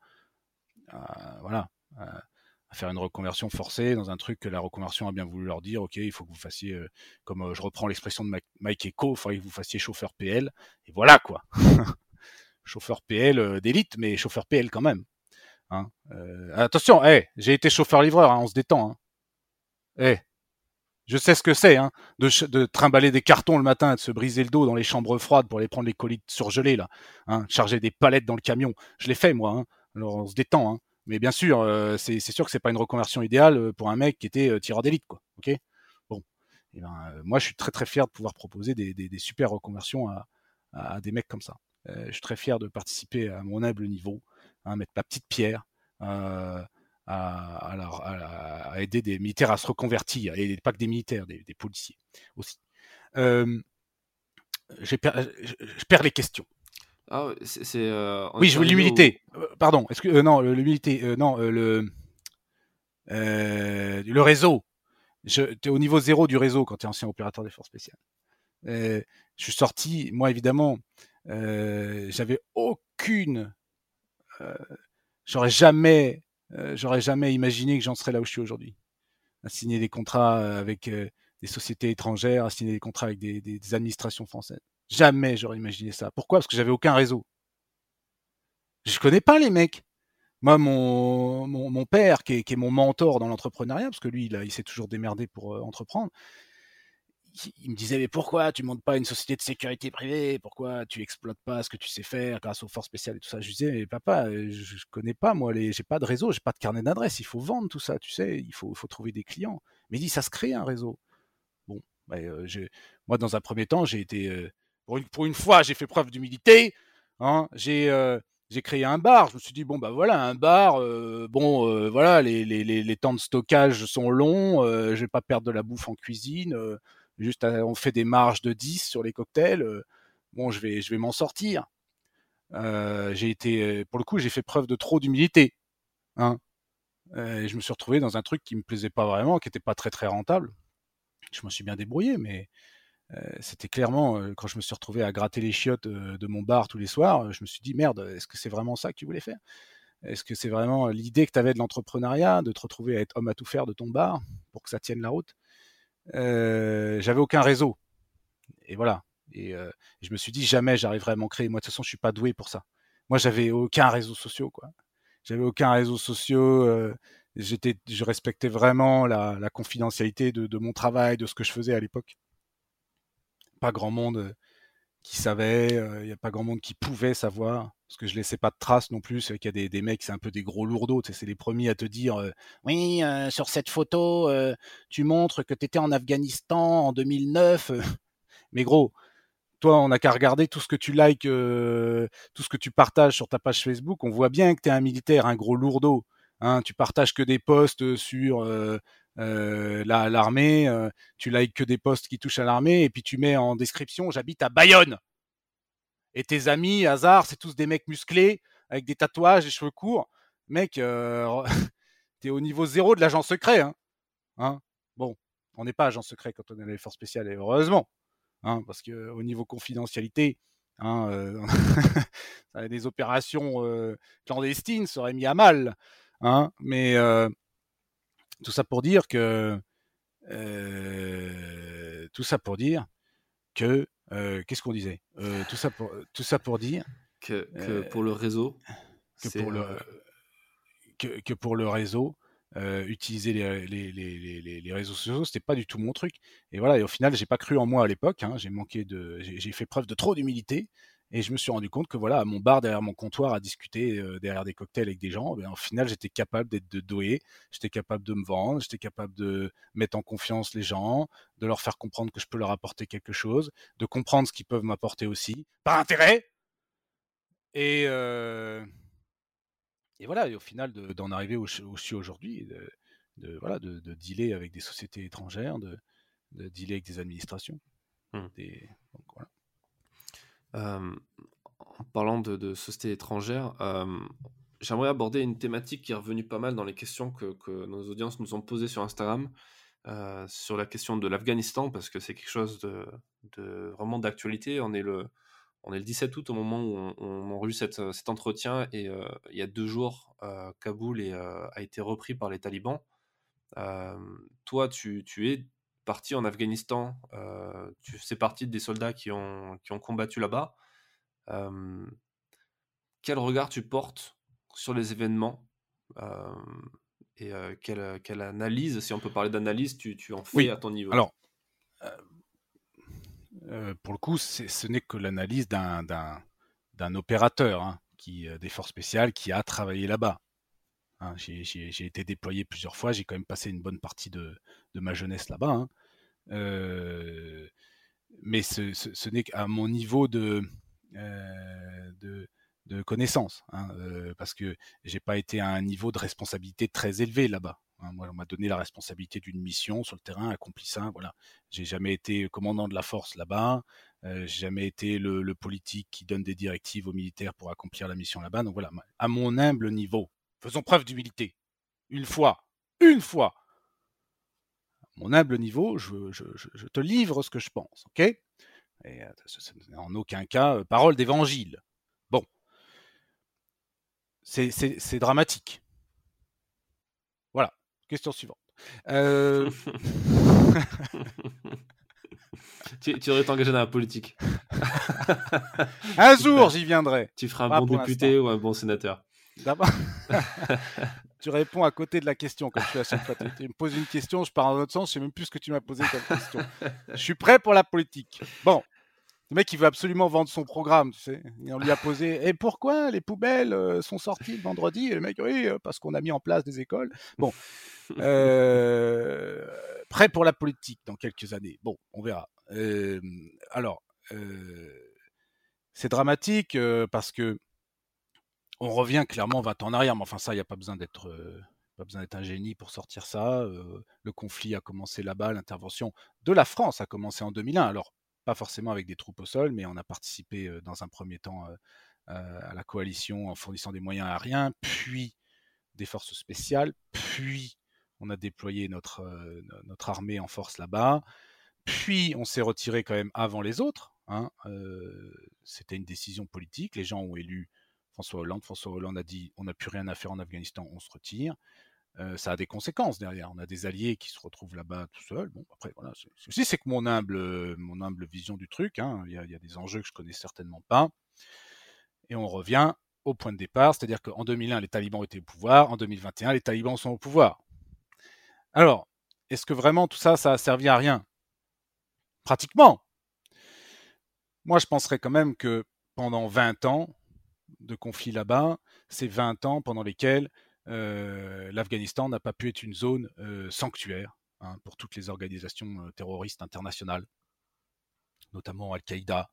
à voilà. À, à faire une reconversion forcée dans un truc que la reconversion a bien voulu leur dire, ok, il faut que vous fassiez, euh, comme euh, je reprends l'expression de Mike Eco, il faudrait que vous fassiez chauffeur P L, et voilà quoi. Chauffeur P L euh, d'élite, mais chauffeur P L quand même. Hein. Euh, attention, hey, j'ai été chauffeur-livreur, hein, on se détend. Hein. Hey, je sais ce que c'est, hein, de, de trimballer des cartons le matin et de se briser le dos dans les chambres froides pour aller prendre les colis surgelés, là, hein, charger des palettes dans le camion. Je l'ai fait, moi, hein. Alors on se détend, hein. Mais bien sûr, euh, c'est, c'est sûr que c'est pas une reconversion idéale pour un mec qui était euh, tireur d'élite, quoi. Ok. Bon, et ben, euh, moi, je suis très très fier de pouvoir proposer des, des, des super reconversions à, à, à des mecs comme ça. Euh, je suis très fier de participer à mon humble niveau, hein, mettre ma petite pierre. Euh, À, à, à, à, aider des militaires à se reconvertir, et pas que des militaires, des, des policiers aussi. Euh, j'ai per... Je perds les questions. Ah, c'est, c'est, euh, oui, je veux l'humilité. Au... Euh, pardon, est-ce que euh, non, l'humilité, euh, non, euh, le euh, le réseau. Tu es au niveau zéro du réseau quand tu es ancien opérateur des forces spéciales. Euh, je suis sorti, moi évidemment, euh, j'avais aucune, euh, j'aurais jamais, euh, j'aurais jamais imaginé que j'en serais là où je suis aujourd'hui. À signer des contrats avec euh, des sociétés étrangères, à signer des contrats avec des, des, des administrations françaises. Jamais j'aurais imaginé ça. Pourquoi ? Parce que j'avais aucun réseau. Je connais pas les mecs. Moi, mon, mon, mon père, qui est, qui est mon mentor dans l'entrepreneuriat, parce que lui, il, a, il s'est toujours démerdé pour euh, entreprendre, il me disait, mais pourquoi tu montes pas une société de sécurité privée? Pourquoi tu exploites pas ce que tu sais faire grâce aux forces spéciales et tout ça? Je lui disais, mais papa, je, je connais pas, moi, les, j'ai pas de réseau, j'ai pas de carnet d'adresse, il faut vendre tout ça, tu sais, il faut, il faut trouver des clients. Mais il dit, ça se crée un réseau. Bon, bah, euh, je, moi, dans un premier temps, j'ai été, euh, pour, une, pour une fois, j'ai fait preuve d'humilité, hein, j'ai, euh, j'ai créé un bar. Je me suis dit, bon, bah voilà, un bar, euh, bon, euh, voilà, les, les, les, les temps de stockage sont longs, euh, je vais pas perdre de la bouffe en cuisine, euh, juste à, on fait des marges de dix sur les cocktails, euh, bon, je vais, je vais m'en sortir. Euh, j'ai été, pour le coup, j'ai fait preuve de trop d'humilité, hein, euh, et je me suis retrouvé dans un truc qui me plaisait pas vraiment, qui était pas très très rentable. Je me suis bien débrouillé, mais euh, c'était clairement, euh, quand je me suis retrouvé à gratter les chiottes euh, de mon bar tous les soirs, je me suis dit, merde, est-ce que c'est vraiment ça que tu voulais faire? Est-ce que c'est vraiment l'idée que tu avais de l'entrepreneuriat, de te retrouver à être homme à tout faire de ton bar pour que ça tienne la route? euh, J'avais aucun réseau. Et voilà. Et euh, je me suis dit, jamais j'arriverai à m'en créer. Moi, de toute façon, je suis pas doué pour ça. Moi, j'avais aucun réseau social, quoi. J'avais aucun réseau social. Euh, j'étais, je respectais vraiment la, la confidentialité de, de mon travail, de ce que je faisais à l'époque. Pas grand monde euh, qui savait, il euh, n'y a pas grand monde qui pouvait savoir, parce que je laissais pas de traces non plus. C'est qu'il y a des, des mecs, c'est un peu des gros lourdeaux, tu sais, c'est les premiers à te dire euh, oui, euh, sur cette photo, euh, tu montres que tu étais en Afghanistan en deux mille neuf. Mais gros, toi, on n'a qu'à regarder tout ce que tu likes, euh, tout ce que tu partages sur ta page Facebook. On voit bien que tu es un militaire, un gros lourdeau. Hein, tu partages que des posts sur euh, euh, la, l'armée, euh, tu likes que des posts qui touchent à l'armée, et puis tu mets en description, j'habite à Bayonne. Et tes amis, hasard, c'est tous des mecs musclés, avec des tatouages, des cheveux courts. Mec, euh, t'es au niveau zéro de l'agent secret. Hein, hein bon, on n'est pas agent secret quand on est à l'effort spécial, et heureusement. Hein, parce qu'au niveau confidentialité, hein, euh, des opérations euh, clandestines seraient mis à mal. Hein, mais euh, tout ça pour dire que euh, tout ça pour dire que euh, qu'est-ce qu'on disait euh, tout ça pour tout ça pour dire que, que pour le réseau que pour le euh... que, que pour le réseau euh, utiliser les, les, les, les, les réseaux sociaux, c'était pas du tout mon truc. Et voilà, et au final, j'ai pas cru en moi à l'époque. Hein, j'ai manqué de, j'ai, j'ai fait preuve de trop d'humilité. Et je me suis rendu compte que voilà, à mon bar, derrière mon comptoir, à discuter euh, derrière des cocktails avec des gens, ben, au final, j'étais capable d'être de doué, j'étais capable de me vendre, j'étais capable de mettre en confiance les gens, de leur faire comprendre que je peux leur apporter quelque chose, de comprendre ce qu'ils peuvent m'apporter aussi, par intérêt. Et, euh, et voilà, et au final, de, d'en arriver où, où je suis aujourd'hui, de, de, voilà, de, de dealer avec des sociétés étrangères, de, de dealer avec des administrations. Mmh. Des, donc, voilà. Euh, en parlant de, de sociétés étrangères, euh, j'aimerais aborder une thématique qui est revenue pas mal dans les questions que, que nos audiences nous ont posées sur Instagram, euh, sur la question de l'Afghanistan, parce que c'est quelque chose de, de vraiment d'actualité. On est le, on est le dix-sept août au moment où on, on a eu cette, cet entretien, et euh, il y a deux jours, euh, Kaboul est, euh, a été repris par les talibans. Euh, toi, tu, tu es parti en Afghanistan, euh, tu fais partie des soldats qui ont, qui ont combattu là-bas. Euh, quel regard tu portes sur les événements euh, et euh, quelle, quelle analyse, si on peut parler d'analyse, tu, tu en fais oui. à ton niveau? Alors, euh, euh, pour le coup, c'est, ce n'est que l'analyse d'un, d'un, d'un opérateur hein, qui, euh, des forces spéciales qui a travaillé là-bas. Hein, j'ai, j'ai, j'ai été déployé plusieurs fois, j'ai quand même passé une bonne partie de, de ma jeunesse là-bas. Hein. Euh, mais ce, ce, ce n'est qu'à mon niveau de, euh, de, de connaissance, hein, euh, parce que j'ai pas été à un niveau de responsabilité très élevé là-bas. Hein. Moi, on m'a donné la responsabilité d'une mission sur le terrain, accompli ça. Voilà, j'ai jamais été commandant de la force là-bas. Euh, j'ai jamais été le, le politique qui donne des directives aux militaires pour accomplir la mission là-bas. Donc voilà, à mon humble niveau, faisons preuve d'humilité. Une fois, une fois. Mon humble niveau, je, je, je, je te livre ce que je pense, ok? Et euh, en aucun cas, euh, parole d'évangile. Bon, c'est, c'est, c'est dramatique. Voilà, question suivante. Euh... tu, tu aurais été engagé dans la politique. Un jour, j'y viendrai. Tu feras un Pas bon député l'instant. Ou un bon sénateur. D'abord, tu réponds à côté de la question, comme je fais à chaque fois. Tu, tu me poses une question, je pars dans l'autre sens, je sais même plus ce que tu m'as posé comme question. Je suis prêt pour la politique. Bon, le mec, il veut absolument vendre son programme, tu sais. Et on lui a posé, et pourquoi les poubelles euh, sont sorties le vendredi? Et le mec, oui, euh, parce qu'on a mis en place des écoles. Bon, euh, prêt pour la politique dans quelques années. Bon, on verra. Euh, alors, euh, c'est dramatique euh, parce que on revient clairement vingt ans en arrière, mais enfin ça, il n'y a pas besoin d'être euh, pas besoin d'être un génie pour sortir ça. Euh, le conflit a commencé là-bas, l'intervention de la France a commencé en deux mille un. Alors, pas forcément avec des troupes au sol, mais on a participé euh, dans un premier temps euh, à la coalition en fournissant des moyens aériens, puis des forces spéciales, puis on a déployé notre, euh, notre armée en force là-bas, puis on s'est retiré quand même avant les autres. Hein. Euh, c'était une décision politique. Les gens ont élu François Hollande. François Hollande a dit on n'a plus rien à faire en Afghanistan, on se retire. Euh, ça a des conséquences derrière. On a des alliés qui se retrouvent là-bas tout seuls. Bon, après, voilà. Ceci, c'est que mon humble, mon humble vision du truc. Hein. Il y a, il y a des enjeux que je connais certainement pas. Et on revient au point de départ, c'est-à-dire qu'en deux mille un, les talibans étaient au pouvoir. En deux mille vingt et un, les talibans sont au pouvoir. Alors, est-ce que vraiment tout ça, ça a servi à rien? Pratiquement. Moi, je penserais quand même que pendant vingt ans de conflit là-bas, c'est vingt ans pendant lesquels euh, l'Afghanistan n'a pas pu être une zone euh, sanctuaire hein, pour toutes les organisations euh, terroristes internationales, notamment Al-Qaïda.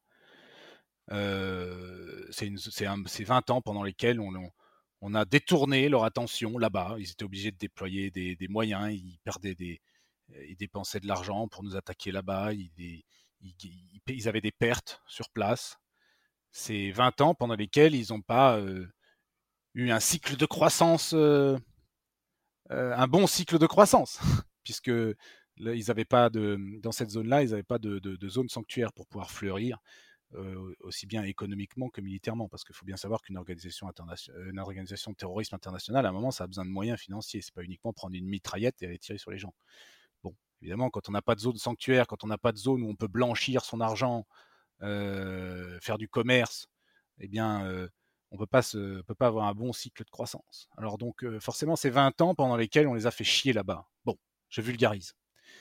Euh, c'est, une, c'est, un, c'est vingt ans pendant lesquels on, on, on, a détourné leur attention là-bas. Ils étaient obligés de déployer des, des moyens, ils perdaient des, ils dépensaient de l'argent pour nous attaquer là-bas, ils, ils, ils, ils avaient des pertes sur place. C'est vingt ans pendant lesquels ils n'ont pas euh, eu un cycle de croissance, euh, euh, un bon cycle de croissance, puisque là, ils avaient pas de, dans cette zone-là, ils n'avaient pas de, de, de zone sanctuaire pour pouvoir fleurir, euh, aussi bien économiquement que militairement, parce qu'il faut bien savoir qu'une organisation, une organisation de terrorisme international, à un moment, ça a besoin de moyens financiers, c'est pas uniquement prendre une mitraillette et aller tirer sur les gens. Bon, évidemment, quand on n'a pas de zone sanctuaire, quand on n'a pas de zone où on peut blanchir son argent, euh, faire du commerce, eh bien, euh, on peut pas se, peut pas avoir un bon cycle de croissance. Alors donc, euh, forcément, c'est vingt ans pendant lesquels on les a fait chier là-bas. Bon, je vulgarise.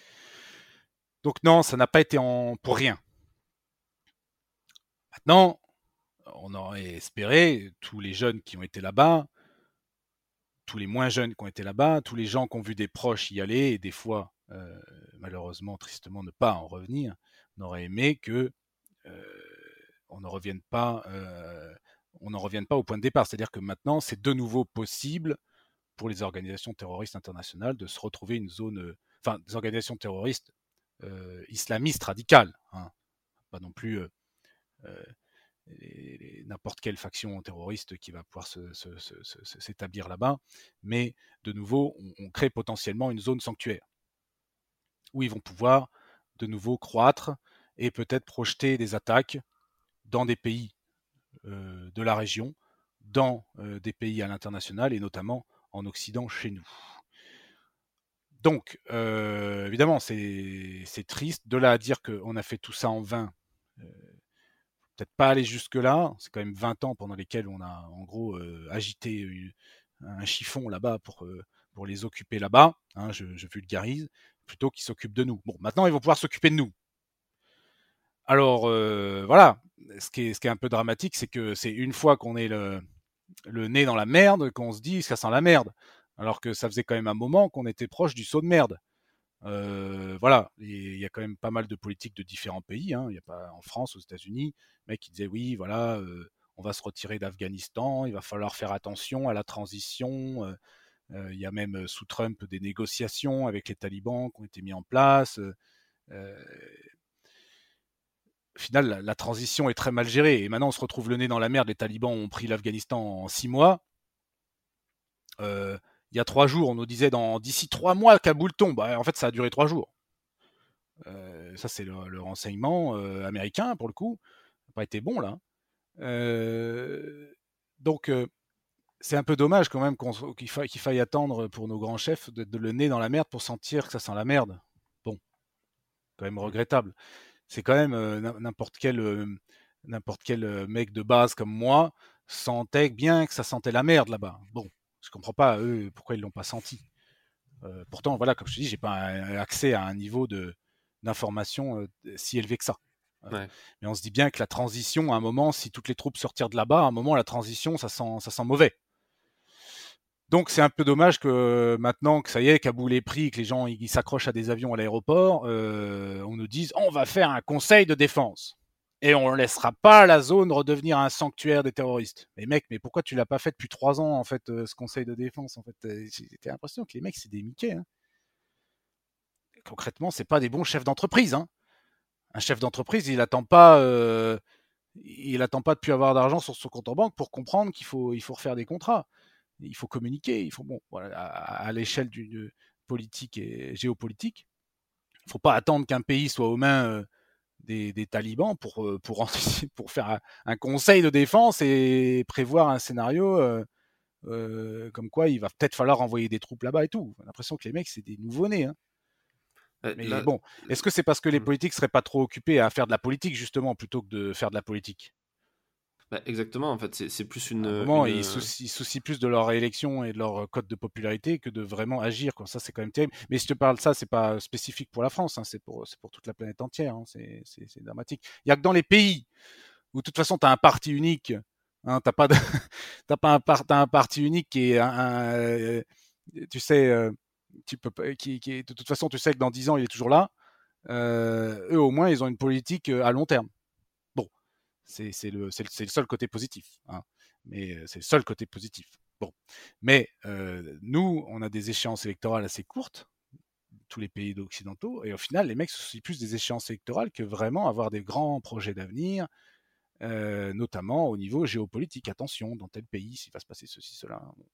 Donc non, ça n'a pas été en, pour rien. Maintenant, on aurait espéré, tous les jeunes qui ont été là-bas, tous les moins jeunes qui ont été là-bas, tous les gens qui ont vu des proches y aller, et des fois, euh, malheureusement, tristement, ne pas en revenir, on aurait aimé que euh, on ne revienne pas, euh, on n'en revienne pas au point de départ. C'est-à-dire que maintenant, c'est de nouveau possible pour les organisations terroristes internationales de se retrouver une zone, euh, enfin, des organisations terroristes euh, islamistes radicales, hein, pas non plus euh, euh, les, les, n'importe quelle faction terroriste qui va pouvoir se, se, se, s'établir là-bas, mais de nouveau, on, on crée potentiellement une zone sanctuaire où ils vont pouvoir de nouveau croître et peut-être projeter des attaques dans des pays euh, de la région, dans euh, des pays à l'international et notamment en Occident chez nous. Donc, euh, évidemment, c'est, c'est triste. De là à dire qu'on a fait tout ça en vain, euh, peut-être pas aller jusque-là. C'est quand même vingt ans pendant lesquels on a, en gros, euh, agité un chiffon là-bas pour, euh, pour les occuper là-bas. Hein, je, je vulgarise. Plutôt qu'ils s'occupent de nous. Bon, maintenant, ils vont pouvoir s'occuper de nous. Alors, euh, voilà. Ce qui, est, ce qui est un peu dramatique, c'est que c'est une fois qu'on est le, le nez dans la merde qu'on se dit ça sent la merde. Alors que ça faisait quand même un moment qu'on était proche du saut de merde. Euh, voilà, il y a quand même pas mal de politiques de différents pays. Hein. Il y a pas en France, aux États-Unis, mec qui disait oui, voilà, euh, on va se retirer d'Afghanistan, il va falloir faire attention à la transition. Euh, euh, il y a même sous Trump des négociations avec les talibans qui ont été mis en place. Euh, au final, la, la transition est très mal gérée. Et maintenant, on se retrouve le nez dans la merde. Les talibans ont pris l'Afghanistan en six mois. Euh, il y a trois jours, on nous disait dans d'ici trois mois, Kaboul tombe. Bah, en fait, ça a duré trois jours. Euh, ça, c'est le, le renseignement euh, américain, pour le coup. Ça n'a pas été bon, là. Euh, donc, euh, c'est un peu dommage, quand même, qu'on, qu'il, fa- qu'il faille attendre pour nos grands chefs de, de le nez dans la merde pour sentir que ça sent la merde. Bon, quand même regrettable. C'est quand même euh, n'importe quel, euh, n'importe quel mec de base comme moi sentait bien que ça sentait la merde là-bas. Bon, je comprends pas eux pourquoi ils l'ont pas senti. Euh, pourtant, voilà, comme je te dis, j'ai pas un, accès à un niveau de d'information euh, si élevé que ça. Euh, Ouais. Mais on se dit bien que la transition, à un moment, si toutes les troupes sortirent de là-bas, à un moment, la transition, ça sent, ça sent mauvais. Donc c'est un peu dommage que maintenant que ça y est, Kaboul est pris, que les gens ils s'accrochent à des avions à l'aéroport, euh, on nous dise on va faire un conseil de défense et on ne laissera pas la zone redevenir un sanctuaire des terroristes. Mais mec, mais pourquoi tu l'as pas fait depuis trois ans en fait euh, ce conseil de défense en fait j'ai l'impression que les mecs c'est des Mickey. Hein. Concrètement, c'est pas des bons chefs d'entreprise. Hein. Un chef d'entreprise, il attend pas, euh, il attend pas de plus avoir d'argent sur son compte en banque pour comprendre qu'il faut, il faut refaire des contrats. Il faut communiquer, il faut bon, voilà, à, à l'échelle du politique et géopolitique. Il ne faut pas attendre qu'un pays soit aux mains euh, des, des, talibans pour, euh, pour, pour faire un, un, conseil de défense et prévoir un scénario euh, euh, comme quoi il va peut-être falloir envoyer des troupes là-bas et tout. J'ai l'impression que les mecs, c'est des nouveau-nés. Hein. Euh, Mais là... bon, est-ce que c'est parce que les politiques seraient pas trop occupés à faire de la politique justement plutôt que de faire de la politique? Bah, exactement, en fait, c'est, c'est plus une... À un moment, une... ils soucient, ils soucient plus de leur élection et de leur code de popularité que de vraiment agir. Quoi. Ça, c'est quand même terrible. Mais si je te parle de ça, c'est pas spécifique pour la France, hein, c'est pour, c'est pour toute la planète entière. Hein, c'est, c'est, c'est dramatique. Il y a que dans les pays où, de toute façon, tu as un parti unique, hein, tu n'as pas, de... pas un, par... un parti unique qui est un... un euh, tu sais, euh, tu peux, qui, qui, de toute façon, tu sais que dans dix ans, il est toujours là. Euh, eux, au moins, ils ont une politique à long terme. Bon, c'est, c'est, le, c'est, le, c'est le seul côté positif. Hein. Mais c'est le seul côté positif. Bon, mais euh, nous, on a des échéances électorales assez courtes, tous les pays occidentaux, et au final, les mecs se soucient plus des échéances électorales que vraiment avoir des grands projets d'avenir, euh, notamment au niveau géopolitique. Attention, dans tel pays, s'il va se passer ceci, cela. Bon.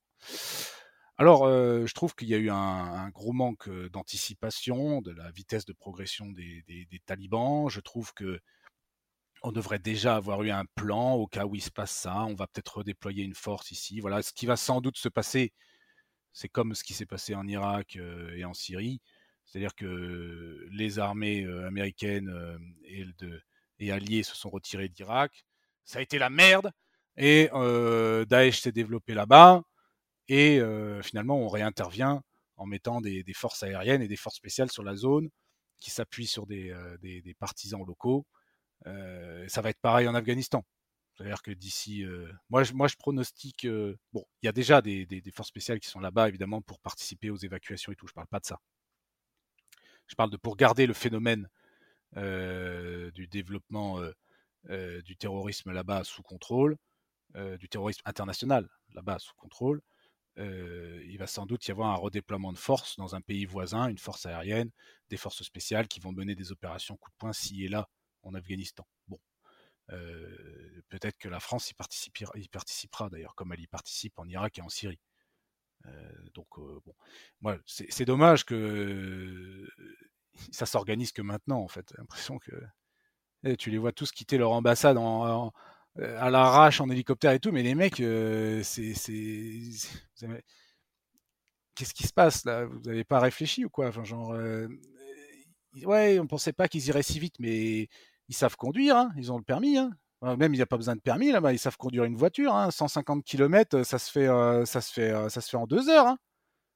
Alors, euh, je trouve qu'il y a eu un, un, gros manque d'anticipation de la vitesse de progression des, des, des talibans. Je trouve que on devrait déjà avoir eu un plan au cas où il se passe ça. On va peut-être redéployer une force ici. Voilà, ce qui va sans doute se passer, c'est comme ce qui s'est passé en Irak euh, et en Syrie. C'est-à-dire que les armées euh, américaines euh, et, de, et alliées se sont retirées d'Irak. Ça a été la merde. Et euh, Daesh s'est développé là-bas. Et euh, finalement, on réintervient en mettant des, des, forces aériennes et des forces spéciales sur la zone qui s'appuient sur des, euh, des, des partisans locaux. Euh, ça va être pareil en Afghanistan. C'est-à-dire que d'ici, euh, moi, je, moi, je pronostique. Euh, bon, il y a déjà des, des, des, forces spéciales qui sont là-bas, évidemment, pour participer aux évacuations et tout. Je parle pas de ça. Je parle de pour garder le phénomène euh, du développement euh, euh, du terrorisme là-bas sous contrôle, euh, du terrorisme international là-bas sous contrôle. Euh, il va sans doute y avoir un redéploiement de forces dans un pays voisin, une force aérienne, des forces spéciales qui vont mener des opérations coup de poing ci et là en Afghanistan. Bon. Euh, peut-être que la France y participera, y participera d'ailleurs, comme elle y participe en Irak et en Syrie. Euh, donc, euh, bon, moi, c'est, c'est dommage que euh, ça s'organise que maintenant, en fait. J'ai l'impression que eh, tu les vois tous quitter leur ambassade en, en, à l'arrache en hélicoptère et tout, mais les mecs, euh, c'est, c'est, c'est... qu'est-ce qui se passe là? Vous n'avez pas réfléchi ou quoi? Enfin, genre, euh, ouais, on pensait pas qu'ils iraient si vite, mais ils savent conduire, hein, ils ont le permis. Hein. Même il n'y a pas besoin de permis là-bas, ils savent conduire une voiture. Hein, cent cinquante kilomètres, ça se fait, euh, ça se fait, euh, ça se fait en deux heures. Hein.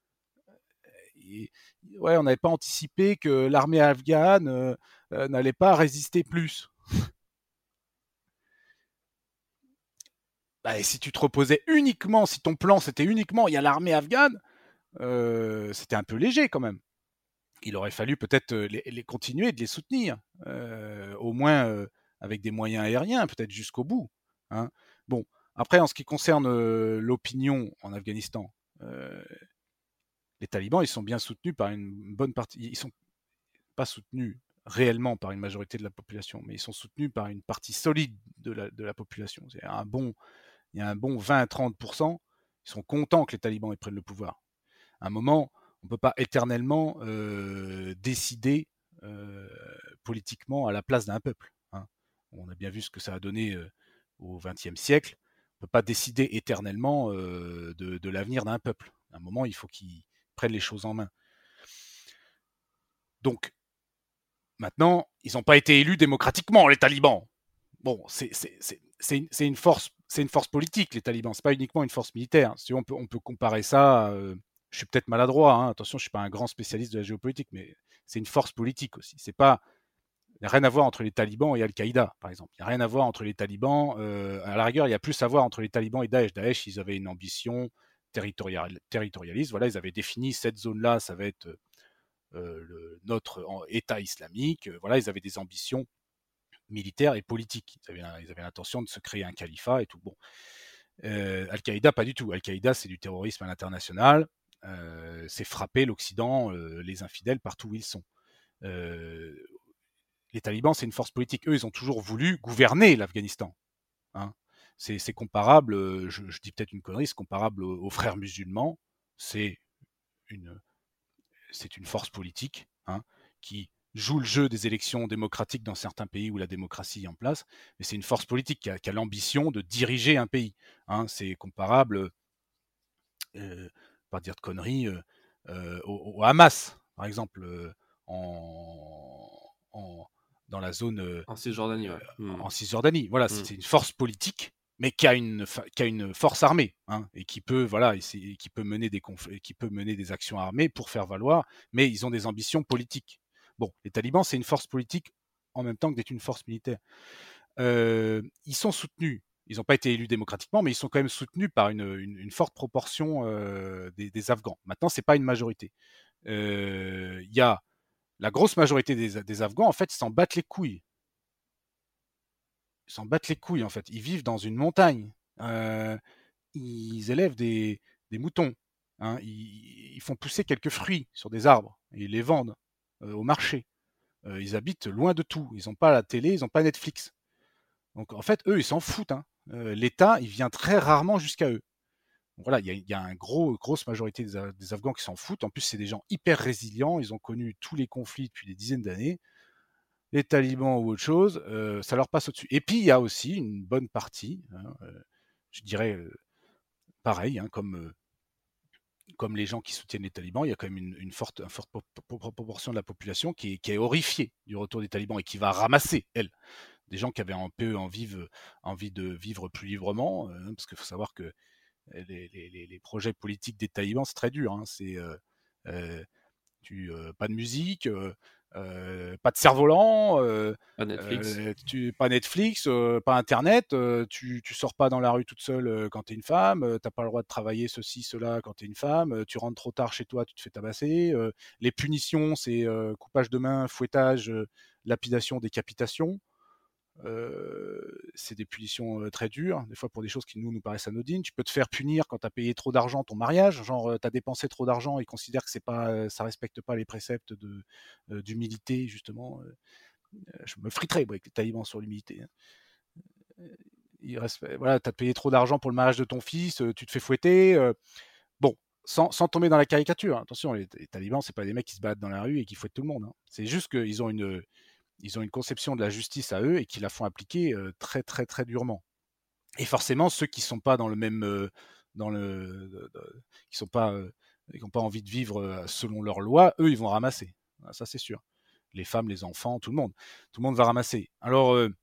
Et, ouais, on n'avait pas anticipé que l'armée afghane euh, euh, n'allait pas résister plus. Bah, et si tu te reposais uniquement, si ton plan c'était uniquement il y a l'armée afghane, euh, c'était un peu léger quand même. Il aurait fallu peut-être les, les continuer de les soutenir, euh, au moins euh, avec des moyens aériens, peut-être jusqu'au bout. Hein. Bon, après, en ce qui concerne euh, l'opinion en Afghanistan, euh, les talibans, ils sont bien soutenus par une bonne partie. Ils sont pas soutenus réellement par une majorité de la population, mais ils sont soutenus par une partie solide de la, de la population. C'est un bon, il y a un bon vingt à trente pour cent. Ils sont contents que les talibans ils prennent le pouvoir. À un moment, on ne peut pas éternellement euh, décider euh, politiquement à la place d'un peuple. Hein. On a bien vu ce que ça a donné euh, au vingtième siècle. On ne peut pas décider éternellement euh, de, de l'avenir d'un peuple. À un moment, il faut qu'ils prennent les choses en main. Donc, maintenant, ils n'ont pas été élus démocratiquement, les talibans. Bon, c'est, c'est, c'est, c'est, une, c'est une force, c'est une force politique, les talibans, c'est pas uniquement une force militaire. Si on peut, on peut comparer ça, euh, je suis peut-être maladroit, hein, attention, je suis pas un grand spécialiste de la géopolitique, mais c'est une force politique aussi. C'est pas, il n'y a rien à voir entre les talibans et Al-Qaïda, par exemple. Il n'y a rien à voir entre les talibans, euh, à la rigueur, il y a plus à voir entre les talibans et Daesh. Daesh, ils avaient une ambition territorial, territorialiste, voilà, ils avaient défini cette zone-là, ça va être euh, le, notre État islamique, voilà, ils avaient des ambitions militaires et politiques. Ils avaient, ils avaient l'intention de se créer un califat et tout. Bon, euh, Al-Qaïda, pas du tout. Al-Qaïda, c'est du terrorisme à l'international. Euh, c'est frapper l'Occident, euh, les infidèles partout où ils sont. Euh, les talibans, c'est une force politique. Eux, ils ont toujours voulu gouverner l'Afghanistan. Hein. C'est, c'est comparable, euh, je, je, dis peut-être une connerie, c'est comparable aux, aux frères musulmans. C'est une, c'est une force politique hein, qui joue le jeu des élections démocratiques dans certains pays où la démocratie est en place, mais c'est une force politique qui a, qui a l'ambition de diriger un pays. Hein. C'est comparable, euh, pas dire de conneries, euh, euh, au, au, Hamas, par exemple, euh, en, en, dans la zone euh, en Cisjordanie. Ouais. Euh, mmh. En Cisjordanie, voilà, mmh. c'est, c'est une force politique, mais qui a une, qui a une force armée, hein, et qui peut, voilà, et qui peut mener des conflits, qui peut mener des actions armées pour faire valoir, mais ils ont des ambitions politiques. Bon, les talibans, c'est une force politique en même temps que d'être une force militaire. Euh, ils sont soutenus, ils n'ont pas été élus démocratiquement, mais ils sont quand même soutenus par une, une, une forte proportion euh, des, des Afghans. Maintenant, c'est pas une majorité. Il euh, y a la grosse majorité des, des Afghans, en fait, ils s'en battent les couilles. Ils s'en battent les couilles en fait. Ils vivent dans une montagne. Euh, ils élèvent des, des moutons. Hein. Ils, ils font pousser quelques fruits sur des arbres et ils les vendent euh, au marché. Euh, ils habitent loin de tout. Ils n'ont pas la télé, ils n'ont pas Netflix. Donc en fait, eux, ils s'en foutent. Hein. Euh, L'État, il vient très rarement jusqu'à eux. Donc, voilà, il y, y a une gros, grosse majorité des, des Afghans qui s'en foutent. En plus, c'est des gens hyper résilients. Ils ont connu tous les conflits depuis des dizaines d'années. Les talibans ou autre chose, euh, ça leur passe au-dessus. Et puis il y a aussi une bonne partie, hein, euh, je dirais euh, pareil, hein, comme, euh, comme les gens qui soutiennent les talibans, il y a quand même une, une forte, une forte proportion de la population qui est, qui est horrifiée du retour des talibans et qui va ramasser, elle, des gens qui avaient un peu envie, envie de vivre plus librement, euh, parce qu'il faut savoir que les, les, les, projets politiques des talibans, c'est très dur. Hein, c'est euh, euh, tu, euh, pas de musique, euh, euh, pas de cerf-volant, euh, pas Netflix, euh, tu, pas, Netflix euh, pas Internet, euh, tu, tu sors pas dans la rue toute seule euh, quand t'es une femme, euh, t'as pas le droit de travailler ceci, cela quand t'es une femme, euh, tu rentres trop tard chez toi, tu te fais tabasser. Euh, les punitions, c'est euh, coupage de main, fouettage, euh, lapidation, décapitation. Euh, c'est des punitions euh, très dures, des fois pour des choses qui nous nous paraissent anodines. Tu peux te faire punir quand tu as payé trop d'argent ton mariage, genre euh, tu as dépensé trop d'argent et considères que c'est pas, euh, ça respecte pas les préceptes de, euh, d'humilité justement. Euh, je me friterais moi, avec les talibans sur l'humilité. Hein. Il reste, voilà, tu as payé trop d'argent pour le mariage de ton fils, euh, tu te fais fouetter. Euh, bon, sans, sans, tomber dans la caricature. Hein. Attention, les, les talibans, c'est pas des mecs qui se battent dans la rue et qui fouettent tout le monde. Hein. C'est juste qu'ils ont une ils ont une conception de la justice à eux et qui la font appliquer euh, très très très durement. Et forcément, ceux qui sont pas dans le même, euh, dans le, euh, qui sont pas, euh, qui n'ont pas envie de vivre euh, selon leurs lois, eux, ils vont ramasser. Ça, c'est sûr. Les femmes, les enfants, tout le monde, tout le monde va ramasser. Alors euh,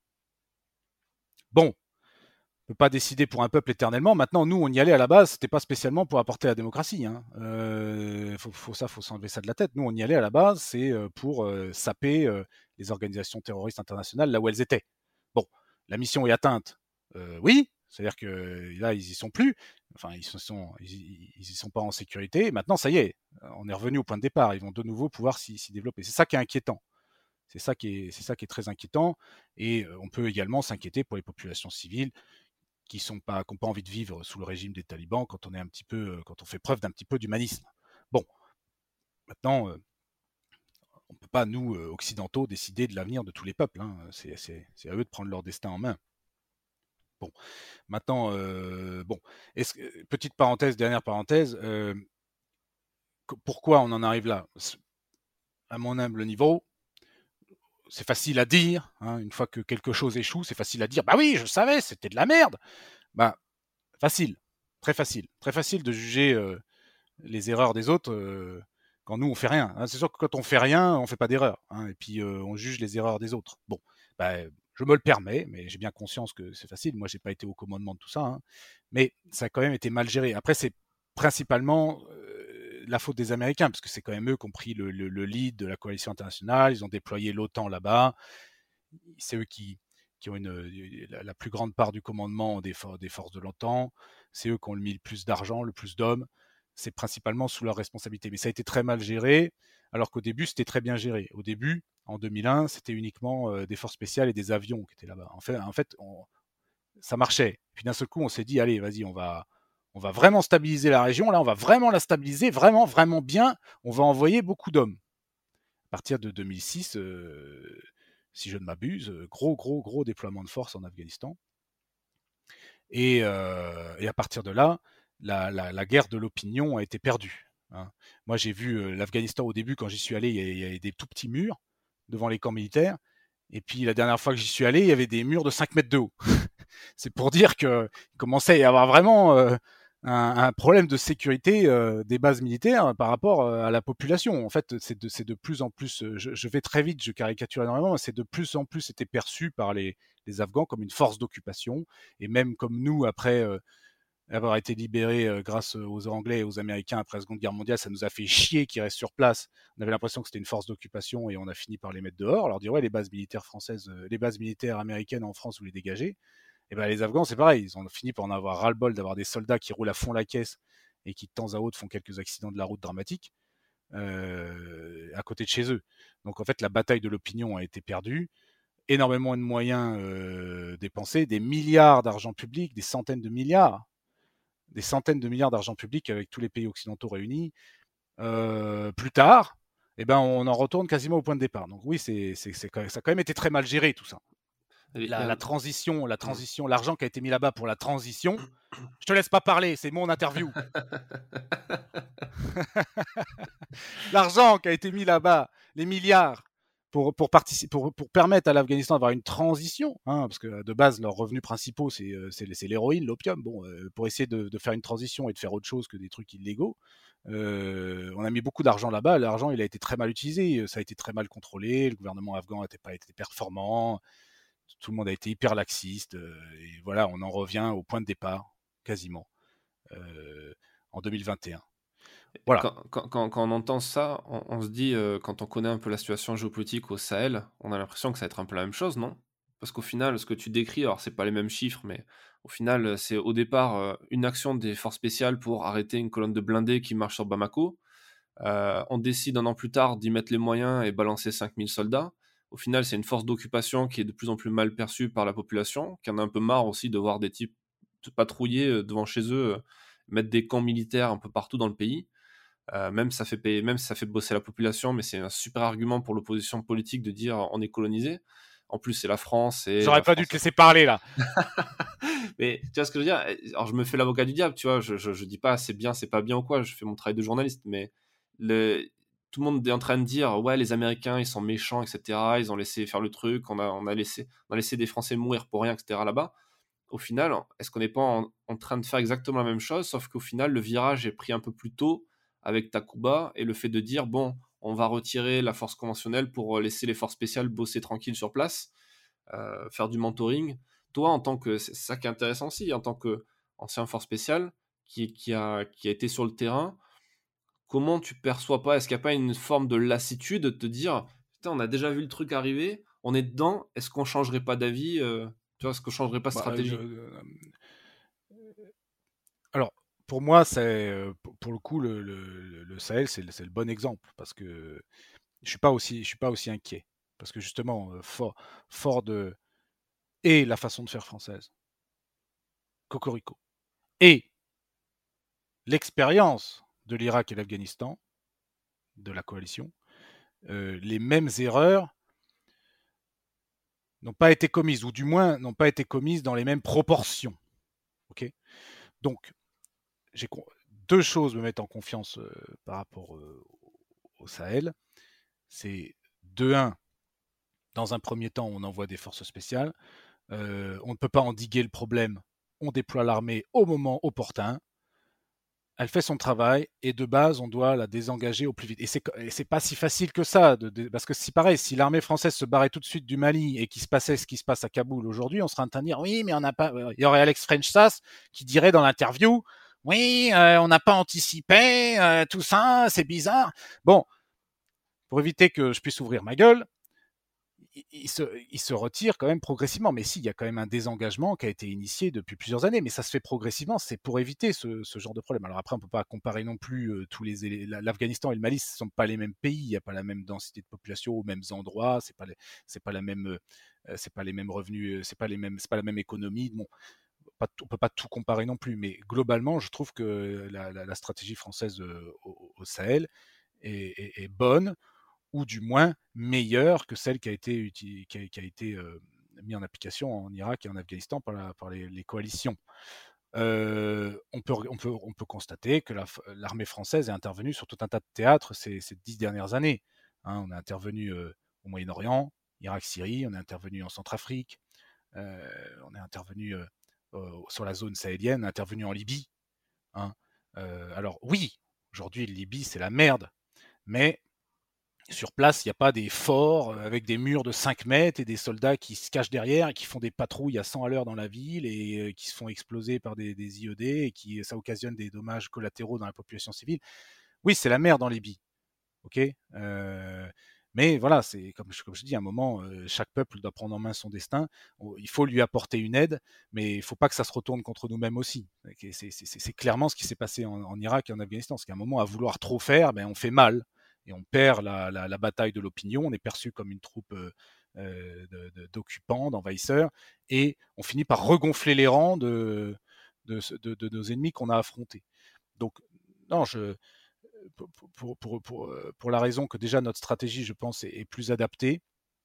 bon, on peut pas décider pour un peuple éternellement. Maintenant, nous, on y allait à la base, c'était pas spécialement pour apporter la démocratie. Hein. Euh, faut, faut ça, faut s'enlever ça de la tête. Nous, on y allait à la base, c'est pour euh, saper euh, les organisations terroristes internationales là où elles étaient. Bon, la mission est atteinte. Euh, oui, c'est-à-dire que là, ils y sont plus. Enfin, ils sont, ils, ils y sont pas en sécurité. Maintenant, ça y est, on est revenu au point de départ. Ils vont de nouveau pouvoir s'y, s'y développer. C'est ça qui est inquiétant. C'est ça qui est, c'est ça qui est très inquiétant. Et euh, on peut également s'inquiéter pour les populations civiles qui sont pas, qui n'ont pas envie de vivre sous le régime des talibans quand on est un petit peu, quand on fait preuve d'un petit peu d'humanisme. Bon, maintenant, euh, on ne peut pas, nous, euh, occidentaux, décider de l'avenir de tous les peuples. Hein. C'est, c'est, c'est à eux de prendre leur destin en main. Bon, maintenant, euh, bon, est-ce, petite parenthèse, dernière parenthèse, euh, pourquoi on en arrive là? À mon humble niveau, c'est facile à dire, hein, une fois que quelque chose échoue, c'est facile à dire, bah oui, je savais, c'était de la merde. Bah, facile, très facile, très facile de juger euh, les erreurs des autres euh, quand nous on fait rien. Hein. C'est sûr que quand on fait rien, on fait pas d'erreur, hein, et puis euh, on juge les erreurs des autres. Bon, bah, Je me le permets, mais j'ai bien conscience que c'est facile. Moi, j'ai pas été au commandement de tout ça, hein. Mais ça a quand même été mal géré. Après, c'est principalement euh, la faute des Américains, parce que c'est quand même eux qui ont pris le, le, le lead de la coalition internationale. Ils ont déployé l'OTAN là-bas. C'est eux qui, qui ont une, la, la plus grande part du commandement des, for- des forces de l'OTAN. C'est eux qui ont mis le plus d'argent, le plus d'hommes. C'est principalement sous leur responsabilité. Mais ça a été très mal géré, alors qu'au début, c'était très bien géré. Au début, en deux mille un, c'était uniquement euh, des forces spéciales et des avions qui étaient là-bas. En fait, en fait on, ça marchait. Puis d'un seul coup, on s'est dit, allez, vas-y, on va, on va vraiment stabiliser la région. Là, on va vraiment la stabiliser, vraiment, vraiment bien. On va envoyer beaucoup d'hommes. À partir de deux mille six, euh, si je ne m'abuse, gros, gros, gros déploiement de force en Afghanistan. Et, euh, et à partir de là, la, la, la guerre de l'opinion a été perdue, hein. Moi, j'ai vu euh, l'Afghanistan au début, quand j'y suis allé, il y, avait des tout petits murs devant les camps militaires. Et puis la dernière fois que j'y suis allé, il y avait des murs de cinq mètres de haut. C'est pour dire qu'il commençait à y avoir vraiment euh, un, un, problème de sécurité euh, des bases militaires par rapport euh, à la population. En fait, c'est de, c'est de plus en plus, je, je, vais très vite, je caricature énormément, mais c'est de plus en plus été perçu par les, les Afghans comme une force d'occupation. Et même comme nous, après euh, avoir été libérés euh, grâce aux Anglais et aux Américains après la Seconde Guerre mondiale, ça nous a fait chier qu'ils restent sur place. On avait l'impression que c'était une force d'occupation et on a fini par les mettre dehors. Alors dire ouais, les bases militaires françaises, euh, les bases militaires américaines en France, vous les dégagez. Et ben les Afghans, c'est pareil, ils ont fini par en avoir ras-le-bol d'avoir des soldats qui roulent à fond la caisse et qui de temps à autre font quelques accidents de la route dramatiques euh, à côté de chez eux. Donc en fait, la bataille de l'opinion a été perdue, énormément de moyens euh, dépensés, des milliards d'argent public, des centaines de milliards, des centaines de milliards d'argent public avec tous les pays occidentaux réunis. Euh, plus tard, eh ben on en retourne quasiment au point de départ. Donc oui, c'est, c'est, c'est, ça a quand même été très mal géré tout ça. La, la, transition, la transition, l'argent qui a été mis là-bas pour la transition. Je te laisse pas parler, c'est mon interview. L'argent qui a été mis là-bas, les milliards, pour, pour, pour, pour permettre à l'Afghanistan d'avoir une transition, hein, parce que de base, leurs revenus principaux, c'est, c'est, c'est l'héroïne, l'opium. Bon, euh, pour essayer de, de faire une transition et de faire autre chose que des trucs illégaux, euh, on a mis beaucoup d'argent là-bas. L'argent, il a été très mal utilisé, ça a été très mal contrôlé, le gouvernement afghan n'a pas été performant. Tout le monde a été hyper laxiste. Euh, et voilà, on en revient au point de départ, quasiment, euh, en deux mille vingt et un. Voilà. Quand, quand, quand, quand on entend ça, on, on se dit, euh, quand on connaît un peu la situation géopolitique au Sahel, on a l'impression que ça va être un peu la même chose, non? Parce qu'au final, ce que tu décris, alors c'est pas les mêmes chiffres, mais au final, c'est au départ euh, une action des forces spéciales pour arrêter une colonne de blindés qui marche sur Bamako. Euh, on décide un an plus tard d'y mettre les moyens et balancer cinq mille soldats. Au final, c'est une force d'occupation qui est de plus en plus mal perçue par la population, qui en a un peu marre aussi de voir des types patrouiller devant chez eux, mettre des camps militaires un peu partout dans le pays. Euh, même ça fait payer, même ça fait bosser la population, mais c'est un super argument pour l'opposition politique de dire on est colonisé. En plus, c'est la France. Et J'aurais la pas France... dû te laisser parler là. Mais tu vois ce que je veux dire? Alors je me fais l'avocat du diable, tu vois. Je, je, je dis pas c'est bien, c'est pas bien ou quoi. Je fais mon travail de journaliste, mais le... tout le monde est en train de dire ouais, les Américains ils sont méchants, et cetera. Ils ont laissé faire le truc. On a, on a laissé, on a laissé des Français mourir pour rien, et cetera. Là-bas. Au final, est-ce qu'on n'est pas en, en train de faire exactement la même chose, sauf qu'au final, le virage est pris un peu plus tôt avec Takuba et le fait de dire, bon, on va retirer la force conventionnelle pour laisser les forces spéciales bosser tranquilles sur place, euh, faire du mentoring. Toi, en tant que, c'est ça qui est intéressant aussi, en tant qu'ancien force spéciale qui, qui, a, qui a été sur le terrain, comment tu perçois pas, est-ce qu'il n'y a pas une forme de lassitude de te dire, putain, on a déjà vu le truc arriver, on est dedans, est-ce qu'on changerait pas d'avis euh, Tu vois, est-ce qu'on changerait pas de stratégie? Bah, euh, alors, pour moi, c'est pour le coup le, le, le Sahel, c'est le, le bon exemple parce que je suis pas aussi, je suis pas aussi inquiet parce que justement, fort, fort de et la façon de faire française, Cocorico, et l'expérience de l'Irak et l'Afghanistan, de la coalition, euh, les mêmes erreurs n'ont pas été commises, ou du moins n'ont pas été commises dans les mêmes proportions. Okay, donc, j'ai deux choses me mettent en confiance euh, par rapport euh, au Sahel. C'est de un, dans un premier temps, on envoie des forces spéciales. Euh, on ne peut pas endiguer le problème. On déploie l'armée au moment opportun. elle fait son travail et de base, on doit la désengager au plus vite. Et c'est, et c'est pas si facile que ça, de, de, parce que si pareil, si l'armée française se barrait tout de suite du Mali et qu'il se passait ce qui se passe à Kaboul aujourd'hui, on serait en train de dire oui, mais on n'a pas. Il y aurait Alex French-Sass qui dirait dans l'interview oui, euh, on n'a pas anticipé euh, tout ça, c'est bizarre. Bon, pour éviter que je puisse ouvrir ma gueule, il se, il se retire quand même progressivement. Mais si, il y a quand même un désengagement qui a été initié depuis plusieurs années, mais ça se fait progressivement, c'est pour éviter ce, ce genre de problème. Alors après, on ne peut pas comparer non plus euh, tous les... L'Afghanistan et le Mali, ce ne sont pas les mêmes pays, il n'y a pas la même densité de population aux mêmes endroits, ce n'est pas, les, c'est pas, la même, euh, c'est pas les mêmes revenus, c'est pas, les mêmes, c'est pas la même économie. Bon, on ne peut pas tout comparer non plus, mais globalement, je trouve que la, la, la stratégie française euh, au, au Sahel est, est, est bonne, ou du moins meilleure que celle qui a été, qui a, qui a été euh, mise en application en Irak et en Afghanistan par, la, par les, les coalitions. Euh, on, peut, on, peut, on peut constater que la, l'armée française est intervenue sur tout un tas de théâtres ces, ces dix dernières années. Hein, on est intervenu euh, au Moyen-Orient, Irak, Syrie, on est intervenu en Centrafrique, euh, on est intervenu euh, euh, sur la zone sahélienne, on est intervenu en Libye. Hein. Euh, alors oui, aujourd'hui, Libye, c'est la merde, mais sur place, il n'y a pas des forts avec des murs de cinq mètres et des soldats qui se cachent derrière et qui font des patrouilles à cent à l'heure dans la ville et qui se font exploser par des, des I E D et qui ça occasionne des dommages collatéraux dans la population civile. Oui, c'est la merde en Libye. Ok, euh, mais voilà, c'est comme je, comme je dis, à un moment, euh, chaque peuple doit prendre en main son destin. Il faut lui apporter une aide, mais il ne faut pas que ça se retourne contre nous-mêmes aussi. C'est, c'est, c'est, c'est clairement ce qui s'est passé en, en Irak et en Afghanistan. C'est qu'à un moment, à vouloir trop faire, ben, on fait mal. Et on perd la, la, la bataille de l'opinion, on est perçu comme une troupe euh, de, de, d'occupants, d'envahisseurs, et on finit par regonfler les rangs de, de, de, de nos ennemis qu'on a affrontés. Donc, non, je, pour, pour, pour, pour, pour la raison que déjà notre stratégie, je pense, est, est plus adaptée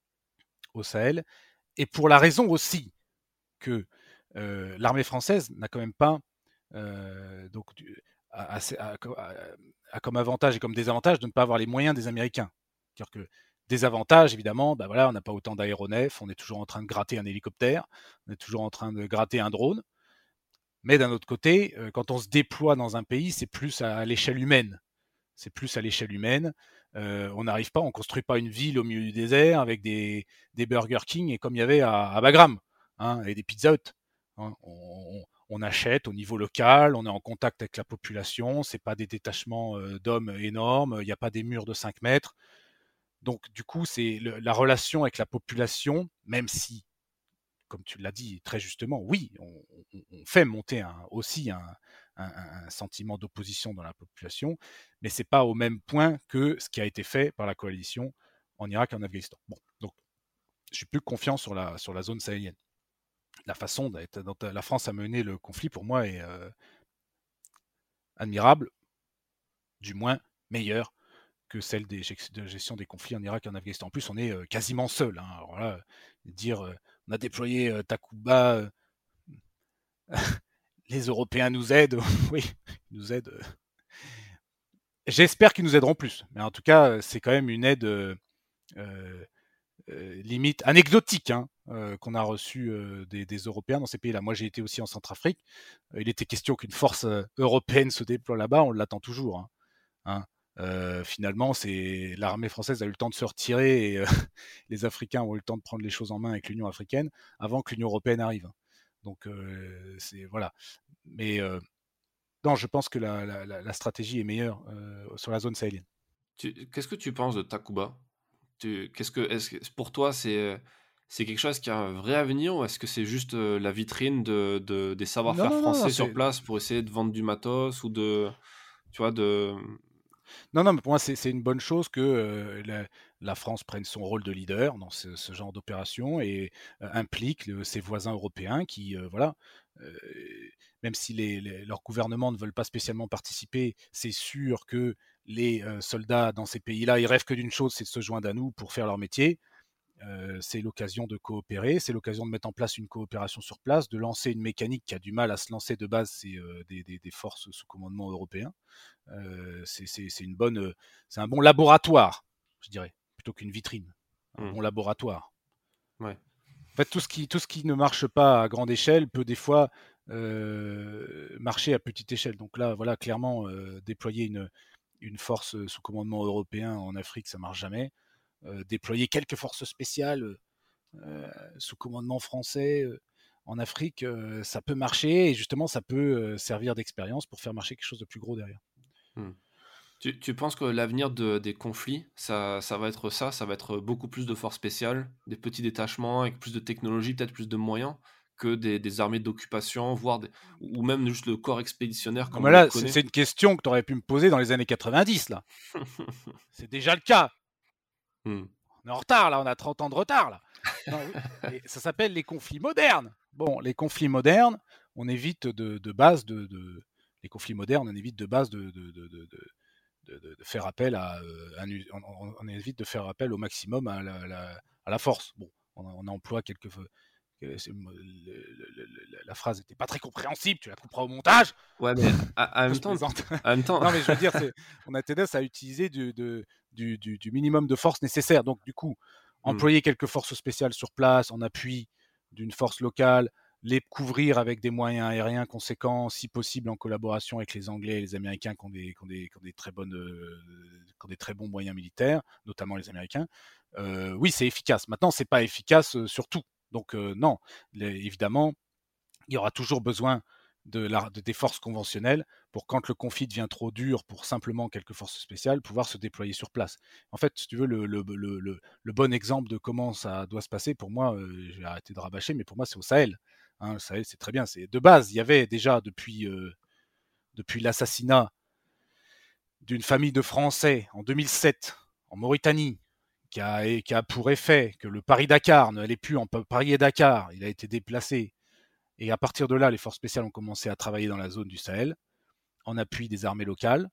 au Sahel, et pour la raison aussi que euh, l'armée française n'a quand même pas euh, donc, a, a, a, a, comme avantage et comme désavantage de ne pas avoir les moyens des Américains. C'est-à-dire que désavantage, évidemment, ben voilà, on n'a pas autant d'aéronefs, on est toujours en train de gratter un hélicoptère, on est toujours en train de gratter un drone. Mais d'un autre côté, euh, quand on se déploie dans un pays, c'est plus à, à l'échelle humaine. C'est plus à l'échelle humaine. Euh, on n'arrive pas, on ne construit pas une ville au milieu du désert avec des, des Burger King et comme il y avait à, à Bagram, hein, et des Pizza Hut. Hein, on, on achète au niveau local, on est en contact avec la population, c'est pas des détachements euh, d'hommes énormes, il n'y a pas des murs de cinq mètres. Donc du coup, c'est le, la relation avec la population, même si, comme tu l'as dit très justement, oui, on, on, on fait monter un, aussi un, un, un, sentiment d'opposition dans la population, mais c'est pas au même point que ce qui a été fait par la coalition en Irak et en Afghanistan. Bon, donc je suis plus confiant sur la, sur la zone sahélienne. La façon dont la France a mené le conflit, pour moi, est euh, admirable, du moins meilleure que celle des, de gestion des conflits en Irak et en Afghanistan. En plus, on est euh, quasiment seul. Hein. Alors là, dire euh, on a déployé euh, Takuba, euh, les Européens nous aident, oui, ils nous aident. J'espère qu'ils nous aideront plus, mais en tout cas, c'est quand même une aide euh, euh, limite anecdotique hein, euh, qu'on a reçue euh, des, des Européens dans ces pays-là. Moi, j'ai été aussi en Centrafrique. Euh, il était question qu'une force euh, européenne se déploie là-bas, on l'attend toujours. Hein, hein. Euh, finalement, c'est l'armée française a eu le temps de se retirer et euh, les Africains ont eu le temps de prendre les choses en main avec l'Union africaine avant que l'Union européenne arrive. Donc, euh, c'est voilà. Mais euh, non, je pense que la, la, la stratégie est meilleure euh, sur la zone sahélienne. Tu, qu'est-ce que tu penses de Takuba? tu, qu'est-ce que, est-ce que pour toi, c'est, c'est quelque chose qui a un vrai avenir ou est-ce que c'est juste euh, la vitrine de, de, des savoir-faire non, non, français non, sur place pour essayer de vendre du matos ou de, tu vois, de... Non, non, mais pour moi, c'est, c'est une bonne chose que euh, la, la France prenne son rôle de leader dans ce, ce genre d'opération et euh, implique le, ses voisins européens qui, euh, voilà, euh, même si les, les, leurs gouvernements ne veulent pas spécialement participer, c'est sûr que les euh, soldats dans ces pays-là, ils rêvent que d'une chose, c'est de se joindre à nous pour faire leur métier. Euh, c'est l'occasion de coopérer, c'est l'occasion de mettre en place une coopération sur place, de lancer une mécanique qui a du mal à se lancer de base, c'est euh, des, des, des forces sous commandement européen. Euh, c'est, c'est, c'est, une bonne, c'est un bon laboratoire, je dirais, plutôt qu'une vitrine. Un mmh. bon laboratoire. Ouais. En fait, tout ce, qui, tout ce qui ne marche pas à grande échelle peut des fois euh, marcher à petite échelle. Donc là, voilà, clairement, euh, déployer une, une force sous commandement européen en Afrique, ça marche jamais. Euh, déployer quelques forces spéciales euh, sous commandement français euh, en Afrique, euh, ça peut marcher et justement, ça peut euh, servir d'expérience pour faire marcher quelque chose de plus gros derrière. Hmm. Tu, tu penses que l'avenir de, des conflits, ça, ça va être ça, ça va être beaucoup plus de forces spéciales, des petits détachements avec plus de technologie, peut-être plus de moyens, que des, des armées d'occupation, voire des, ou même juste le corps expéditionnaire Non, comme mais on le là, c'est, connaît. c'est une question que tu aurais pu me poser dans les années quatre-vingt-dix, là. C'est déjà le cas. Hmm. On est en retard, là, on a trente ans de retard, là. Non, oui. Et ça s'appelle les conflits modernes. Bon, les conflits modernes, on évite de, de base de, de, les conflits modernes, on évite de base de, de, de, de, de, de faire appel à, euh, un, on, on, évite de faire appel au maximum à la, la, à la force. Bon, on, on emploie quelques, le, le, le, la phrase n'était pas très compréhensible, tu la couperas au montage. Ouais, mais en même temps, en même temps... non, mais je veux dire, c'est, on a tendance à utiliser du, de, du, du, du minimum de force nécessaire. Donc, du coup, employer mm. quelques forces spéciales sur place en appui d'une force locale, les couvrir avec des moyens aériens conséquents, si possible en collaboration avec les Anglais et les Américains qui ont des, qui ont des, qui ont des, très, bonnes, euh, qui ont des très bons moyens militaires, notamment les Américains. Euh, oui, c'est efficace. Maintenant, c'est pas efficace euh, sur tout. Donc euh, non, les, évidemment, il y aura toujours besoin de la, de, des forces conventionnelles pour, quand le conflit devient trop dur pour simplement quelques forces spéciales, pouvoir se déployer sur place. En fait, si tu veux, le, le, le, le, le bon exemple de comment ça doit se passer, pour moi, euh, je vais arrêter de rabâcher, mais pour moi, c'est au Sahel. Hein, le Sahel, c'est très bien. C'est, de base, il y avait déjà, depuis, euh, depuis l'assassinat d'une famille de Français en deux mille sept, en Mauritanie, qui a, qui a pour effet que le Paris-Dakar n'allait plus en Paris et Dakar, il a été déplacé. Et à partir de là, les forces spéciales ont commencé à travailler dans la zone du Sahel, en appui des armées locales.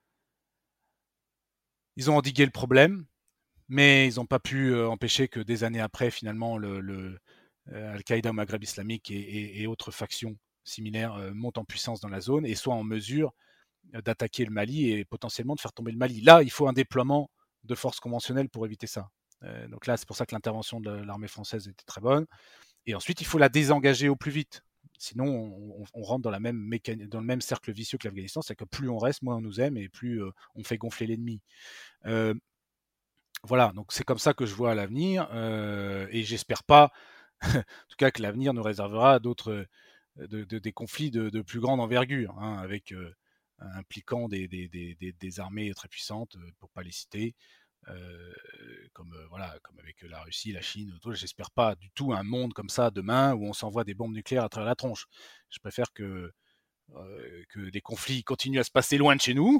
Ils ont endigué le problème, mais ils n'ont pas pu empêcher que des années après, finalement, le, le euh, Al-Qaïda au Maghreb islamique et, et, et autres factions similaires euh, montent en puissance dans la zone et soient en mesure d'attaquer le Mali et potentiellement de faire tomber le Mali. Là, il faut un déploiement de forces conventionnelles pour éviter ça. Euh, donc là, c'est pour ça que l'intervention de l'armée française était très bonne. Et ensuite, il faut la désengager au plus vite. Sinon, on, on rentre dans, la même mécani- dans le même cercle vicieux que l'Afghanistan, c'est que plus on reste, moins on nous aime et plus euh, on fait gonfler l'ennemi. Euh, voilà, donc c'est comme ça que je vois l'avenir euh, et j'espère pas, en tout cas, que l'avenir nous réservera d'autres, de, de, des conflits de, de, plus grande envergure, hein, avec euh, impliquant des, des, des, des, armées très puissantes, pour pas les citer. Euh, comme euh, voilà, comme avec la Russie, la Chine, tout. J'espère pas du tout un monde comme ça demain où on s'envoie des bombes nucléaires à travers la tronche. Je préfère que euh, que les conflits continuent à se passer loin de chez nous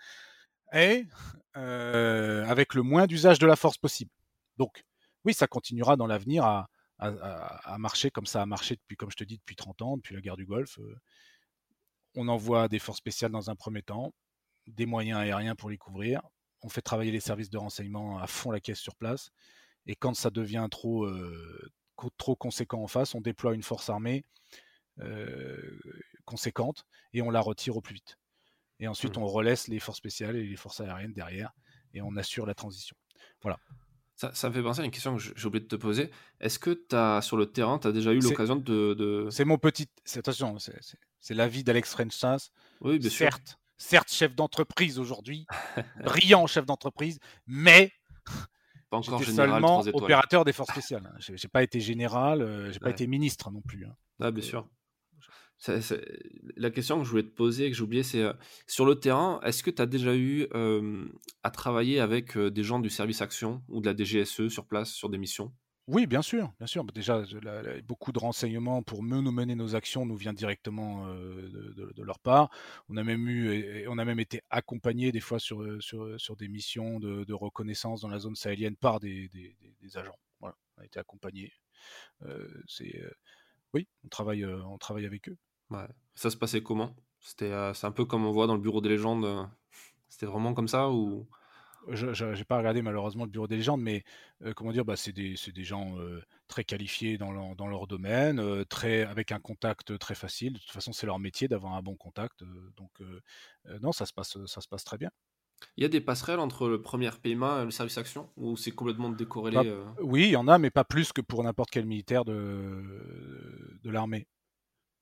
et euh, avec le moins d'usage de la force possible. Donc oui, ça continuera dans l'avenir à, à, à, marcher comme ça a marché depuis, comme je te dis, depuis trente ans, depuis la guerre du Golfe. Euh, on envoie des forces spéciales dans un premier temps, des moyens aériens pour les couvrir. On fait travailler les services de renseignement à fond la caisse sur place. Et quand ça devient trop, euh, trop conséquent en face, on déploie une force armée euh, conséquente et on la retire au plus vite. Et ensuite, mmh. on relaisse les forces spéciales et les forces aériennes derrière et on assure la transition. Voilà. Ça, ça me fait penser à une question que j'ai oublié de te poser. Est-ce que t'as, sur le terrain, tu as déjà eu c'est, l'occasion de, de... C'est mon petit... C'est, attention, c'est, c'est, c'est l'avis d'Alex Frenchas. Oui, bien certes, sûr. Certes, chef d'entreprise aujourd'hui, brillant chef d'entreprise, mais pas encore j'étais général, seulement opérateur des forces spéciales. J'ai, j'ai pas été général, euh, j'ai pas ouais. été ministre non plus. Hein. Ah, bien euh, sûr. C'est, c'est... La question que je voulais te poser et que j'ai oublié, c'est euh, sur le terrain, est-ce que tu as déjà eu euh, à travailler avec euh, des gens du service action ou de la D G S E sur place, sur des missions ? Oui, bien sûr, bien sûr. Déjà, la, la, beaucoup de renseignements pour mieux nous mener nos actions nous vient directement euh, de, de, de leur part. On a même eu, et on a même été accompagné des fois sur, sur, sur des missions de, de reconnaissance dans la zone sahélienne par des, des, des, des agents. Voilà, on a été accompagné. Euh, c'est, euh, oui, on travaille, euh, on travaille avec eux. Ouais. Ça se passait comment ? C'était, euh, c'est un peu comme on voit dans le Bureau des légendes. Euh, c'était vraiment comme ça ou ? Je n'ai pas regardé malheureusement le Bureau des légendes, mais euh, comment dire, bah, c'est des, c'est des gens euh, très qualifiés dans leur, dans leur domaine, euh, très, avec un contact très facile. De toute façon, c'est leur métier d'avoir un bon contact. Euh, donc, euh, euh, non, ça se, passe, ça se passe très bien. Il y a des passerelles entre le premier P M A et le service action, ou c'est complètement décorrélé pas, euh... Oui, il y en a, mais pas plus que pour n'importe quel militaire de, de l'armée.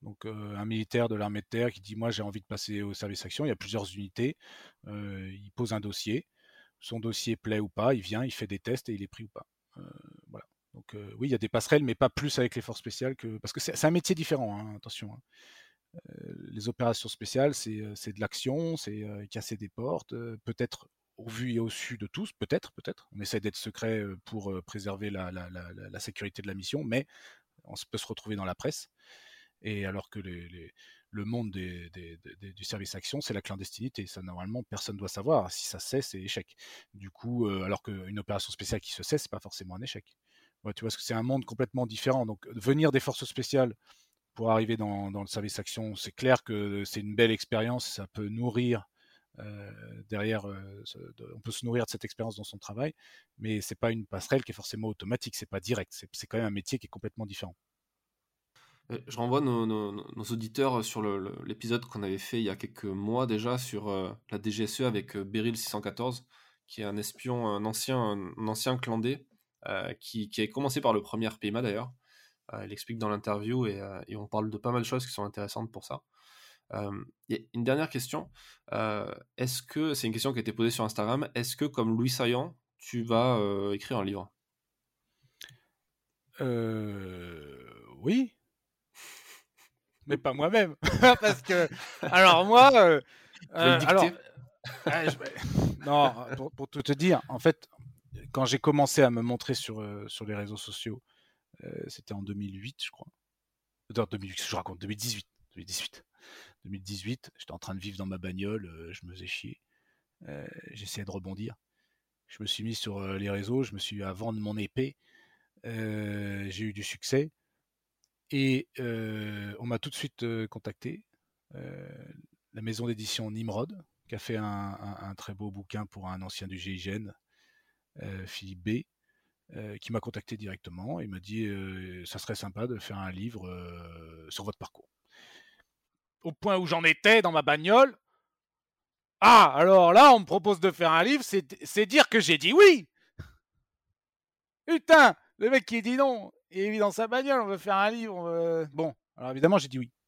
Donc euh, un militaire de l'armée de terre qui dit moi j'ai envie de passer au service action, il y a plusieurs unités, euh, il pose un dossier, son dossier plaît ou pas, il vient, il fait des tests et il est pris ou pas. Euh, voilà. Donc euh, oui, il y a des passerelles, mais pas plus avec les forces spéciales que parce que c'est, c'est un métier différent, hein, attention. Hein. Euh, les opérations spéciales, c'est, c'est de l'action, c'est euh, casser des portes, euh, peut-être au vu et au su de tous, peut-être, peut-être. On essaie d'être secret pour euh, préserver la, la, la, la, sécurité de la mission, mais on peut se retrouver dans la presse. Et alors que les, les, le monde des, des, des, du service action, c'est la clandestinité. Ça, normalement, personne ne doit savoir. Si ça se sait, c'est échec. Du coup, euh, alors qu'une opération spéciale qui se sait, c'est pas forcément un échec. Ouais, tu vois, parce que c'est un monde complètement différent. Donc, venir des forces spéciales pour arriver dans, dans le service action, c'est clair que c'est une belle expérience. Ça peut nourrir euh, derrière, euh, on peut se nourrir de cette expérience dans son travail, mais c'est pas une passerelle qui est forcément automatique. C'est pas direct. C'est, c'est quand même un métier qui est complètement différent. Je renvoie nos, nos, nos auditeurs sur le, le, l'épisode qu'on avait fait il y a quelques mois déjà sur euh, la D G S E avec euh, Beryl six cent quatorze, qui est un espion, un ancien, un ancien clandé, euh, qui, qui a commencé par le premier R P M A d'ailleurs. Euh, il explique dans l'interview et, euh, et on parle de pas mal de choses qui sont intéressantes pour ça. Euh, y a une dernière question. Euh, est-ce que, c'est une question qui a été posée sur Instagram, est-ce que comme Louis Saillant, tu vas euh, écrire un livre ? euh, Oui. Mais pas moi-même. Parce que, alors moi, euh, euh, alors, euh, je, non, pour, pour tout te dire, en fait, quand j'ai commencé à me montrer sur, euh, sur les réseaux sociaux, euh, c'était en deux mille huit, je crois. Non, deux mille huit, je raconte, deux mille dix-huit. deux mille dix-huit. deux mille dix-huit, j'étais en train de vivre dans ma bagnole, euh, je me faisais chier. Euh, j'essayais de rebondir. Je me suis mis sur euh, les réseaux, je me suis mis à vendre mon épée. Euh, j'ai eu du succès. Et euh, on m'a tout de suite euh, contacté. Euh, la maison d'édition Nimrod, qui a fait un, un, un, très beau bouquin pour un ancien du G I G N, euh, Philippe B, euh, qui m'a contacté directement et m'a dit euh, ça serait sympa de faire un livre euh, sur votre parcours. Au point où j'en étais dans ma bagnole, ah, alors là, on me propose de faire un livre, c'est, c'est dire que j'ai dit oui. Putain, le mec qui dit non, il est dans sa bagnole, on veut faire un livre. Euh... Bon, alors évidemment, j'ai dit oui.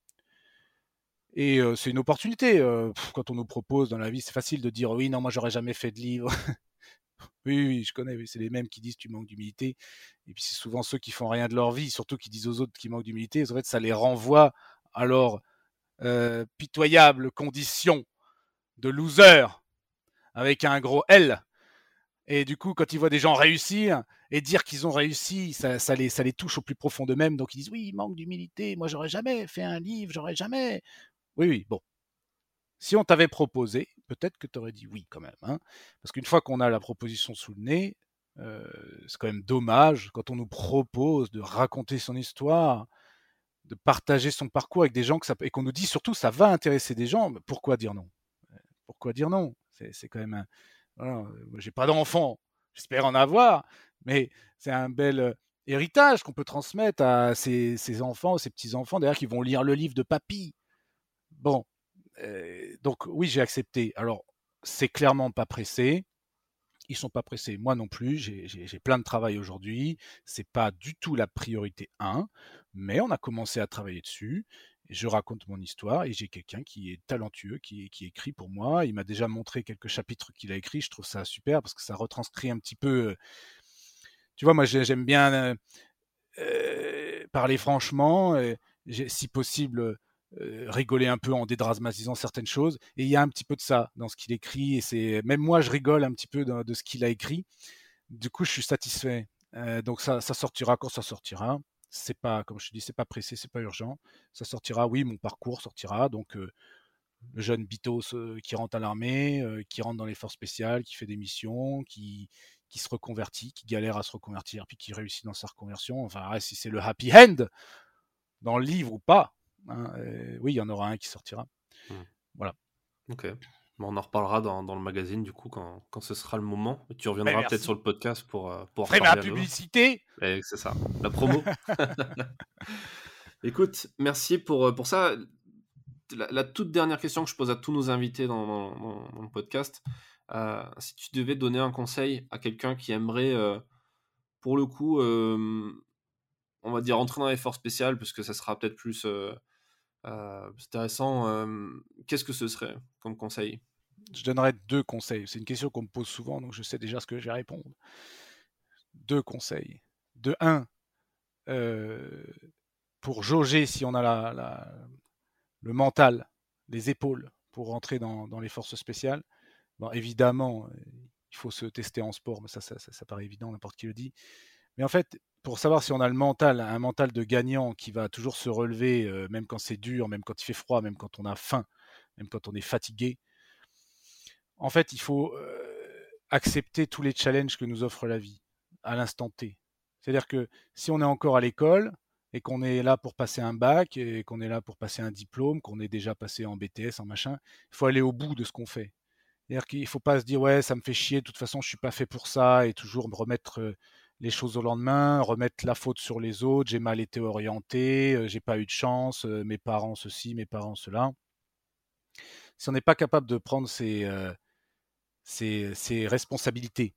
Et euh, c'est une opportunité. Euh, pff, quand on nous propose dans la vie, c'est facile de dire oui, non, moi j'aurais jamais fait de livre. oui, oui, je connais. Oui, c'est les mêmes qui disent tu manques d'humilité. Et puis c'est souvent ceux qui font rien de leur vie, surtout qui disent aux autres qu'ils manquent d'humilité. En fait, ça les renvoie à leur euh, pitoyable condition de loser avec un gros L. Et du coup, quand ils voient des gens réussir et dire qu'ils ont réussi, ça, ça, les, ça les touche au plus profond d'eux-mêmes. Donc ils disent oui, il manque d'humilité. Moi, j'aurais jamais fait un livre, j'aurais jamais. Oui, oui, bon. Si on t'avait proposé, peut-être que tu aurais dit oui quand même. Hein, parce qu'une fois qu'on a la proposition sous le nez, euh, c'est quand même dommage quand on nous propose de raconter son histoire, de partager son parcours avec des gens que ça, et qu'on nous dit surtout ça va intéresser des gens. Pourquoi dire non ? Pourquoi dire non ? c'est, c'est quand même un. Voilà, j'ai pas d'enfant, j'espère en avoir, mais c'est un bel héritage qu'on peut transmettre à ces, ces enfants, ces petits-enfants, d'ailleurs, qui vont lire le livre de papy. Bon, euh, donc oui, j'ai accepté. Alors, c'est clairement pas pressé. Ils sont pas pressés, moi non plus. J'ai, j'ai, j'ai plein de travail aujourd'hui. C'est pas du tout la priorité un, mais on a commencé à travailler dessus. Je raconte mon histoire et j'ai quelqu'un qui est talentueux, qui, qui écrit pour moi. Il m'a déjà montré quelques chapitres qu'il a écrits. Je trouve ça super parce que ça retranscrit un petit peu. Tu vois, moi j'aime bien euh, parler franchement, euh, si possible euh, rigoler un peu en dédramatisant certaines choses. Et il y a un petit peu de ça dans ce qu'il écrit. Et c'est même moi je rigole un petit peu de, de ce qu'il a écrit. Du coup, je suis satisfait. Euh, donc ça, ça sortira quand ça sortira. C'est pas, comme je te dis, c'est pas pressé, c'est pas urgent. Ça sortira, oui, mon parcours sortira. Donc euh, le jeune Bitos euh, qui rentre à l'armée, euh, qui rentre dans les forces spéciales, qui fait des missions, qui, qui se reconvertit, qui galère à se reconvertir, puis qui réussit dans sa reconversion. Enfin, ouais, si c'est le happy end dans le livre ou pas, hein, euh, oui, il y en aura un qui sortira. Mmh. Voilà. Ok. Bon, on en reparlera dans, dans le magazine du coup quand, quand ce sera le moment. Et tu reviendras peut-être sur le podcast pour pour Ferai ma publicité. Et c'est ça, la promo. Écoute, merci pour pour ça. La, la toute dernière question que je pose à tous nos invités dans, dans, dans, dans le podcast, euh, si tu devais donner un conseil à quelqu'un qui aimerait, euh, pour le coup, euh, on va dire entrer dans les forces spéciales, parce que ça sera peut-être plus euh, Euh, c'est intéressant. Euh, qu'est-ce que ce serait comme conseil? Je donnerais deux conseils. C'est une question qu'on me pose souvent, donc je sais déjà ce que je vais répondre. Deux conseils. De un, euh, pour jauger si on a la, la, le mental, les épaules pour rentrer dans, dans les forces spéciales. Bon, évidemment, il faut se tester en sport, mais ça, ça, ça, ça paraît évident, n'importe qui le dit. Mais en fait, pour savoir si on a le mental, un mental de gagnant qui va toujours se relever, euh, même quand c'est dur, même quand il fait froid, même quand on a faim, même quand on est fatigué, en fait, il faut euh, accepter tous les challenges que nous offre la vie à l'instant T. C'est-à-dire que si on est encore à l'école et qu'on est là pour passer un bac et qu'on est là pour passer un diplôme, qu'on est déjà passé en B T S, en machin, il faut aller au bout de ce qu'on fait. C'est-à-dire qu'il ne faut pas se dire ouais, ça me fait chier, de toute façon, je ne suis pas fait pour ça, et toujours me remettre euh, les choses au lendemain, remettre la faute sur les autres, j'ai mal été orienté, euh, j'ai pas eu de chance, euh, mes parents ceci, mes parents cela. Si on n'est pas capable de prendre ces, euh, ces, ces responsabilités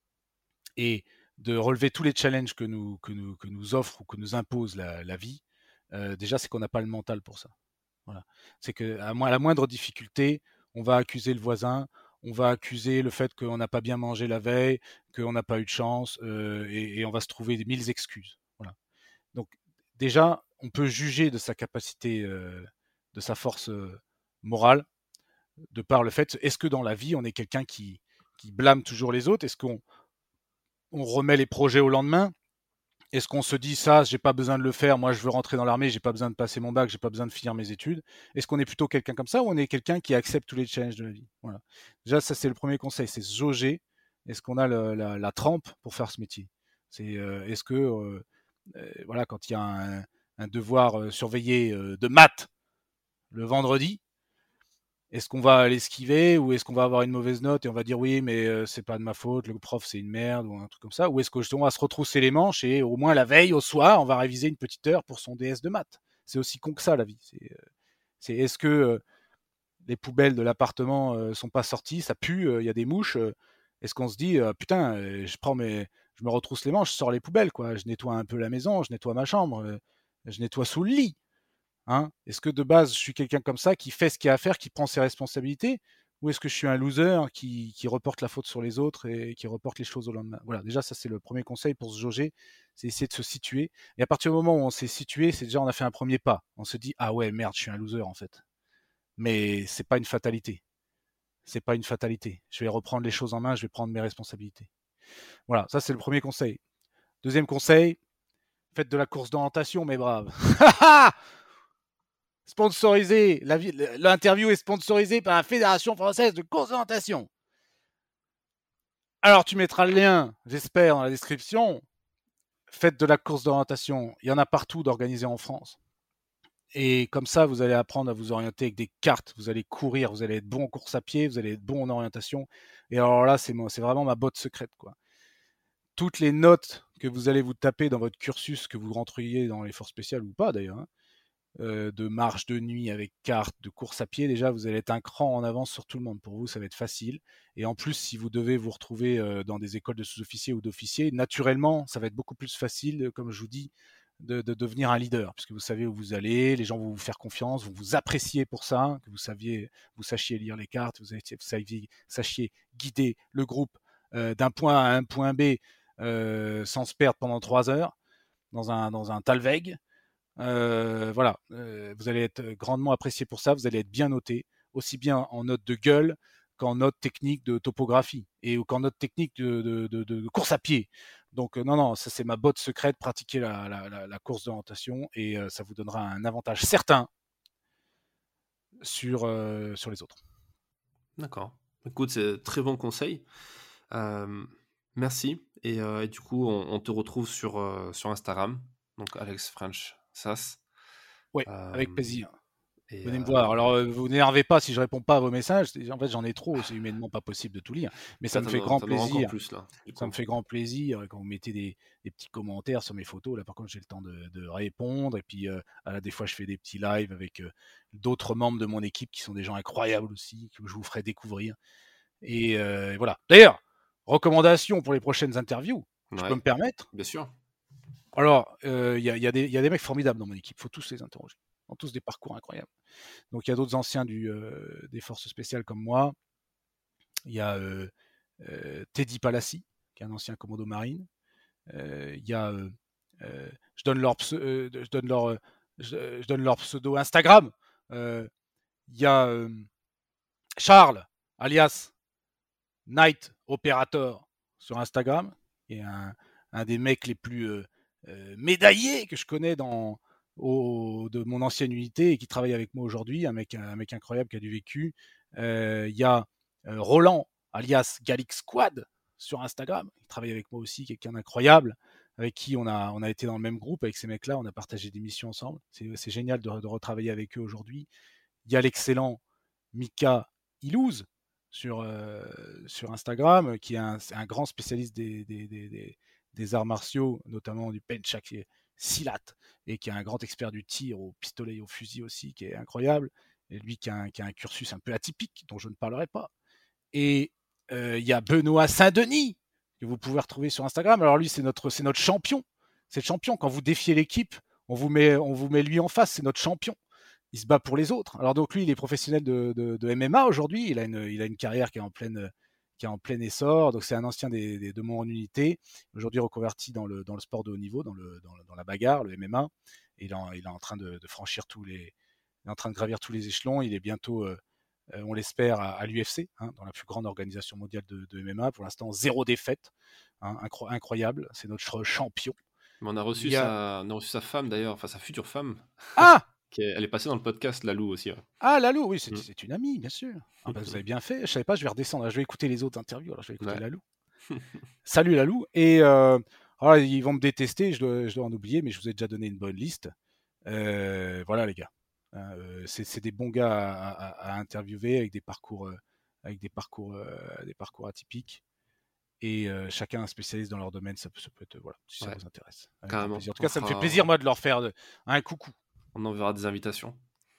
et de relever tous les challenges que nous, que nous, que nous offre ou que nous impose la, la vie, euh, déjà c'est qu'on n'a pas le mental pour ça. Voilà. C'est qu'à la moindre difficulté, on va accuser le voisin, on va accuser le fait qu'on n'a pas bien mangé la veille, qu'on n'a pas eu de chance, euh, et, et on va se trouver mille excuses. Voilà. Donc déjà, on peut juger de sa capacité, euh, de sa force euh, morale, de par le fait, est-ce que dans la vie, on est quelqu'un qui, qui blâme toujours les autres? Est-ce qu'on on remet les projets au lendemain? Est-ce qu'on se dit ça, j'ai pas besoin de le faire, moi je veux rentrer dans l'armée, j'ai pas besoin de passer mon bac, j'ai pas besoin de finir mes études? Est-ce qu'on est plutôt quelqu'un comme ça ou on est quelqu'un qui accepte tous les challenges de la vie? Voilà. Déjà, ça c'est le premier conseil, c'est se jauger. Est-ce qu'on a le, la, la trempe pour faire ce métier? C'est euh, est-ce que euh, euh, voilà, quand il y a un, un devoir euh, surveillé euh, de maths le vendredi, est-ce qu'on va l'esquiver ou est-ce qu'on va avoir une mauvaise note et on va dire oui mais euh, c'est pas de ma faute, le prof c'est une merde ou un truc comme ça, ou est-ce qu'on va se retrousser les manches et au moins la veille au soir on va réviser une petite heure pour son D S de maths? C'est aussi con que ça la vie. C'est, euh, c'est est-ce que euh, les poubelles de l'appartement euh, sont pas sorties, ça pue, il euh, y a des mouches, euh, est-ce qu'on se dit euh, putain euh, je prends mes je me retrousse les manches, je sors les poubelles quoi, je nettoie un peu la maison, je nettoie ma chambre, euh, je nettoie sous le lit. Hein? Est-ce que de base, je suis quelqu'un comme ça qui fait ce qu'il y a à faire, qui prend ses responsabilités? Ou est-ce que je suis un loser qui, qui reporte la faute sur les autres et qui reporte les choses au lendemain? Voilà, déjà, ça, c'est le premier conseil pour se jauger, c'est essayer de se situer. Et à partir du moment où on s'est situé, c'est déjà, on a fait un premier pas. On se dit, ah ouais, merde, je suis un loser, en fait. Mais c'est pas une fatalité. C'est pas une fatalité. Je vais reprendre les choses en main, je vais prendre mes responsabilités. Voilà, ça, c'est le premier conseil. Deuxième conseil, faites de la course d'orientation, mes braves. Sponsorisé, l'interview est sponsorisée par la Fédération française de course d'orientation. Alors tu mettras le lien, j'espère, dans la description. Faites de la course d'orientation. Il y en a partout d'organisés en France. Et comme ça, vous allez apprendre à vous orienter avec des cartes. Vous allez courir, vous allez être bon en course à pied, vous allez être bon en orientation. Et alors là, c'est vraiment ma botte secrète, quoi. Toutes les notes que vous allez vous taper dans votre cursus, que vous rentriez dans les forces spéciales ou pas d'ailleurs, hein, Euh, de marche de nuit avec carte, de course à pied, déjà vous allez être un cran en avance sur tout le monde. Pour vous, ça va être facile. Et en plus, si vous devez vous retrouver euh, dans des écoles de sous-officiers ou d'officiers, naturellement, ça va être beaucoup plus facile, comme je vous dis, de, de devenir un leader, puisque vous savez où vous allez, les gens vont vous faire confiance, vont vous apprécier pour ça, que vous saviez, vous sachiez lire les cartes, vous, sachiez, vous sachiez, sachiez guider le groupe euh, d'un point A à un point B euh, sans se perdre pendant trois heures dans un, dans un Talweg. Euh, voilà, euh, vous allez être grandement apprécié pour ça, vous allez être bien noté, aussi bien en note de gueule qu'en note technique de topographie et qu'en note technique de, de, de, de course à pied. Donc euh, non, non, ça c'est ma botte secrète, pratiquer la, la, la, la course d'orientation et euh, ça vous donnera un avantage certain sur, euh, sur les autres. D'accord. Écoute, c'est très bon conseil. Euh, merci. Et, euh, et du coup, on, on te retrouve sur, euh, sur Instagram, donc Alex French Sas. Oui, Euh, avec plaisir. et, Venez me euh, voir. Alors, euh, vous n'énervez pas si je réponds pas à vos messages. En fait, j'en ai trop. C'est humainement pas possible de tout lire. Mais ça là, me t'en fait as, grand t'en auras encore plaisir. plus, là. Ça me fait grand plaisir quand vous mettez des, des petits commentaires sur mes photos. Là, par contre, j'ai le temps de, de répondre. Et puis, euh, là, des fois, je fais des petits lives avec euh, d'autres membres de mon équipe qui sont des gens incroyables aussi, que je vous ferai découvrir. Et euh, voilà. D'ailleurs, recommandation pour les prochaines interviews. Ouais, Je peux me permettre. bien sûr. Alors, il euh, y, y, y a des mecs formidables dans mon équipe. Il faut tous les interroger. Ils ont tous des parcours incroyables. Donc il y a d'autres anciens du, euh, des forces spéciales comme moi. Il y a euh, euh, Teddy Palassi, qui est un ancien commando marine. Euh, il y a, euh, euh, je donne leur, euh, je donne leur, euh, je, je donne leur pseudo Instagram. Euh, il y a euh, Charles, alias Night Operator sur Instagram, qui est un, un des mecs les plus euh, euh, médaillés que je connais dans, au, de mon ancienne unité et qui travaille avec moi aujourd'hui, un mec, un mec incroyable qui a du vécu. Il euh, y a euh, Roland, alias Galix Squad, sur Instagram, il travaille avec moi aussi, quelqu'un d'incroyable, avec qui on a, on a été dans le même groupe, avec ces mecs-là, on a partagé des missions ensemble. C'est, c'est génial de, de retravailler avec eux aujourd'hui. Il y a l'excellent Mika Ilouz sur, euh, sur Instagram, qui est un, un grand spécialiste des, des, des, des, des arts martiaux, notamment du penchak silat, et qui est un grand expert du tir au pistolet et au fusil aussi, qui est incroyable. Et lui qui a, un, qui a un cursus un peu atypique, dont je ne parlerai pas. Et il euh, y a Benoît Saint-Denis, que vous pouvez retrouver sur Instagram. Alors lui, c'est notre, c'est notre champion. C'est le champion. Quand vous défiez l'équipe, on vous met, on vous met lui en face. C'est notre champion. Il se bat pour les autres. Alors donc lui, il est professionnel de, de, de M M A aujourd'hui. Il a une, il a une carrière qui est en pleine, qui est en plein essor. Donc c'est un ancien des, des, de mon unité. Aujourd'hui reconverti dans le, dans le sport de haut niveau, dans, le, dans, dans la bagarre, le M M A. Et il, en, il est en train de, de franchir tous les, il est en train de gravir tous les échelons. Il est bientôt, euh, on l'espère, à, à l'U F C, hein, dans la plus grande organisation mondiale de, de M M A. Pour l'instant, zéro défaite. Hein, incro- incroyable. C'est notre champion. Mais on a reçu, a... Sa... On a reçu sa femme d'ailleurs, enfin sa future femme. Ah qui est... Elle est passée dans le podcast Lalou aussi. Ouais. Ah, Lalou, oui, c'est, mmh. c'est une amie, bien sûr. Ah, bah, vous avez bien fait. Je savais pas, je vais redescendre. Je vais écouter les autres interviews. Alors je vais écouter ouais. Lalou. Salut Lalou. Et euh, alors, ils vont me détester, je dois, je dois en oublier, mais je vous ai déjà donné une bonne liste. Euh, voilà les gars. Euh, c'est, c'est des bons gars à, à, à interviewer avec des parcours, euh, avec des parcours, euh, des parcours atypiques. Et euh, chacun un spécialiste dans leur domaine, ça peut, ça peut être, voilà, si ça ouais. vous intéresse. Carrément. En tout cas, ça fera... me fait plaisir, moi, de leur faire de... un coucou. On enverra des invitations.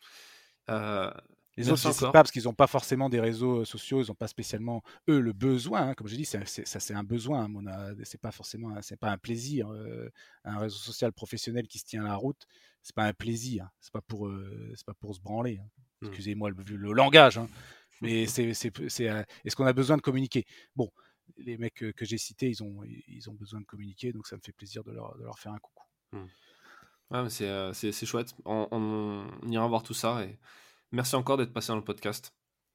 Euh, les autres, je ne sais pas, parce qu'ils n'ont pas forcément des réseaux sociaux, ils n'ont pas spécialement, eux, le besoin. Hein, comme j'ai dit, c'est, c'est, ça, c'est un besoin. Hein, on a, c'est pas forcément un, c'est pas un plaisir. Euh, un réseau social professionnel qui se tient à la route, c'est pas un plaisir. C'est pas pour, euh, c'est pas pour se branler. Hein. Mmh. Excusez-moi le, le langage, hein, mais c'est, c'est, c'est, c'est, euh, est-ce qu'on a besoin de communiquer ? Bon. Les mecs que, que j'ai cités, ils ont, ils ont besoin de communiquer, donc ça me fait plaisir de leur, de leur faire un coucou. Mmh. Ouais, mais c'est, euh, c'est, c'est chouette. On, on, on ira voir tout ça. Et merci encore d'être passé dans le podcast.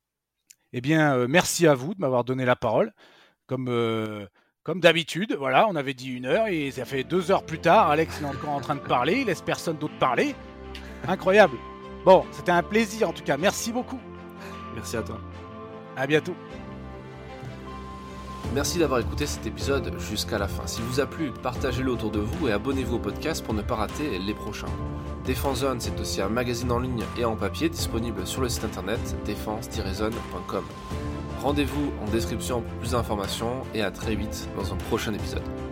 Eh bien, euh, merci à vous de m'avoir donné la parole. Comme, euh, comme d'habitude, voilà, on avait dit une heure et ça fait deux heures plus tard. Alex est encore en train de parler, il laisse personne d'autre parler. Incroyable. Bon, c'était un plaisir en tout cas. Merci beaucoup. Merci à toi. À bientôt. Merci d'avoir écouté cet épisode jusqu'à la fin. S'il vous a plu, partagez-le autour de vous et abonnez-vous au podcast pour ne pas rater les prochains. Défense Zone, c'est aussi un magazine en ligne et en papier disponible sur le site internet défense tiret zone point com. Rendez-vous en description pour plus d'informations et à très vite dans un prochain épisode.